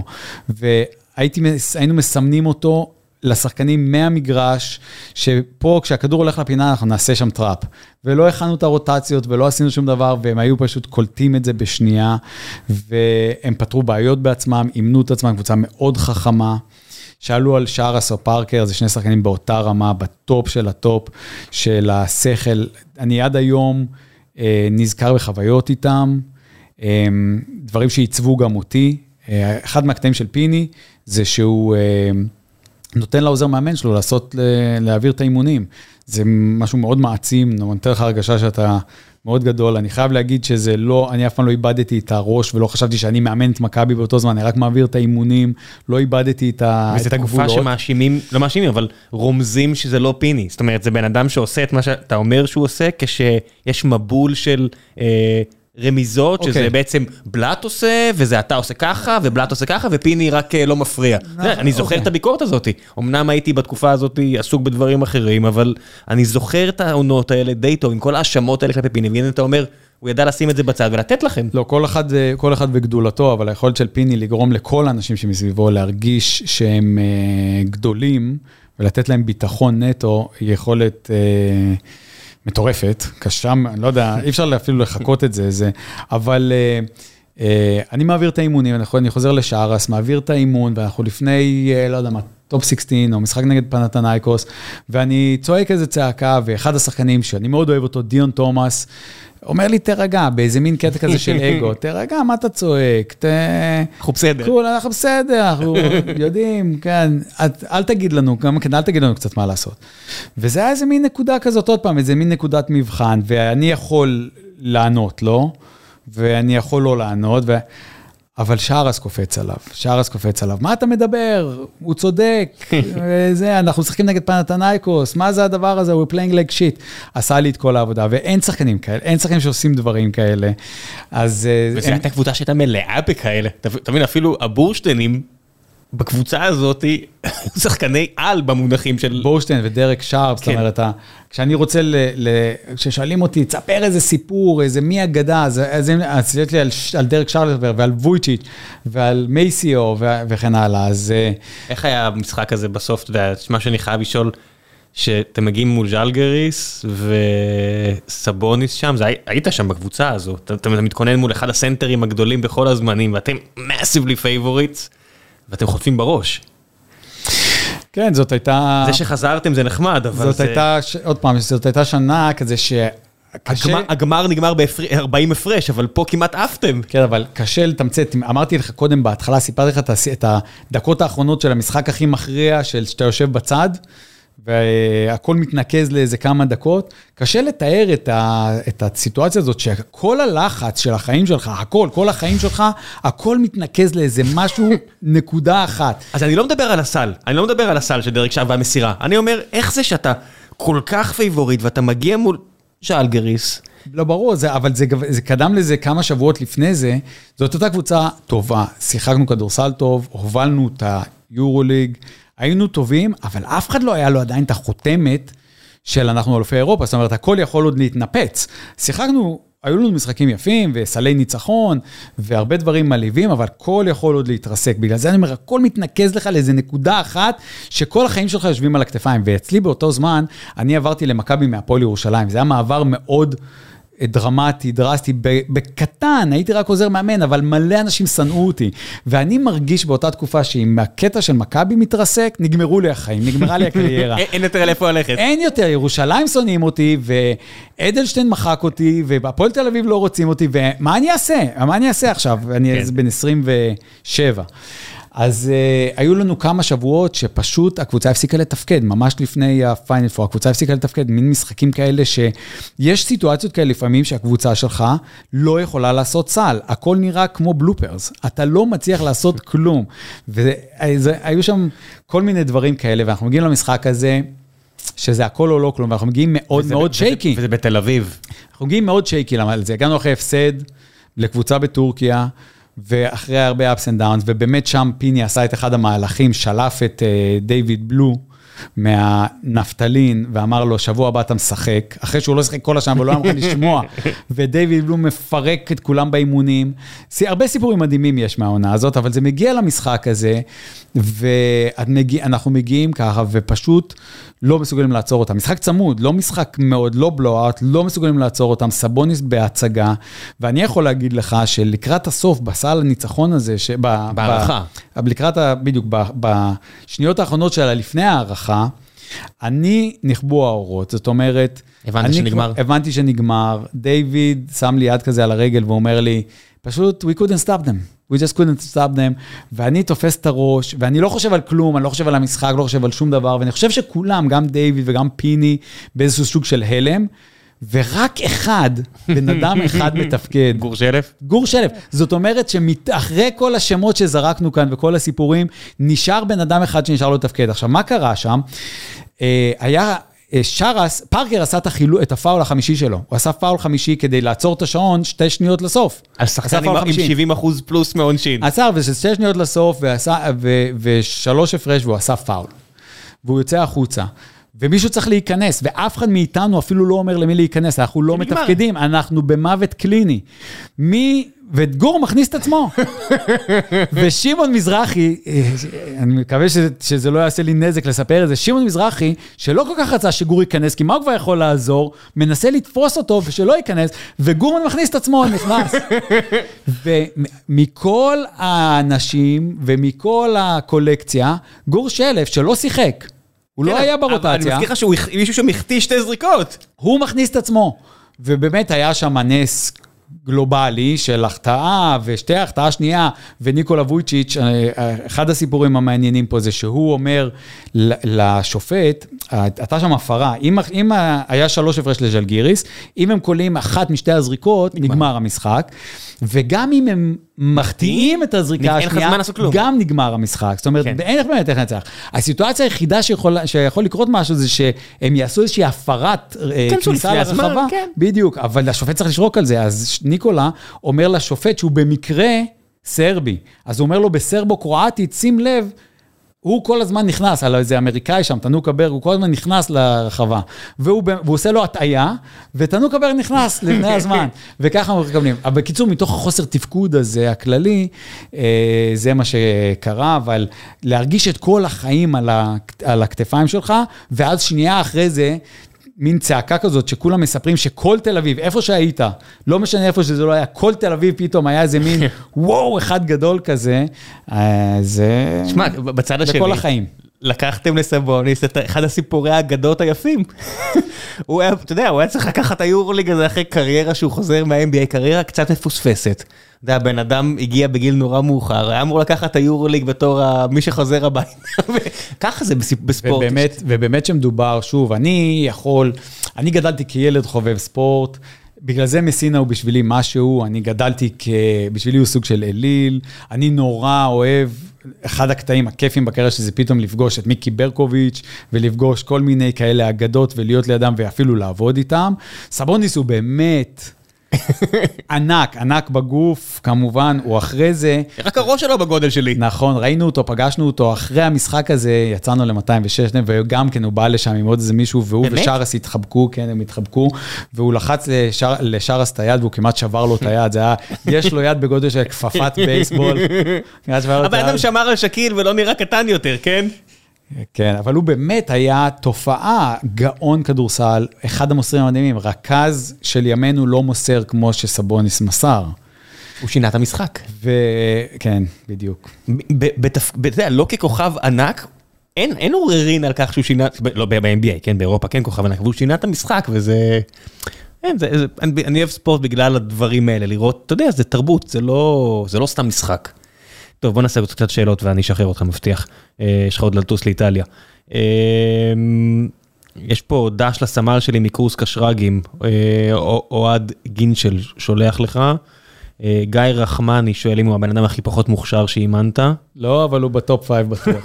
והיינו מסמנים אותו לשחקנים מהמגרש, שפה כשהכדור הולך לפינה אנחנו נעשה שם טראפ, ולא הכנו את הרוטציות ולא עשינו שום דבר, והם היו פשוט קולטים את זה בשנייה, והם פתרו בעיות בעצמם, אימנו את עצמם, קבוצה מאוד חכמה, שאלו על שרס או פארקר, זה שני שחקנים באותה רמה, בטופ של הטופ של השכל, אני עד היום נזכר בחוויות איתם, דברים שעיצבו גם אותי, אחד מהקטעים של פיני, זה שהוא נותן לעוזר מאמן שלו להעביר את האימונים. זה משהו מאוד מעצים, נותן לך הרגשה שאתה מאוד גדול. אני חייב להגיד שזה לא, אני אף פעם לא איבדתי את הראש, ולא חשבתי שאני מאמן את מכבי באותו זמן, אני רק מעביר את האימונים, לא איבדתי את הגבולות. וזו תקופה שמאשימים, לא מאשימים, אבל רומזים שזה לא פיני. זאת אומרת, זה בן אדם שעושה את מה שאתה אומר שהוא עושה, כשיש מבול של רמיזות, שזה בעצם בלט עושה, וזה אתה עושה ככה, ובלט עושה ככה, ופיני רק לא מפריע. אני זוכר את הביקורת הזאת. אמנם הייתי בתקופה הזאת עסוק בדברים אחרים, אבל אני זוכר את העונות האלה די טוב, עם כל האשמות האלה כלפי פיני, והנה אתה אומר, הוא ידע לשים את זה בצד ולתת לכם. לא, כל אחד בגדולתו, אבל היכולת של פיני לגרום לכל האנשים שמסביבו להרגיש שהם גדולים, ולתת להם ביטחון נטו, היא יכולת מטורפת, קשה, אני לא יודע, אי אפשר אפילו לחכות את זה, אבל אני מעביר את האימונים, אני חוזר לשערס, מעביר את האימון, ואנחנו לפני, לא יודע מה, טופ 16, או משחק נגד פנתנייקוס, ואני צועק איזה צעקה, ואחד השחקנים שאני מאוד אוהב אותו, דיון תומאס, אומר לי, תרגע, באיזה מין קטע כזה של אגו, תרגע, מה אתה צועק? אנחנו בסדר. אנחנו בסדר, אנחנו יודעים, כן, אל תגיד לנו, אל תגיד לנו קצת מה לעשות. וזה היה איזה מין נקודה כזאת, עוד פעם, איזה מין נקודת מבחן, ואני יכול לענות לו, ואני יכול לא לענות, אבל שרס קופץ עליו, מה אתה מדבר? הוא צודק, אנחנו משחקים נגד פנתנייקוס, מה זה הדבר הזה? We're playing like shit. עשה לי את כל העבודה, ואין שחקנים כאלה, אין שחקנים שעושים דברים כאלה. וזה הייתה קבוצה שהייתה מלאה בכאלה. אתה מבין, אפילו הבורשטיינים, בקבוצה הזאת, שחקני על במונחים של בורשטיין ודרק שרפ, זאת אומרת, כשאני רוצה, כששואלים אותי, תספר איזה סיפור, איזה מי אגדה, אז יש לי על דרק שרפ ועל וויצ'יץ' ועל מייסיו וכן הלאה, אז איך היה המשחק הזה בסוף, אתה יודע, מה שאני חייב לשאול, שאתם מגיעים מול ז'לגריס וסבוניס שם, היית שם בקבוצה הזאת, אתה מתכונן מול אחד הסנטרים הגדולים בכל הזמנים, ואתם massively favorites, ואתם חוטפים בראש. כן, זאת הייתה... זה שחזרתם זה נחמד, אבל זאת הייתה, עוד פעם, זאת הייתה שנה כזה ש... הגמר נגמר ב-40 הפרש, אבל פה כמעט עפתם. כן, אבל קשה לתמצת. אמרתי לך קודם בהתחלה, סיפרתי לך את הדקות האחרונות של המשחק הכי מכריע, שאתה יושב בצד, והכל מתנקז לאיזה כמה דקות. קשה לתאר את הסיטואציה הזאת, שכל הלחץ של החיים שלך, כל החיים שלך, הכל מתנקז לאיזה משהו, נקודה אחת. אז אני לא מדבר על הסל, של דרק שרפ והמסירה. אני אומר, איך זה שאתה כל כך פייבוריט, ואתה מגיע מול ז'לגריס? לא ברור, אבל זה קדם לזה כמה שבועות לפני זה, זאת אותה קבוצה טובה, שיחקנו כדורסל טוב, הובלנו את היורוליג, היינו טובים, אבל אף אחד לא היה לו עדיין את החותמת של אנחנו אלופי אירופה, זאת אומרת, הכל יכול עוד להתנפץ. שיחקנו, היו לנו משחקים יפים, וסלי ניצחון, והרבה דברים מלהיבים, אבל הכל יכול עוד להתרסק. בגלל זה אני אומר, הכל מתנקז לך לאיזו נקודה אחת, שכל החיים שלך יושבים על הכתפיים. ואצלי באותו זמן, אני עברתי למכבי מהפועל ירושלים, זה היה מעבר מאוד דרמטי, דרסטי, בקטן, הייתי רק עוזר מאמן, אבל מלא אנשים שנאו אותי, ואני מרגיש באותה תקופה שאם הקטע של מכבי מתרסק, נגמרו לי החיים, נגמרה לי הקריירה. אין יותר לאיפה ללכת. אין יותר, ירושלים שונאים אותי, ואדלשטיין מחק אותי, ובהפועל תל אביב לא רוצים אותי, ומה אני אעשה? מה אני אעשה עכשיו? אני בן 27. אז היו לנו כמה שבועות שפשוט הקבוצה הפסיקה לתפקד, ממש לפני הפיינל פור, הקבוצה הפסיקה לתפקד, מין משחקים כאלה שיש סיטואציות כאלה לפעמים שהקבוצה שלך לא יכולה לעשות סל, הכל נראה כמו בלופרס, אתה לא מצליח לעשות כלום, והיו שם כל מיני דברים כאלה, ואנחנו מגיעים למשחק הזה, שזה הכל או לא כלום, ואנחנו מגיעים מאוד מאוד שייקי. וזה בתל אביב. אנחנו מגיעים מאוד שייקי, לזה הגענו אחרי הפסד לקבוצה בטורקיה, ואחרי הרבה ups and downs, ובאמת שם פיני עשה את אחד המהלכים, שלף את דיוויד בלו, מהנפטלין, ואמר לו, שבוע הבא אתה משחק, אחרי שהוא לא שחק כל השנה, ולא היה מוכן לשמוע, ודייוויד בלום מפרק את כולם באימונים. הרבה סיפורים מדהימים יש מהעונה הזאת, אבל זה מגיע למשחק הזה, ואנחנו מגיעים ככה, ופשוט לא מסוגלים לעצור אותם. משחק צמוד, לא משחק מאוד, לא בלואוט, לא מסוגלים לעצור אותם, סבוניס בהצגה, ואני יכול להגיד לך שלקראת הסוף, בסל הניצחון הזה, בערכה. בדיוק, בשניות האחרונות שלה, לפני הערכה, אני נכבו האורות, זאת אומרת, הבנתי שנגמר, דיוויד שם לי יד כזה על הרגל ואומר לי, פשוט, we couldn't stop them, we just couldn't stop them, ואני תופס את הראש, ואני לא חושב על כלום, אני לא חושב על המשחק, לא חושב על שום דבר, ואני חושב שכולם, גם דיוויד וגם פיני, באיזשהו סוג של הלם, ורק אחד, בן אדם אחד מתפקד. גור שלף? גור שלף. זאת אומרת שאחרי כל השמות שזרקנו כאן וכל הסיפורים, נשאר בן אדם אחד שנשאר לו לתפקד. עכשיו, מה קרה שם? היה שרס, פארקר עשה את הפאול החמישי שלו. הוא עשה פאול חמישי כדי לעצור את השעון 2 שניות לסוף. על שחקן עם 70% פלוס מעונשין. עצר, וזה 2 שניות לסוף, ו3 הפרש, והוא עשה פאול. והוא יוצא החוצה. ומישהו צריך להיכנס, ואף אחד מאיתנו אפילו לא אומר למי להיכנס, אנחנו לא מתפקדים, אנחנו במוות קליני. וגור מכניס את עצמו. ושימון מזרחי, אני מקווה שזה לא יעשה לי נזק לספר את זה, שימון מזרחי, שלא כל כך רצה שגור ייכנס, כי מה הוא כבר יכול לעזור, מנסה לתפוס אותו ושלא ייכנס, וגור מכניס את עצמו, נכנס. ומכל האנשים ומכל הקולקציה, גור שלף שלא שיחק, הוא לא היה ברוטציה. אני מזכיר לך שהוא מישהו שמחטיא 2 זריקות. הוא מכניס את עצמו. ובאמת היה שם נס גלובלי של החטאה, ושתי החטאה שנייה, וניקולה וויצ'יץ', אחד הסיפורים המעניינים פה זה שהוא אומר לשופט, אתה שם הפרה, אם היה 3 הפרש לז'לגיריס, אם הם קולים אחת משתי הזריקות, נגמר המשחק, וגם אם הם מחטיאים את הזריקה השנייה, גם נגמר המשחק. זאת אומרת, אין איך באמת איך נצח. הסיטואציה היחידה שיכול לקרות משהו, זה שהם יעשו איזושהי הפרת כניסה לרחבה. בדיוק, אבל השופט צריך לשרוק על זה. אז ניקולה אומר לשופט שהוא במקרה סרבי. אז הוא אומר לו בסרבו-קרואטית, שים לב, הוא כל הזמן נכנס, על איזה אמריקאי שם, תנוק הברג, הוא כל הזמן נכנס לרחבה, והוא עושה לו הטעיה, ותנוק הברג נכנס לפני הזמן, וככה אנחנו מקבלים. אבל בקיצור, מתוך החוסר תפקוד הזה, הכללי, זה מה שקרה, אבל להרגיש את כל החיים על הכתפיים שלך, ואז שנייה אחרי זה, מין צעקה כזאת שכולם מספרים שכל תל אביב, איפה שהיית, לא משנה איפה שזה לא היה, כל תל אביב פתאום היה איזה מין וואו, אחד גדול כזה, זה... שמע, בצד השני, בכל החיים. לקחתם לסבוניס את אחד הסיפורי האגדות היפים. הוא היה, אתה יודע, הוא היה צריך לקחת היורוליג הזה אחרי קריירה שהוא חוזר מה-NBA, קריירה קצת מפוספסת. אתה יודע, בן אדם הגיע בגיל נורא מאוחר, היה אמור לקחת את היורוליג בתור מי שחוזר הביתה. ככה זה בספורט. ובאמת שמדובר, שוב, אני גדלתי כילד חובב ספורט, בגלל זה מסינה הוא בשבילי משהו, אני גדלתי בשבילי הוא סוג של אליל, אני נורא אוהב, אחד הקטעים הכיפים בקריירה שזה פתאום לפגוש את מיקי ברקוביץ' ולפגוש כל מיני כאלה אגדות ולהיות לידם ואפילו לעבוד איתם. סבוניס הוא באמת ענק בגוף, כמובן, הוא אחרי זה... רק הראש שלו בגודל שלי. נכון, ראינו אותו, פגשנו אותו, אחרי המשחק הזה יצאנו ל-206, וגם כן הוא בא לשם עם עוד איזה מישהו, והוא ושרס התחבקו, כן, הם התחבקו, והוא לחץ לשרס את היד, והוא כמעט שבר לו את היד, זה היה, יש לו יד בגודל של כפפת בייסבול. אבל אדם שמר על שקיל ולא נראה קטן יותר, כן? כן, אבל הוא באמת היה תופעה, גאון כדורסל, אחד המוסרים המדהימים, רכז של ימינו לא מוסר כמו שסבוניס מסר. הוא שינה את המשחק. כן, בדיוק. לא ככוכב ענק, אין עוררין על כך שהוא שינה, לא ב-NBA, כן, באירופה כן כוכב ענק, והוא שינה את המשחק, וזה... אני אוהב ספורט בגלל הדברים האלה, לראות, אתה יודע, זה תרבות, זה לא סתם משחק. טוב, בוא נעשה קצת שאלות ואני אשחרר אותך, מבטיח. יש לך עוד לטוס לאיטליה. יש פה דש לסמל שלי מקורס קשרגים, אוהד גינצ'ל שולח לך. גיא רחמני שואל אם הוא הבן אדם הכי פחות מוכשר שאימנת. לא, אבל הוא בטופ 5 בטוח.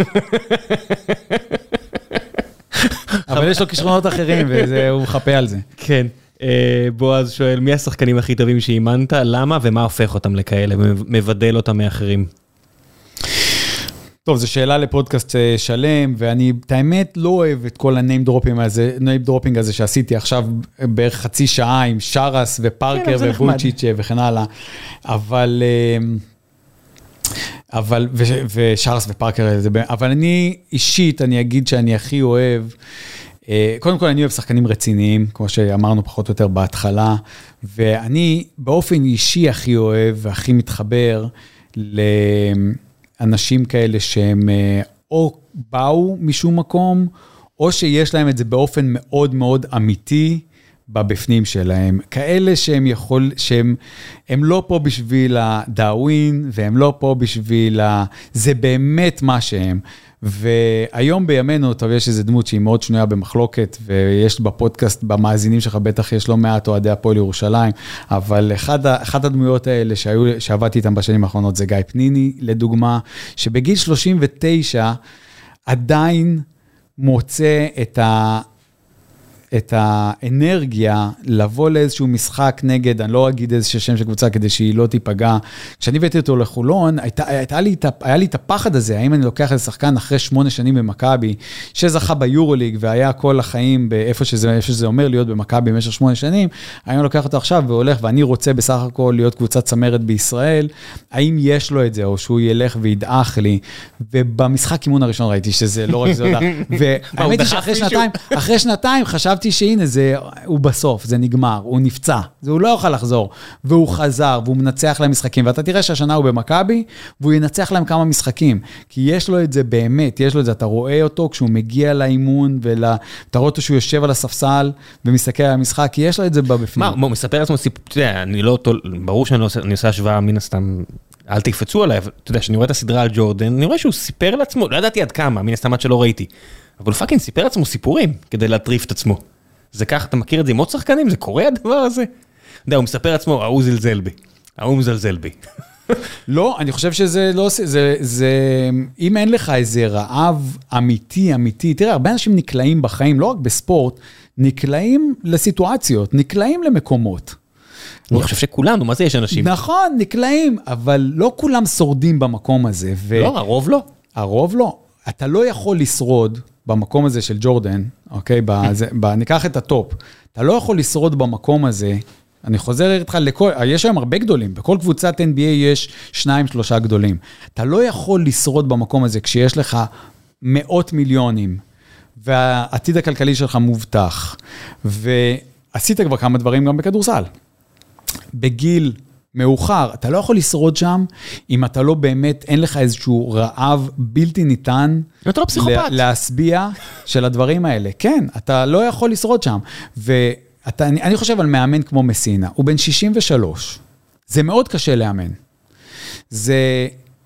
אבל יש לו כישרונות אחרים והוא מחפה על זה. כן. בועז שואל, מי השחקנים הכי טובים שאימנת? למה ומה הופך אותם לכאלה ומבדל אותם מאחרים? טוב, זו שאלה לפודקאסט שלם, ואני, את האמת, לא אוהב את כל ה-name dropping הזה שעשיתי עכשיו בערך חצי שעה עם שרס ופארקר ובולצ'יץ' וכן הלאה, ושרס ופארקר, אבל אני אישית, אני אגיד שאני הכי אוהב, קודם כל אני אוהב שחקנים רציניים, כמו שאמרנו פחות או יותר בהתחלה, ואני באופן אישי הכי אוהב והכי מתחבר לאנשים כאלה שהם או באו משום מקום, או שיש להם את זה באופן מאוד מאוד אמיתי בבפנים שלהם. כאלה שהם לא פה בשביל הדאווין, והם לא פה בשביל זה באמת מה שהם. והיום בימינו, טוב, יש איזו דמות שהיא מאוד שנויה במחלוקת, ויש בפודקאסט, במאזינים שלך, בטח יש לא מעט אוהדי הפועל ירושלים, אבל אחת הדמויות האלה שעבדתי איתם בשנים האחרונות, זה גיא פניני, לדוגמה, שבגיל 39, עדיין מוצא את האנרגיה לבוא לאיזשהו משחק נגד, אני לא אגיד איזשהו שם של קבוצה כדי שהיא לא תיפגע. כשאני הבאתי אותו לחולון, היה לי את הפחד הזה, האם אני לוקח איזה שחקן אחרי 8 שנים במכבי, שזכה ביורוליג והיה כל החיים באיפה שזה אומר להיות במכבי במשך 8 שנים, האם אני לוקח אותו עכשיו והולך, ואני רוצה בסך הכל להיות קבוצת צמרת בישראל, האם יש לו את זה, או שהוא ילך וידעך לי, ובמשחק אימון הראשון ראיתי שזה לא רק זה יודע, והאמת היא שאחרי שנתיים חשבתי שהנה, הוא בסוף, זה נגמר, הוא נפצע, הוא לא יוכל לחזור, והוא חזר, והוא מנצח להם משחקים, ואתה תראה שהשנה הוא במכבי, והוא ינצח להם כמה משחקים, כי יש לו את זה באמת, יש לו את זה, אתה רואה אותו כשהוא מגיע לאימון, אתה רואה אותו שהוא יושב על הספסל, ומסתכל על המשחק, כי יש לו את זה בבפנים. מה, הוא מספר לעצמו סיפור, אתה יודע, ברור שאני עושה השוואה מן הסתם, אל תקפצו עליי, אתה יודע, שאני רואה את הסדרה על ג'ורדן, אני רואה שהוא סיפר לעצמו, לא ידעתי עד כמה, מן הסתם עד שלא ראיתי, אבל הוא פאקינג סיפר לעצמו סיפורים כדי להטריף את עצמו. זה כך, אתה מכיר את זה עם עוד שחקנים? זה קורה הדבר הזה? אתה יודע, הוא מספר לעצמו, ההוא זלזל בי. ההוא מזלזל בי. לא, אני חושב שזה לא, אם אין לך איזה רעב אמיתי, תראה, הרבה אנשים נקלעים בחיים, לא רק בספורט, נקלעים לסיטואציות, נקלעים למקומות. אני חושב שכולנו, מה זה יש אנשים? נכון, נקלעים, אבל לא כולם שורדים במקום הזה. לא, הרוב לא. הרוב לא. אתה לא יכול לשרוד במקום הזה של ג'ורדן, אוקיי? ניקח את הטופ. אתה לא יכול לשרוד במקום הזה, אני חוזר איתך יש היום הרבה גדולים, בכל קבוצת NBA יש 2-3 גדולים. אתה לא יכול לשרוד במקום הזה כשיש לך מאות מיליונים, והעתיד הכלכלי שלך מובטח, ועשית כבר כמה דברים גם בכדורסל. בגיל מאוחר, אתה לא יכול לשרוד שם, אם אתה לא באמת, אין לך איזשהו רעב בלתי ניתן, אתה לא פסיכופת. להסביע של הדברים האלה. כן, אתה לא יכול לשרוד שם. אני חושב על מאמן כמו מסינה, הוא בן 63. זה מאוד קשה לאמן. זה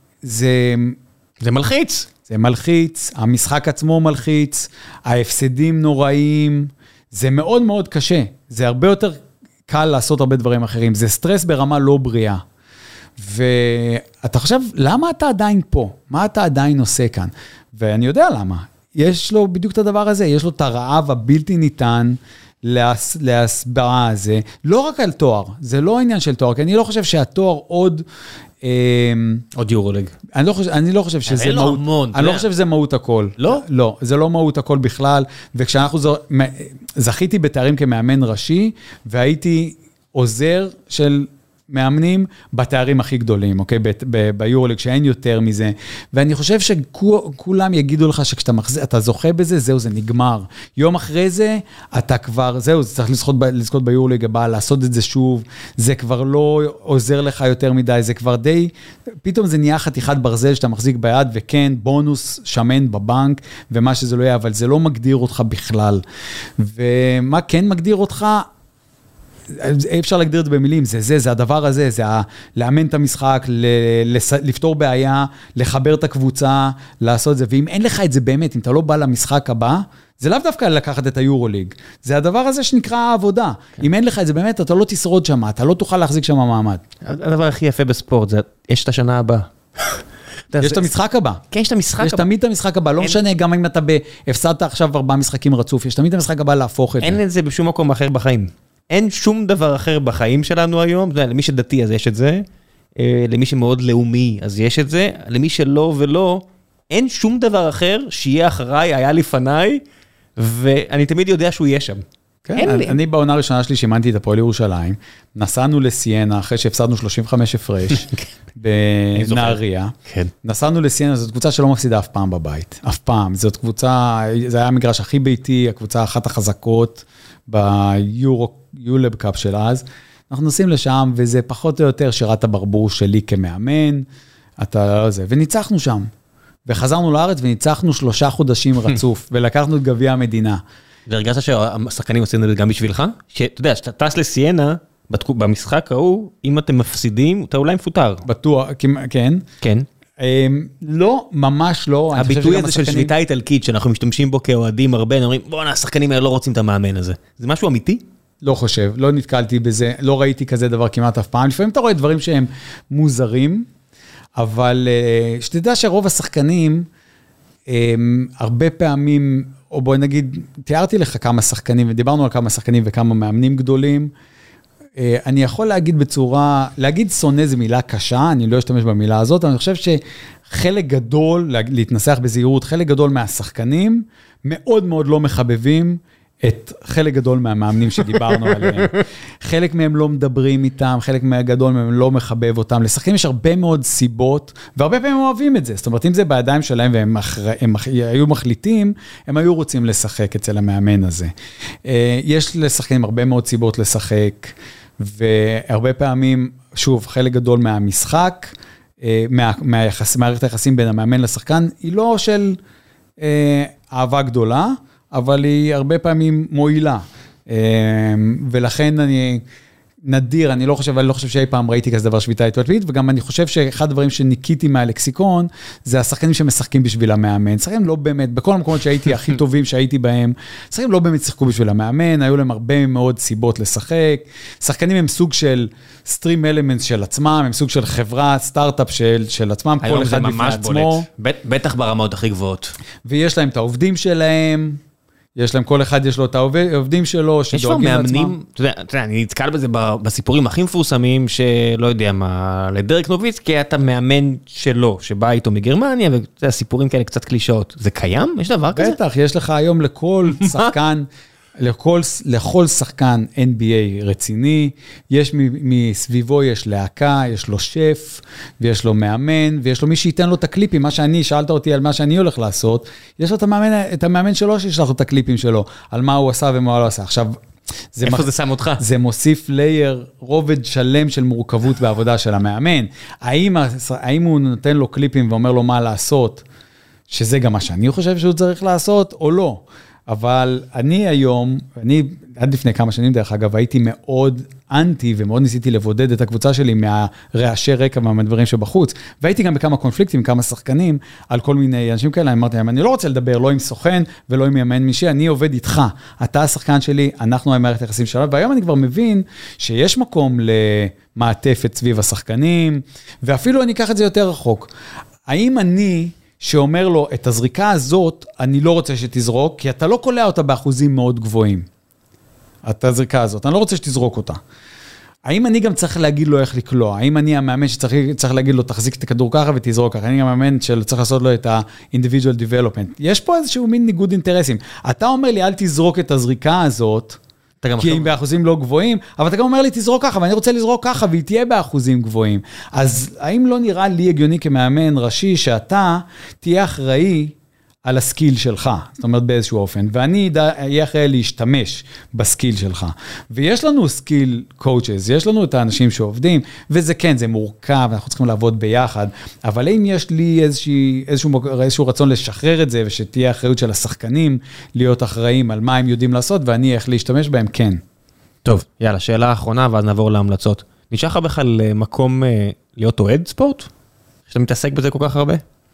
מלחיץ. זה מלחיץ, המשחק עצמו מלחיץ, ההפסדים נוראים, זה מאוד מאוד קשה. זה הרבה יותר קל לעשות הרבה דברים אחרים. זה סטרס ברמה לא בריאה. ואתה חושב, למה אתה עדיין פה? מה אתה עדיין עושה כאן? ואני יודע למה. יש לו בדיוק את הדבר הזה, יש לו את הרעב הבלתי ניתן להסברה הזה, לא רק על תואר, זה לא עניין של תואר, כי אני לא חושב שהתואר עוד יורוליג. אני לא חושב שזה מהות, אני לא חושב שזה מהות הכל. לא? לא, זה לא מהות הכל בכלל, וכשאנחנו זכיתי בתארים כמאמן ראשי, והייתי עוזר של מאמנים בתארים הכי גדולים, אוקיי? ביורוליג, שאין יותר מזה. ואני חושב שכולם יגידו לך שכשאתה זוכה בזה, זהו, זה נגמר. יום אחרי זה, אתה כבר, זהו, זה צריך לזכות ביורוליג הבא, לעשות את זה שוב. זה כבר לא עוזר לך יותר מדי, זה כבר די, פתאום זה נהיה חתיכת ברזל שאתה מחזיק ביד, וכן, בונוס שמן בבנק, ומה שזה לא יהיה, אבל זה לא מגדיר אותך בכלל. ומה כן מגדיר אותך? אי אפשר להגדיר את זה במילים, זה הדבר הזה, זה לאמן את המשחק, לפתור בעיה, לחבר את הקבוצה, לעשות את זה, ואם אין לך את זה באמת, אם אתה לא בא למשחק הבא, זה לאו דווקא לקחת את היורוליג, זה הדבר הזה שנקרא העבודה, אם אין לך את זה באמת, אתה לא תשרוד שם, אתה לא תוכל להחזיק שם מעמד. הדבר הכי יפה בספורט, זה יש את השנה הבאה. יש את המשחק הבא. כן, יש את המשחק הבא. יש תמיד את המשחק הבא, לא משנה גם אם אתה הפסדת עכשיו 4 משחקים רצוף, יש תמיד את המשחק הבא להפוך את זה. אין את זה בשום מקום אחר בחיים. אין שום דבר אחר בחיים שלנו היום, למי שדתי אז יש את זה, למי שמאוד לאומי אז יש את זה, למי שלא ולא, אין שום דבר אחר שיהיה אחריי, היה לפניי, ואני תמיד יודע שהוא יהיה שם. כן, אני בעונה הראשונה שלי שימנתי את הפועל ירושלים, נסענו לסיינה אחרי שהפסדנו 35 הפרש בנהריה, נסענו לסיינה, זאת קבוצה שלא מפסידה אף פעם בבית, אף פעם, זאת קבוצה, זה היה המגרש הכי ביתי, הקבוצה אחת החזקות ביולב קאפ של אז, אנחנו נוסעים לשם וזה פחות או יותר שירת הברבור שלי כמאמן, וניצחנו שם, וחזרנו לארץ וניצחנו 3 חודשים רצוף, ולקחנו את גביע המדינה. והרגשת שהשחקנים עושים את זה גם בשבילך? שאתה יודע, שאתה טס לסיינה, במשחק ההוא, אם אתם מפסידים, אתה אולי מפוטר. בטוח, כן. כן. לא, ממש לא. הביטוי הזה של שביתה איטלקית, שאנחנו משתמשים בו כאוהדים הרבה, אומרים, בוא'נה, השחקנים האלה לא רוצים את המאמן הזה. זה משהו אמיתי? לא חושב, לא נתקלתי בזה, לא ראיתי כזה דבר כמעט אף פעם. לפעמים אתה רואה דברים שהם מוזרים, אבל שתדע שרוב השחקנים, הרבה פעמים, או בואי נגיד, תיארתי לך כמה שחקנים, ודיברנו על כמה שחקנים וכמה מאמנים גדולים, אני יכול להגיד בצורה, להגיד שונא זה מילה קשה, אני לא אשתמש במילה הזאת, אבל אני חושב שחלק גדול, להתנסח בזהירות, חלק גדול מהשחקנים, מאוד מאוד לא מחבבים, את חלק גדול מהמאמנים שדיברנו עליהם. חלק מהם לא מדברים איתם, חלק מהגדול מהם לא מחבב אותם. לשחקנים יש הרבה מאוד סיבות, והרבה פעמים אוהבים את זה. זאת אומרת, אם זה בידיים שלהם והם היו מחליטים, הם היו רוצים לשחק אצל המאמן הזה. יש לשחקנים הרבה מאוד סיבות לשחק, והרבה פעמים, שוב, חלק גדול מהמשחק, מערכת היחסים בין המאמן לשחקן, היא לא של אהבה גדולה, אבל היא הרבה פעמים מועילה, ולכן אני נדיר, אני לא חושב שאי פעם ראיתי כזה דבר שביתה איטלקית, וגם אני חושב שאחד הדברים שניקיתי מהלקסיקון, זה השחקנים שמשחקים בשביל המאמן, שחקנים לא באמת, בכל המקומות שהייתי הכי טובים שהייתי בהם, שחקנים לא באמת שיחקו בשביל המאמן, היו להם הרבה מאוד סיבות לשחק, שחקנים הם סוג של סטרים אלמנטס של עצמם, הם סוג של חברה, סטארט-אפ של עצמם, כל אחד בפני עצמו. בטח ברמות הכי גבוהות. ויש להם את העובדים שלהם, יש להם, כל אחד יש לו את העובדים שלו, שדואגים לעצמם. אתה יודע, אני נתקל בזה בסיפורים הכי מפורסמים, שלא יודע מה, לדרק נוביצקי, אתה מאמן שלו, שבא איתו מגרמניה, וזה הסיפורים כאלה קצת קלישאות. זה קיים? יש דבר כזה? בטח, יש לך היום לכל שחקן, לכל שחקן NBA רציני, יש מסביבו, יש להקה, יש לו שף, ויש לו מאמן, ויש לו מי שייתן לו את הקליפים, מה שאני, שאלת אותי על מה שאני הולך לעשות, יש לו את המאמן שלו שישלח לו את הקליפים שלו, על מה הוא עשה ומה הוא לא עשה. עכשיו, איפה זה שם אותך? זה מוסיף לייר, רובד שלם של מורכבות בעבודה של המאמן. האם הוא נותן לו קליפים ואומר לו מה לעשות, שזה גם מה שאני חושב שהוא צריך לעשות, או לא? אבל אני היום, עד לפני כמה שנים דרך אגב, הייתי מאוד אנטי ומאוד ניסיתי לבודד את הקבוצה שלי מהרעשי רקע ומהדברים שבחוץ, והייתי גם בכמה קונפליקטים, כמה שחקנים, על כל מיני אנשים כאלה, אני אמרתי להם, אני לא רוצה לדבר לא עם סוכן ולא עם מאמן מישי, אני עובד איתך, אתה השחקן שלי, אנחנו המערכת היחסים שלנו, והיום אני כבר מבין שיש מקום למעטפת סביב השחקנים, ואפילו אני אקח את זה יותר רחוק. האם אני שאומר לו, את הזריקה הזאת, אני לא רוצה שתזרוק, כי אתה לא קולע אותה באחוזים מאוד גבוהים. את הזריקה הזאת, אני לא רוצה שתזרוק אותה. האם אני גם צריך להגיד לו איך לקלוע? האם אני המאמן שצריך להגיד לו, תחזיק את הכדור ככה ותזרוק ככה? אני גם המאמן שצריך לעשות לו את ה-individual development. יש פה איזשהו מין ניגוד אינטרסים. אתה אומר לי, אל תזרוק את הזריקה הזאת, כי היא באחוזים לא גבוהים, אבל אתה גם אומר לי, תזרוק ככה, ואני רוצה לזרוק ככה, והיא תהיה באחוזים גבוהים. אז האם לא נראה לי הגיוני כמאמן ראשי, שאתה תהיה אחראי על הסקיל שלך, זאת אומרת באיזשהו אופן, ואני אהיה אחראי להשתמש בסקיל שלך. ויש לנו סקיל קואוצ'ס, יש לנו את האנשים שעובדים, וזה כן, זה מורכב, אנחנו צריכים לעבוד ביחד, אבל אם יש לי איזשהו רצון לשחרר את זה, ושתהיה אחריות של השחקנים, להיות אחראים על מה הם יודעים לעשות, ואני איך להשתמש בהם, כן. טוב, יאללה, שאלה האחרונה, ואז נעבור להמלצות. נשאר לך בכלל מקום להיות אוהד ספורט? שאתה מתעסק בזה כל כך הרבה?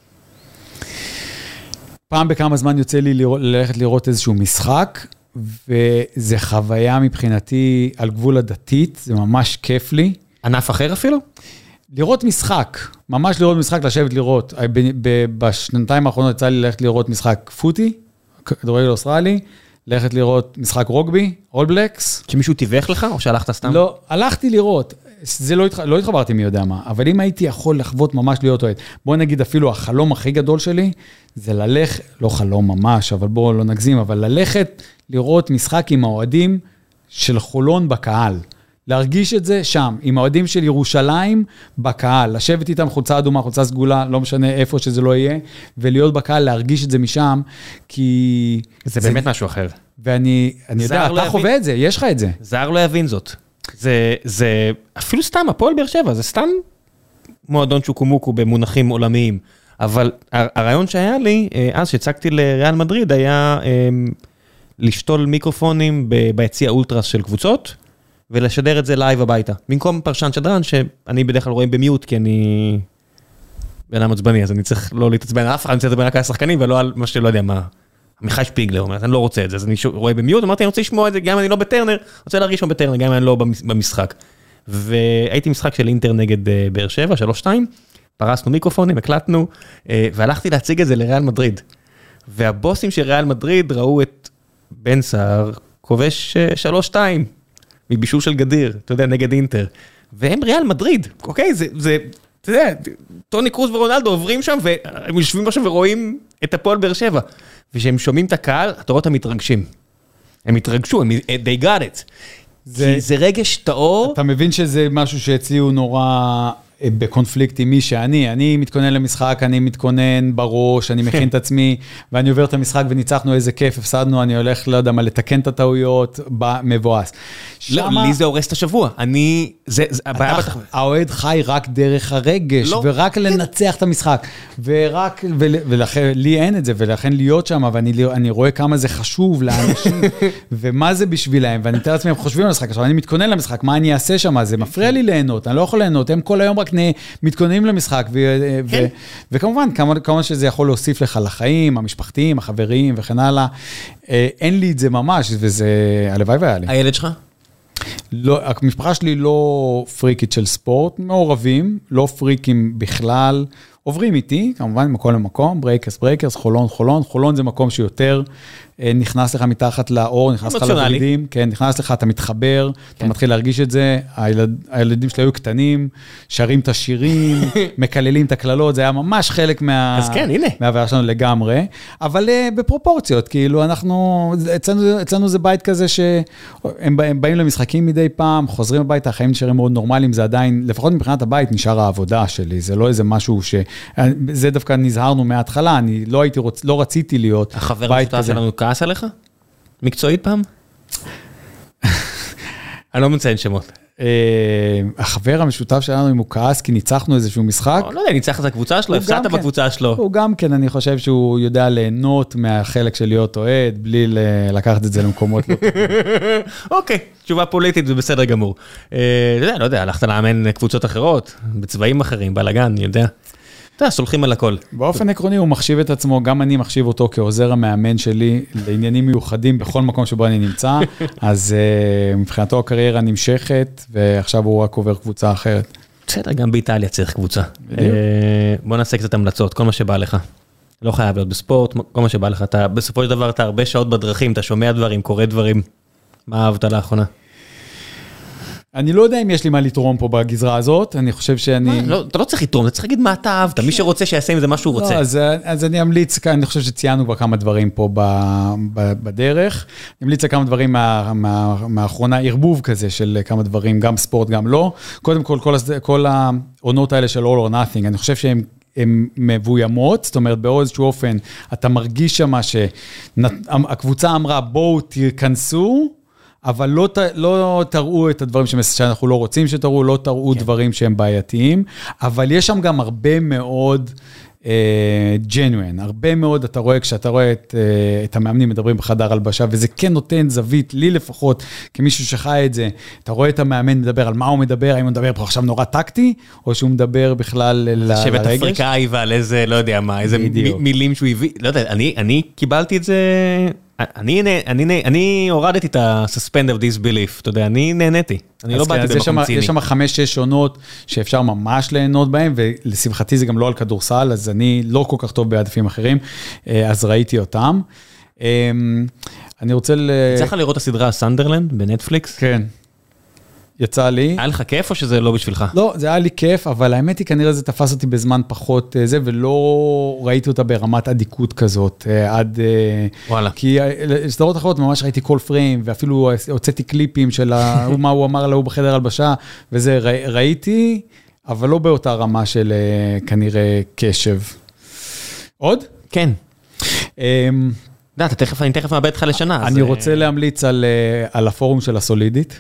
פעם בכמה זמן יוצא לי ללכת לראות איזשהו משחק, וזה חוויה מבחינתי על גבול הדתית, זה ממש כיף לי. ענף אחר אפילו? לראות משחק, ממש לראות משחק, לשבת לראות. בשנתיים האחרונות יצא לי ללכת לראות משחק פוטי, כדורגל אוסטרלי, ללכת לראות משחק רוגבי, אול בלקס. שמישהו תיווך לך או שהלכת סתם? לא, הלכתי לראות. זה לא התחברתי מי יודע מה, אבל אם הייתי יכול לחוות ממש להיות אוהד, בוא נגיד אפילו החלום הכי גדול שלי, זה ללכת, לא חלום ממש, אבל בואו לא נגזים, אבל ללכת לראות משחק עם האוהדים של חולון בקהל. להרגיש את זה שם, עם האוהדים של ירושלים בקהל, לשבת איתם חולצה אדומה, חולצה סגולה, לא משנה איפה שזה לא יהיה, ולהיות בקהל, להרגיש את זה משם, כי... זה באמת משהו אחר. ואני יודע, אתה חווה את זה, יש לך את זה. זר לא יבין זאת. זה אפילו סתם, הפועל באר שבע, זה סתם מועדון צ'וקומוקו במונחים עולמיים, אבל הרעיון שהיה לי, אז שהצגתי לריאל מדריד, היה לשתול מיקרופונים ביציע אולטרס של קבוצות, ולשדר את זה לייב הביתה. במקום פרשן שדרן, שאני בדרך כלל רואה במיוט, כי אני בן אדם עצבני, אז אני צריך לא להתעצבן על אף אחד, אני צריך לדבר רק על השחקנים, ולא על מה שלא יודע מה. מיכאל שפיגלר, אני לא רוצה את זה, אז אני רואה במיוט, אמרתי, אני רוצה לשמוע את זה, גם אם אני לא בטרנר, רוצה להרגיש שם בטרנר, גם אם אני לא במשחק. והייתי משחק של אינטר נגד באר שבע, 3-2, פרסנו מיקרופונים, הקלטנו, והלכתי להציג את זה לריאל מדריד. והבוסים של ריאל מדריד ראו את בן סער כובש 3-2, מבישול של גדיר, אתה יודע, נגד אינטר. והם ריאל מדריד, אוקיי? זה, אתה יודע, טוני קרוז ורונלדו עוברים שם, והם יושבים עכשיו ורואים את הפועל באר שבע. וכשהם שומעים את הקהל, אתה רואה אותם מתרגשים. הם התרגשו, they got it. זה רגש טהור. אתה מבין שזה משהו שאצלי הוא נורא בקונפליקט עם מי אני מתכונן למשחק, אני מתכונן בראש, אני מכין את עצמי, ואני עובר את המשחק וניצחנו איזה כיף, הפסדנו, אני הולך, לא יודע מה, לתקן את הטעויות, מבואס. לא, לי זה הורס את השבוע. האוהד חי רק דרך הרגש, ורק לנצח את המשחק, ולכן, לי אין את זה, ולכן להיות שם, ואני רואה כמה זה חשוב לאנשים, ומה זה בשבילהם, ואני מתאר לעצמי, הם חושבים על המשחק, עכשיו אני מתכונן למשחק, מה אני אעשה שם? זה מפריע לי ליהנות, אני לא יכול ליהנות, הם כל היום רק מתכוננים למשחק, וכמובן, כמה שזה יכול להוסיף לך לחיים, המשפחתיים, החברים וכן הלאה, אין לי את זה ממש, וזה הלוואי והיה לי. הילד שלך? לא, המשפחה שלי לא פריקית של ספורט, מעורבים, לא פריקים בכלל, עוברים איתי, כמובן ממקום למקום, ברקרס, חולון זה מקום שיותר נכנס לך מתחת לאור, נכנס לך לברידים, כן, נכנס לך, אתה מתחבר, אתה מתחיל להרגיש את זה, הילדים שלי היו קטנים, שרים את השירים, מקללים את הכללות, זה היה ממש חלק מהעבודה שלנו לגמרי, אבל בפרופורציות, כאילו אצלנו זה בית כזה שהם באים למשחקים מדי פעם, חוזרים הביתה, החיים נשארים מאוד נורמליים, זה עדיין, לפחות מבחינת הבית, נשאר העבודה שלי, זה לא איזה משהו זה דווקא נזהרנו מההתחלה, אני לא רציתי להיות החבר המשותף שלנו כעס עליך? מקצועית פעם? אני לא מציין שמות. החבר המשותף שלנו, אם הוא כעס, כי ניצחנו איזשהו משחק. לא יודע, ניצחת את הקבוצה שלו, הפסדת בקבוצה שלו. הוא גם כן, אני חושב שהוא יודע ליהנות מהחלק של להיות אוהד, בלי לקחת את זה למקומות לא טובים. אוקיי, תשובה פוליטית, זה בסדר גמור. לא יודע, הלכת לאמן קבוצות אחרות, בצבעים אחרים, בלגן, אני יודע. סולחים על הכל. באופן עקרוני הוא מחשיב את עצמו, גם אני מחשיב אותו כעוזר המאמן שלי, לעניינים מיוחדים בכל מקום שבו אני נמצא, אז מבחינתו הקריירה נמשכת, ועכשיו הוא רק עובר קבוצה אחרת. בסדר, גם באיטליה צריך קבוצה. בוא נעשה קצת המלצות, כל מה שבא לך. לא חייב להיות בספורט, כל מה שבא לך. בסופו של דבר אתה הרבה שעות בדרכים, אתה שומע דברים, קורא דברים. מה אהבת לאחרונה? אני לא יודע אם יש לי מה לתרום פה בגזרה הזאת, אני חושב שאני... אתה לא צריך לתרום, אתה צריך להגיד מה אתה אהבת, מי שרוצה שיעשה עם זה מה שהוא רוצה. אז אני אמליץ, אני חושב שציינו כבר כמה דברים פה בדרך, אני אמליץ כמה דברים מהאחרונה, ערבוב כזה של כמה דברים, גם ספורט, גם לא. קודם כל, כל העונות האלה של All or Nothing, אני חושב שהן מבוימות, זאת אומרת, באיזשהו אופן, אתה מרגיש שמה שהקבוצה אמרה, בואו תיכנסו, אבל לא תראו את הדברים שאנחנו לא רוצים שתראו, לא תראו דברים שהם בעייתיים, אבל יש שם גם הרבה מאוד genuine, הרבה מאוד אתה רואה, כשאתה רואה את המאמנים מדברים בחדר הלבשה, וזה כן נותן זווית, לי לפחות, כמישהו שחי את זה, אתה רואה את המאמן מדבר על מה הוא מדבר, האם הוא מדבר פה עכשיו נורא טקטי, או שהוא מדבר בכלל לרגש. שבט אפריקאי ועל איזה, לא יודע מה, איזה מילים שהוא הביא, לא יודע, אני קיבלתי את זה... אני הורדתי את ה-suspend of disbelief, אתה יודע, אני נהניתי, אני לא באתי במקום ציני. יש שם 5-6 עונות שאפשר ממש ליהנות בהם, ולשמחתי זה גם לא על כדורסל, אז אני לא כל כך טוב בעדפים אחרים, אז ראיתי אותם. אני רוצה צריך לראות את הסדרה סנדרלנד בנטפליקס? כן. יצא לי. היה לך כיף או שזה לא בשבילך? לא, זה היה לי כיף, אבל האמת היא כנראה זה תפס אותי בזמן פחות זה, ולא ראיתי אותה ברמת עדיקות כזאת, עד... וואלה. כי סדרות אחרות ממש ראיתי כל פריים, ואפילו הוצאתי קליפים של מה הוא אמר לה, הוא בחדר הלבשה, וזה ראיתי, אבל לא באותה רמה של כנראה קשב. עוד? כן. אני תכף מאבד לך לשנה. אני רוצה להמליץ על הפורום של הסולידית.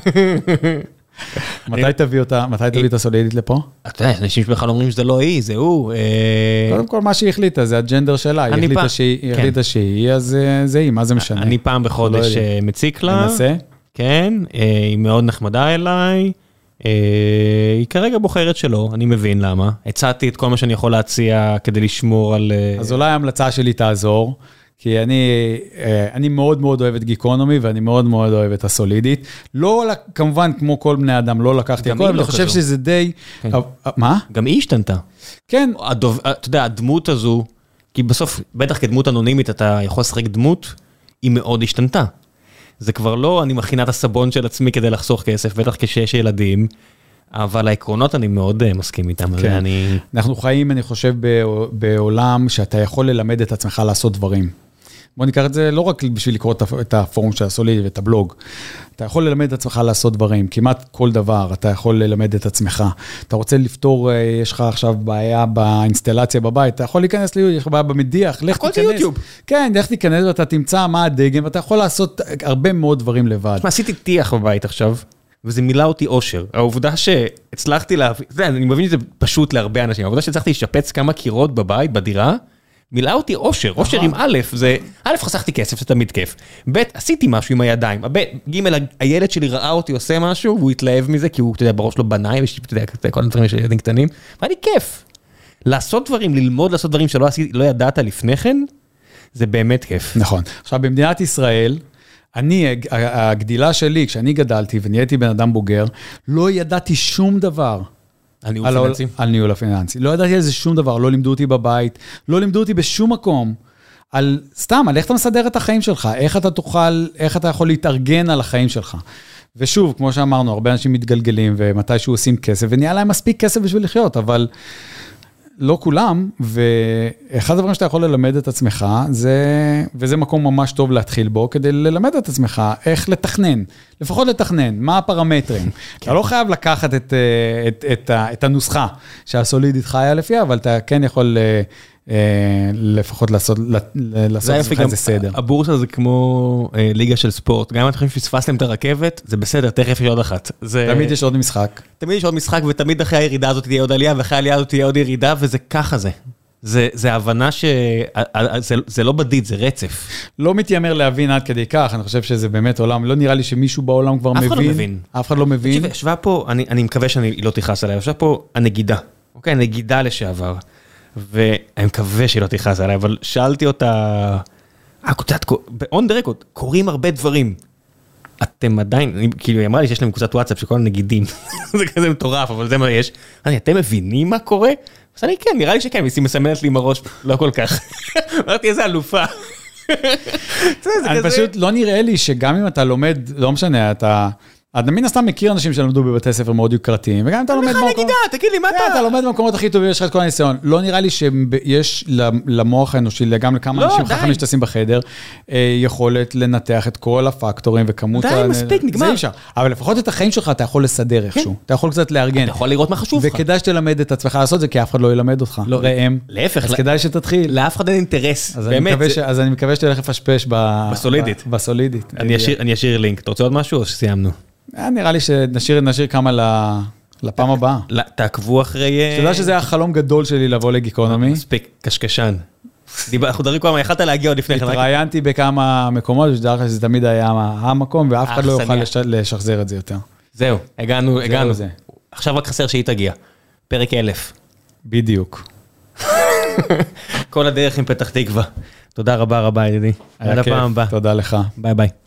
מתי תביא את הסולידית לפה? אתה יודע, אנשים שבכלל אומרים שזה לא היא, זה הוא. קודם כל, מה שהיא החליטה, זה הג'נדר שלה. היא החליטה שהיא, אז זה היא, מה זה משנה? אני פעם בחודש מציק לה. מנסה? כן, היא מאוד נחמדה אליי. היא כרגע בוחרת שלו, אני מבין למה. הצעתי את כל מה שאני יכול להציע כדי לשמור על... אז אולי ההמלצה שלי תעזור. כי אני מאוד מאוד אוהב את גיקונומי, ואני מאוד מאוד אוהב את הסולידית. לא, כמובן, כמו כל בני אדם, לא לקחתי הכל, אבל אני חושב שזה די... מה? גם היא השתנתה. כן. אתה יודע, הדמות הזו, כי בסוף, בטח כדמות אנונימית, אתה יכול לשחק דמות, היא מאוד השתנתה. זה כבר לא, אני מכינה את הסבון של עצמי כדי לחסוך כסף, בטח כשיש ילדים, אבל העקרונות אני מאוד מסכים איתם. כן. אנחנו חיים, אני חושב, בעולם שאתה יכול ללמד את עצמך לעשות דברים. בוא ניקח את זה לא רק בשביל לקרוא את הפורום של הסולידי ואת הבלוג. אתה יכול ללמד את עצמך לעשות דברים, כמעט כל דבר אתה יכול ללמד את עצמך. אתה רוצה לפתור, יש לך עכשיו בעיה באינסטלציה בבית, אתה יכול להיכנס ליוטיוב, יש לך בעיה במדיח, לך תיכנס. יוטיוב. כן, לך תיכנס ואתה תמצא מה הדגם, ואתה יכול לעשות הרבה מאוד דברים לבד. עשיתי טיח בבית עכשיו, וזה מילא אותי אושר. העובדה שהצלחתי להביא, אני מבין שזה פשוט להרבה אנשים, העובדה שהצלחתי לשפץ כמה קירות בבית, בדירה, מילא אותי אושר, אושר עם א', זה, א', חסכתי כסף, זה תמיד כיף. ב', עשיתי משהו עם הידיים. ג', הילד שלי ראה אותי עושה משהו, והוא התלהב מזה, כי הוא, אתה יודע, בראש לו בנאי, אתה יודע, כל הדברים של ילדים קטנים, והיה לי כיף. לעשות דברים, ללמוד לעשות דברים שלא ידעת לפני כן, זה באמת כיף. נכון. עכשיו, במדינת ישראל, הגדילה שלי, כשאני גדלתי ונהייתי בן אדם בוגר, לא ידעתי שום דבר. על ניהול הפיננסי. לא ידעתי על זה שום דבר, לא לימדו אותי בבית, לא לימדו אותי בשום מקום, על איך אתה מסדר את החיים שלך, איך אתה יכול להתארגן על החיים שלך. ושוב, כמו שאמרנו, הרבה אנשים מתגלגלים, ומתישהו עושים כסף, ונהיה להם מספיק כסף בשביל לחיות, אבל לא כולם, ואחד הדברים שאתה יכול ללמד את עצמך, וזה מקום ממש טוב להתחיל בו, כדי ללמד את עצמך איך לתכנן, לפחות לתכנן, מה הפרמטרים. אתה לא חייב לקחת את הנוסחה שהסולידית חיה לפיה, אבל אתה כן יכול לפחות לעשות לעצמך איזה סדר. הבורסה זה כמו ליגה של ספורט, גם אם אתם חושבים שפספסתם את הרכבת, זה בסדר, תכף יש עוד אחת. תמיד יש עוד משחק. תמיד יש עוד משחק, ותמיד אחרי הירידה הזאת תהיה עוד עלייה, ואחרי העלייה הזאת תהיה עוד ירידה, וזה ככה זה. זה הבנה שזה לא בדיד, זה רצף. לא מתיימר להבין עד כדי כך, אני חושב שזה באמת עולם, לא נראה לי שמישהו בעולם כבר מבין. אף אחד לא מבין. ישבה פה, אני מקווה שאני לא תכעס עליי, ישבה פה הנגידה, אוקיי, הנגידה לשעבר. ואני מקווה שהיא לא תכעס עליי, אבל שאלתי אותה, on the record, קוראים הרבה דברים. אתם עדיין, כאילו היא אמרה לי שיש להם קבוצת וואטסאפ של כל הנגידים, זה כזה מטורף, אבל זה מה יש. אתם מבינים מה קורה? אז אני כן, נראה לי שכן, היא מסמנת לי עם הראש, לא כל כך. אמרתי, איזה אלופה. אני פשוט לא נראה לי שגם אם אתה לומד, לא משנה, אתה מן הסתם מכיר אנשים שלמדו בבתי ספר מאוד יוקרתיים, וגם אם אתה לומד תגיד לי, מה אתה לומד במקומות הכי טובים, יש לך את כל הניסיון. לא נראה לי שיש למוח האנושי, גם לכמה אנשים חכמים שטסים בחדר, יכולת לנתח את כל הפקטורים וכמות... די, מספיק, נגמר. אבל לפחות את החיים שלך אתה יכול לסדר איכשהו. אתה יכול קצת לארגן. אתה יכול לראות מה חשוב לך. וכדאי שתלמד את עצמך לעשות זה, כי אף אחד לא ילמד אותך. ראם. להפך. אז כדאי שתתחיל. לאף אחד אין אינטרס. אז אני מקווה שתלך לפשפש בסולידית. אני אשאיר לינק. אתה רוצה עוד משהו או שסיימנו? נראה לי שנשאיר כמה לפעם הבאה. תעקבו אחרי... אתה יודע שזה היה חלום גדול שלי לבוא לגיקונומי. מספיק, קשקשן. אנחנו דברים כל מה, יכלת להגיע עוד לפני. התראיינתי בכמה מקומות, ושדרך שזה תמיד היה המקום, ואף אחד לא יוכל לשחזר את זה יותר. זהו, הגענו. עכשיו רק חסר שהיא תגיע. פרק 1000. בדיוק. כל הדרך עם פתח תקווה. תודה רבה, ידידי. עד הפעם הבאה. תודה לך. ביי ביי.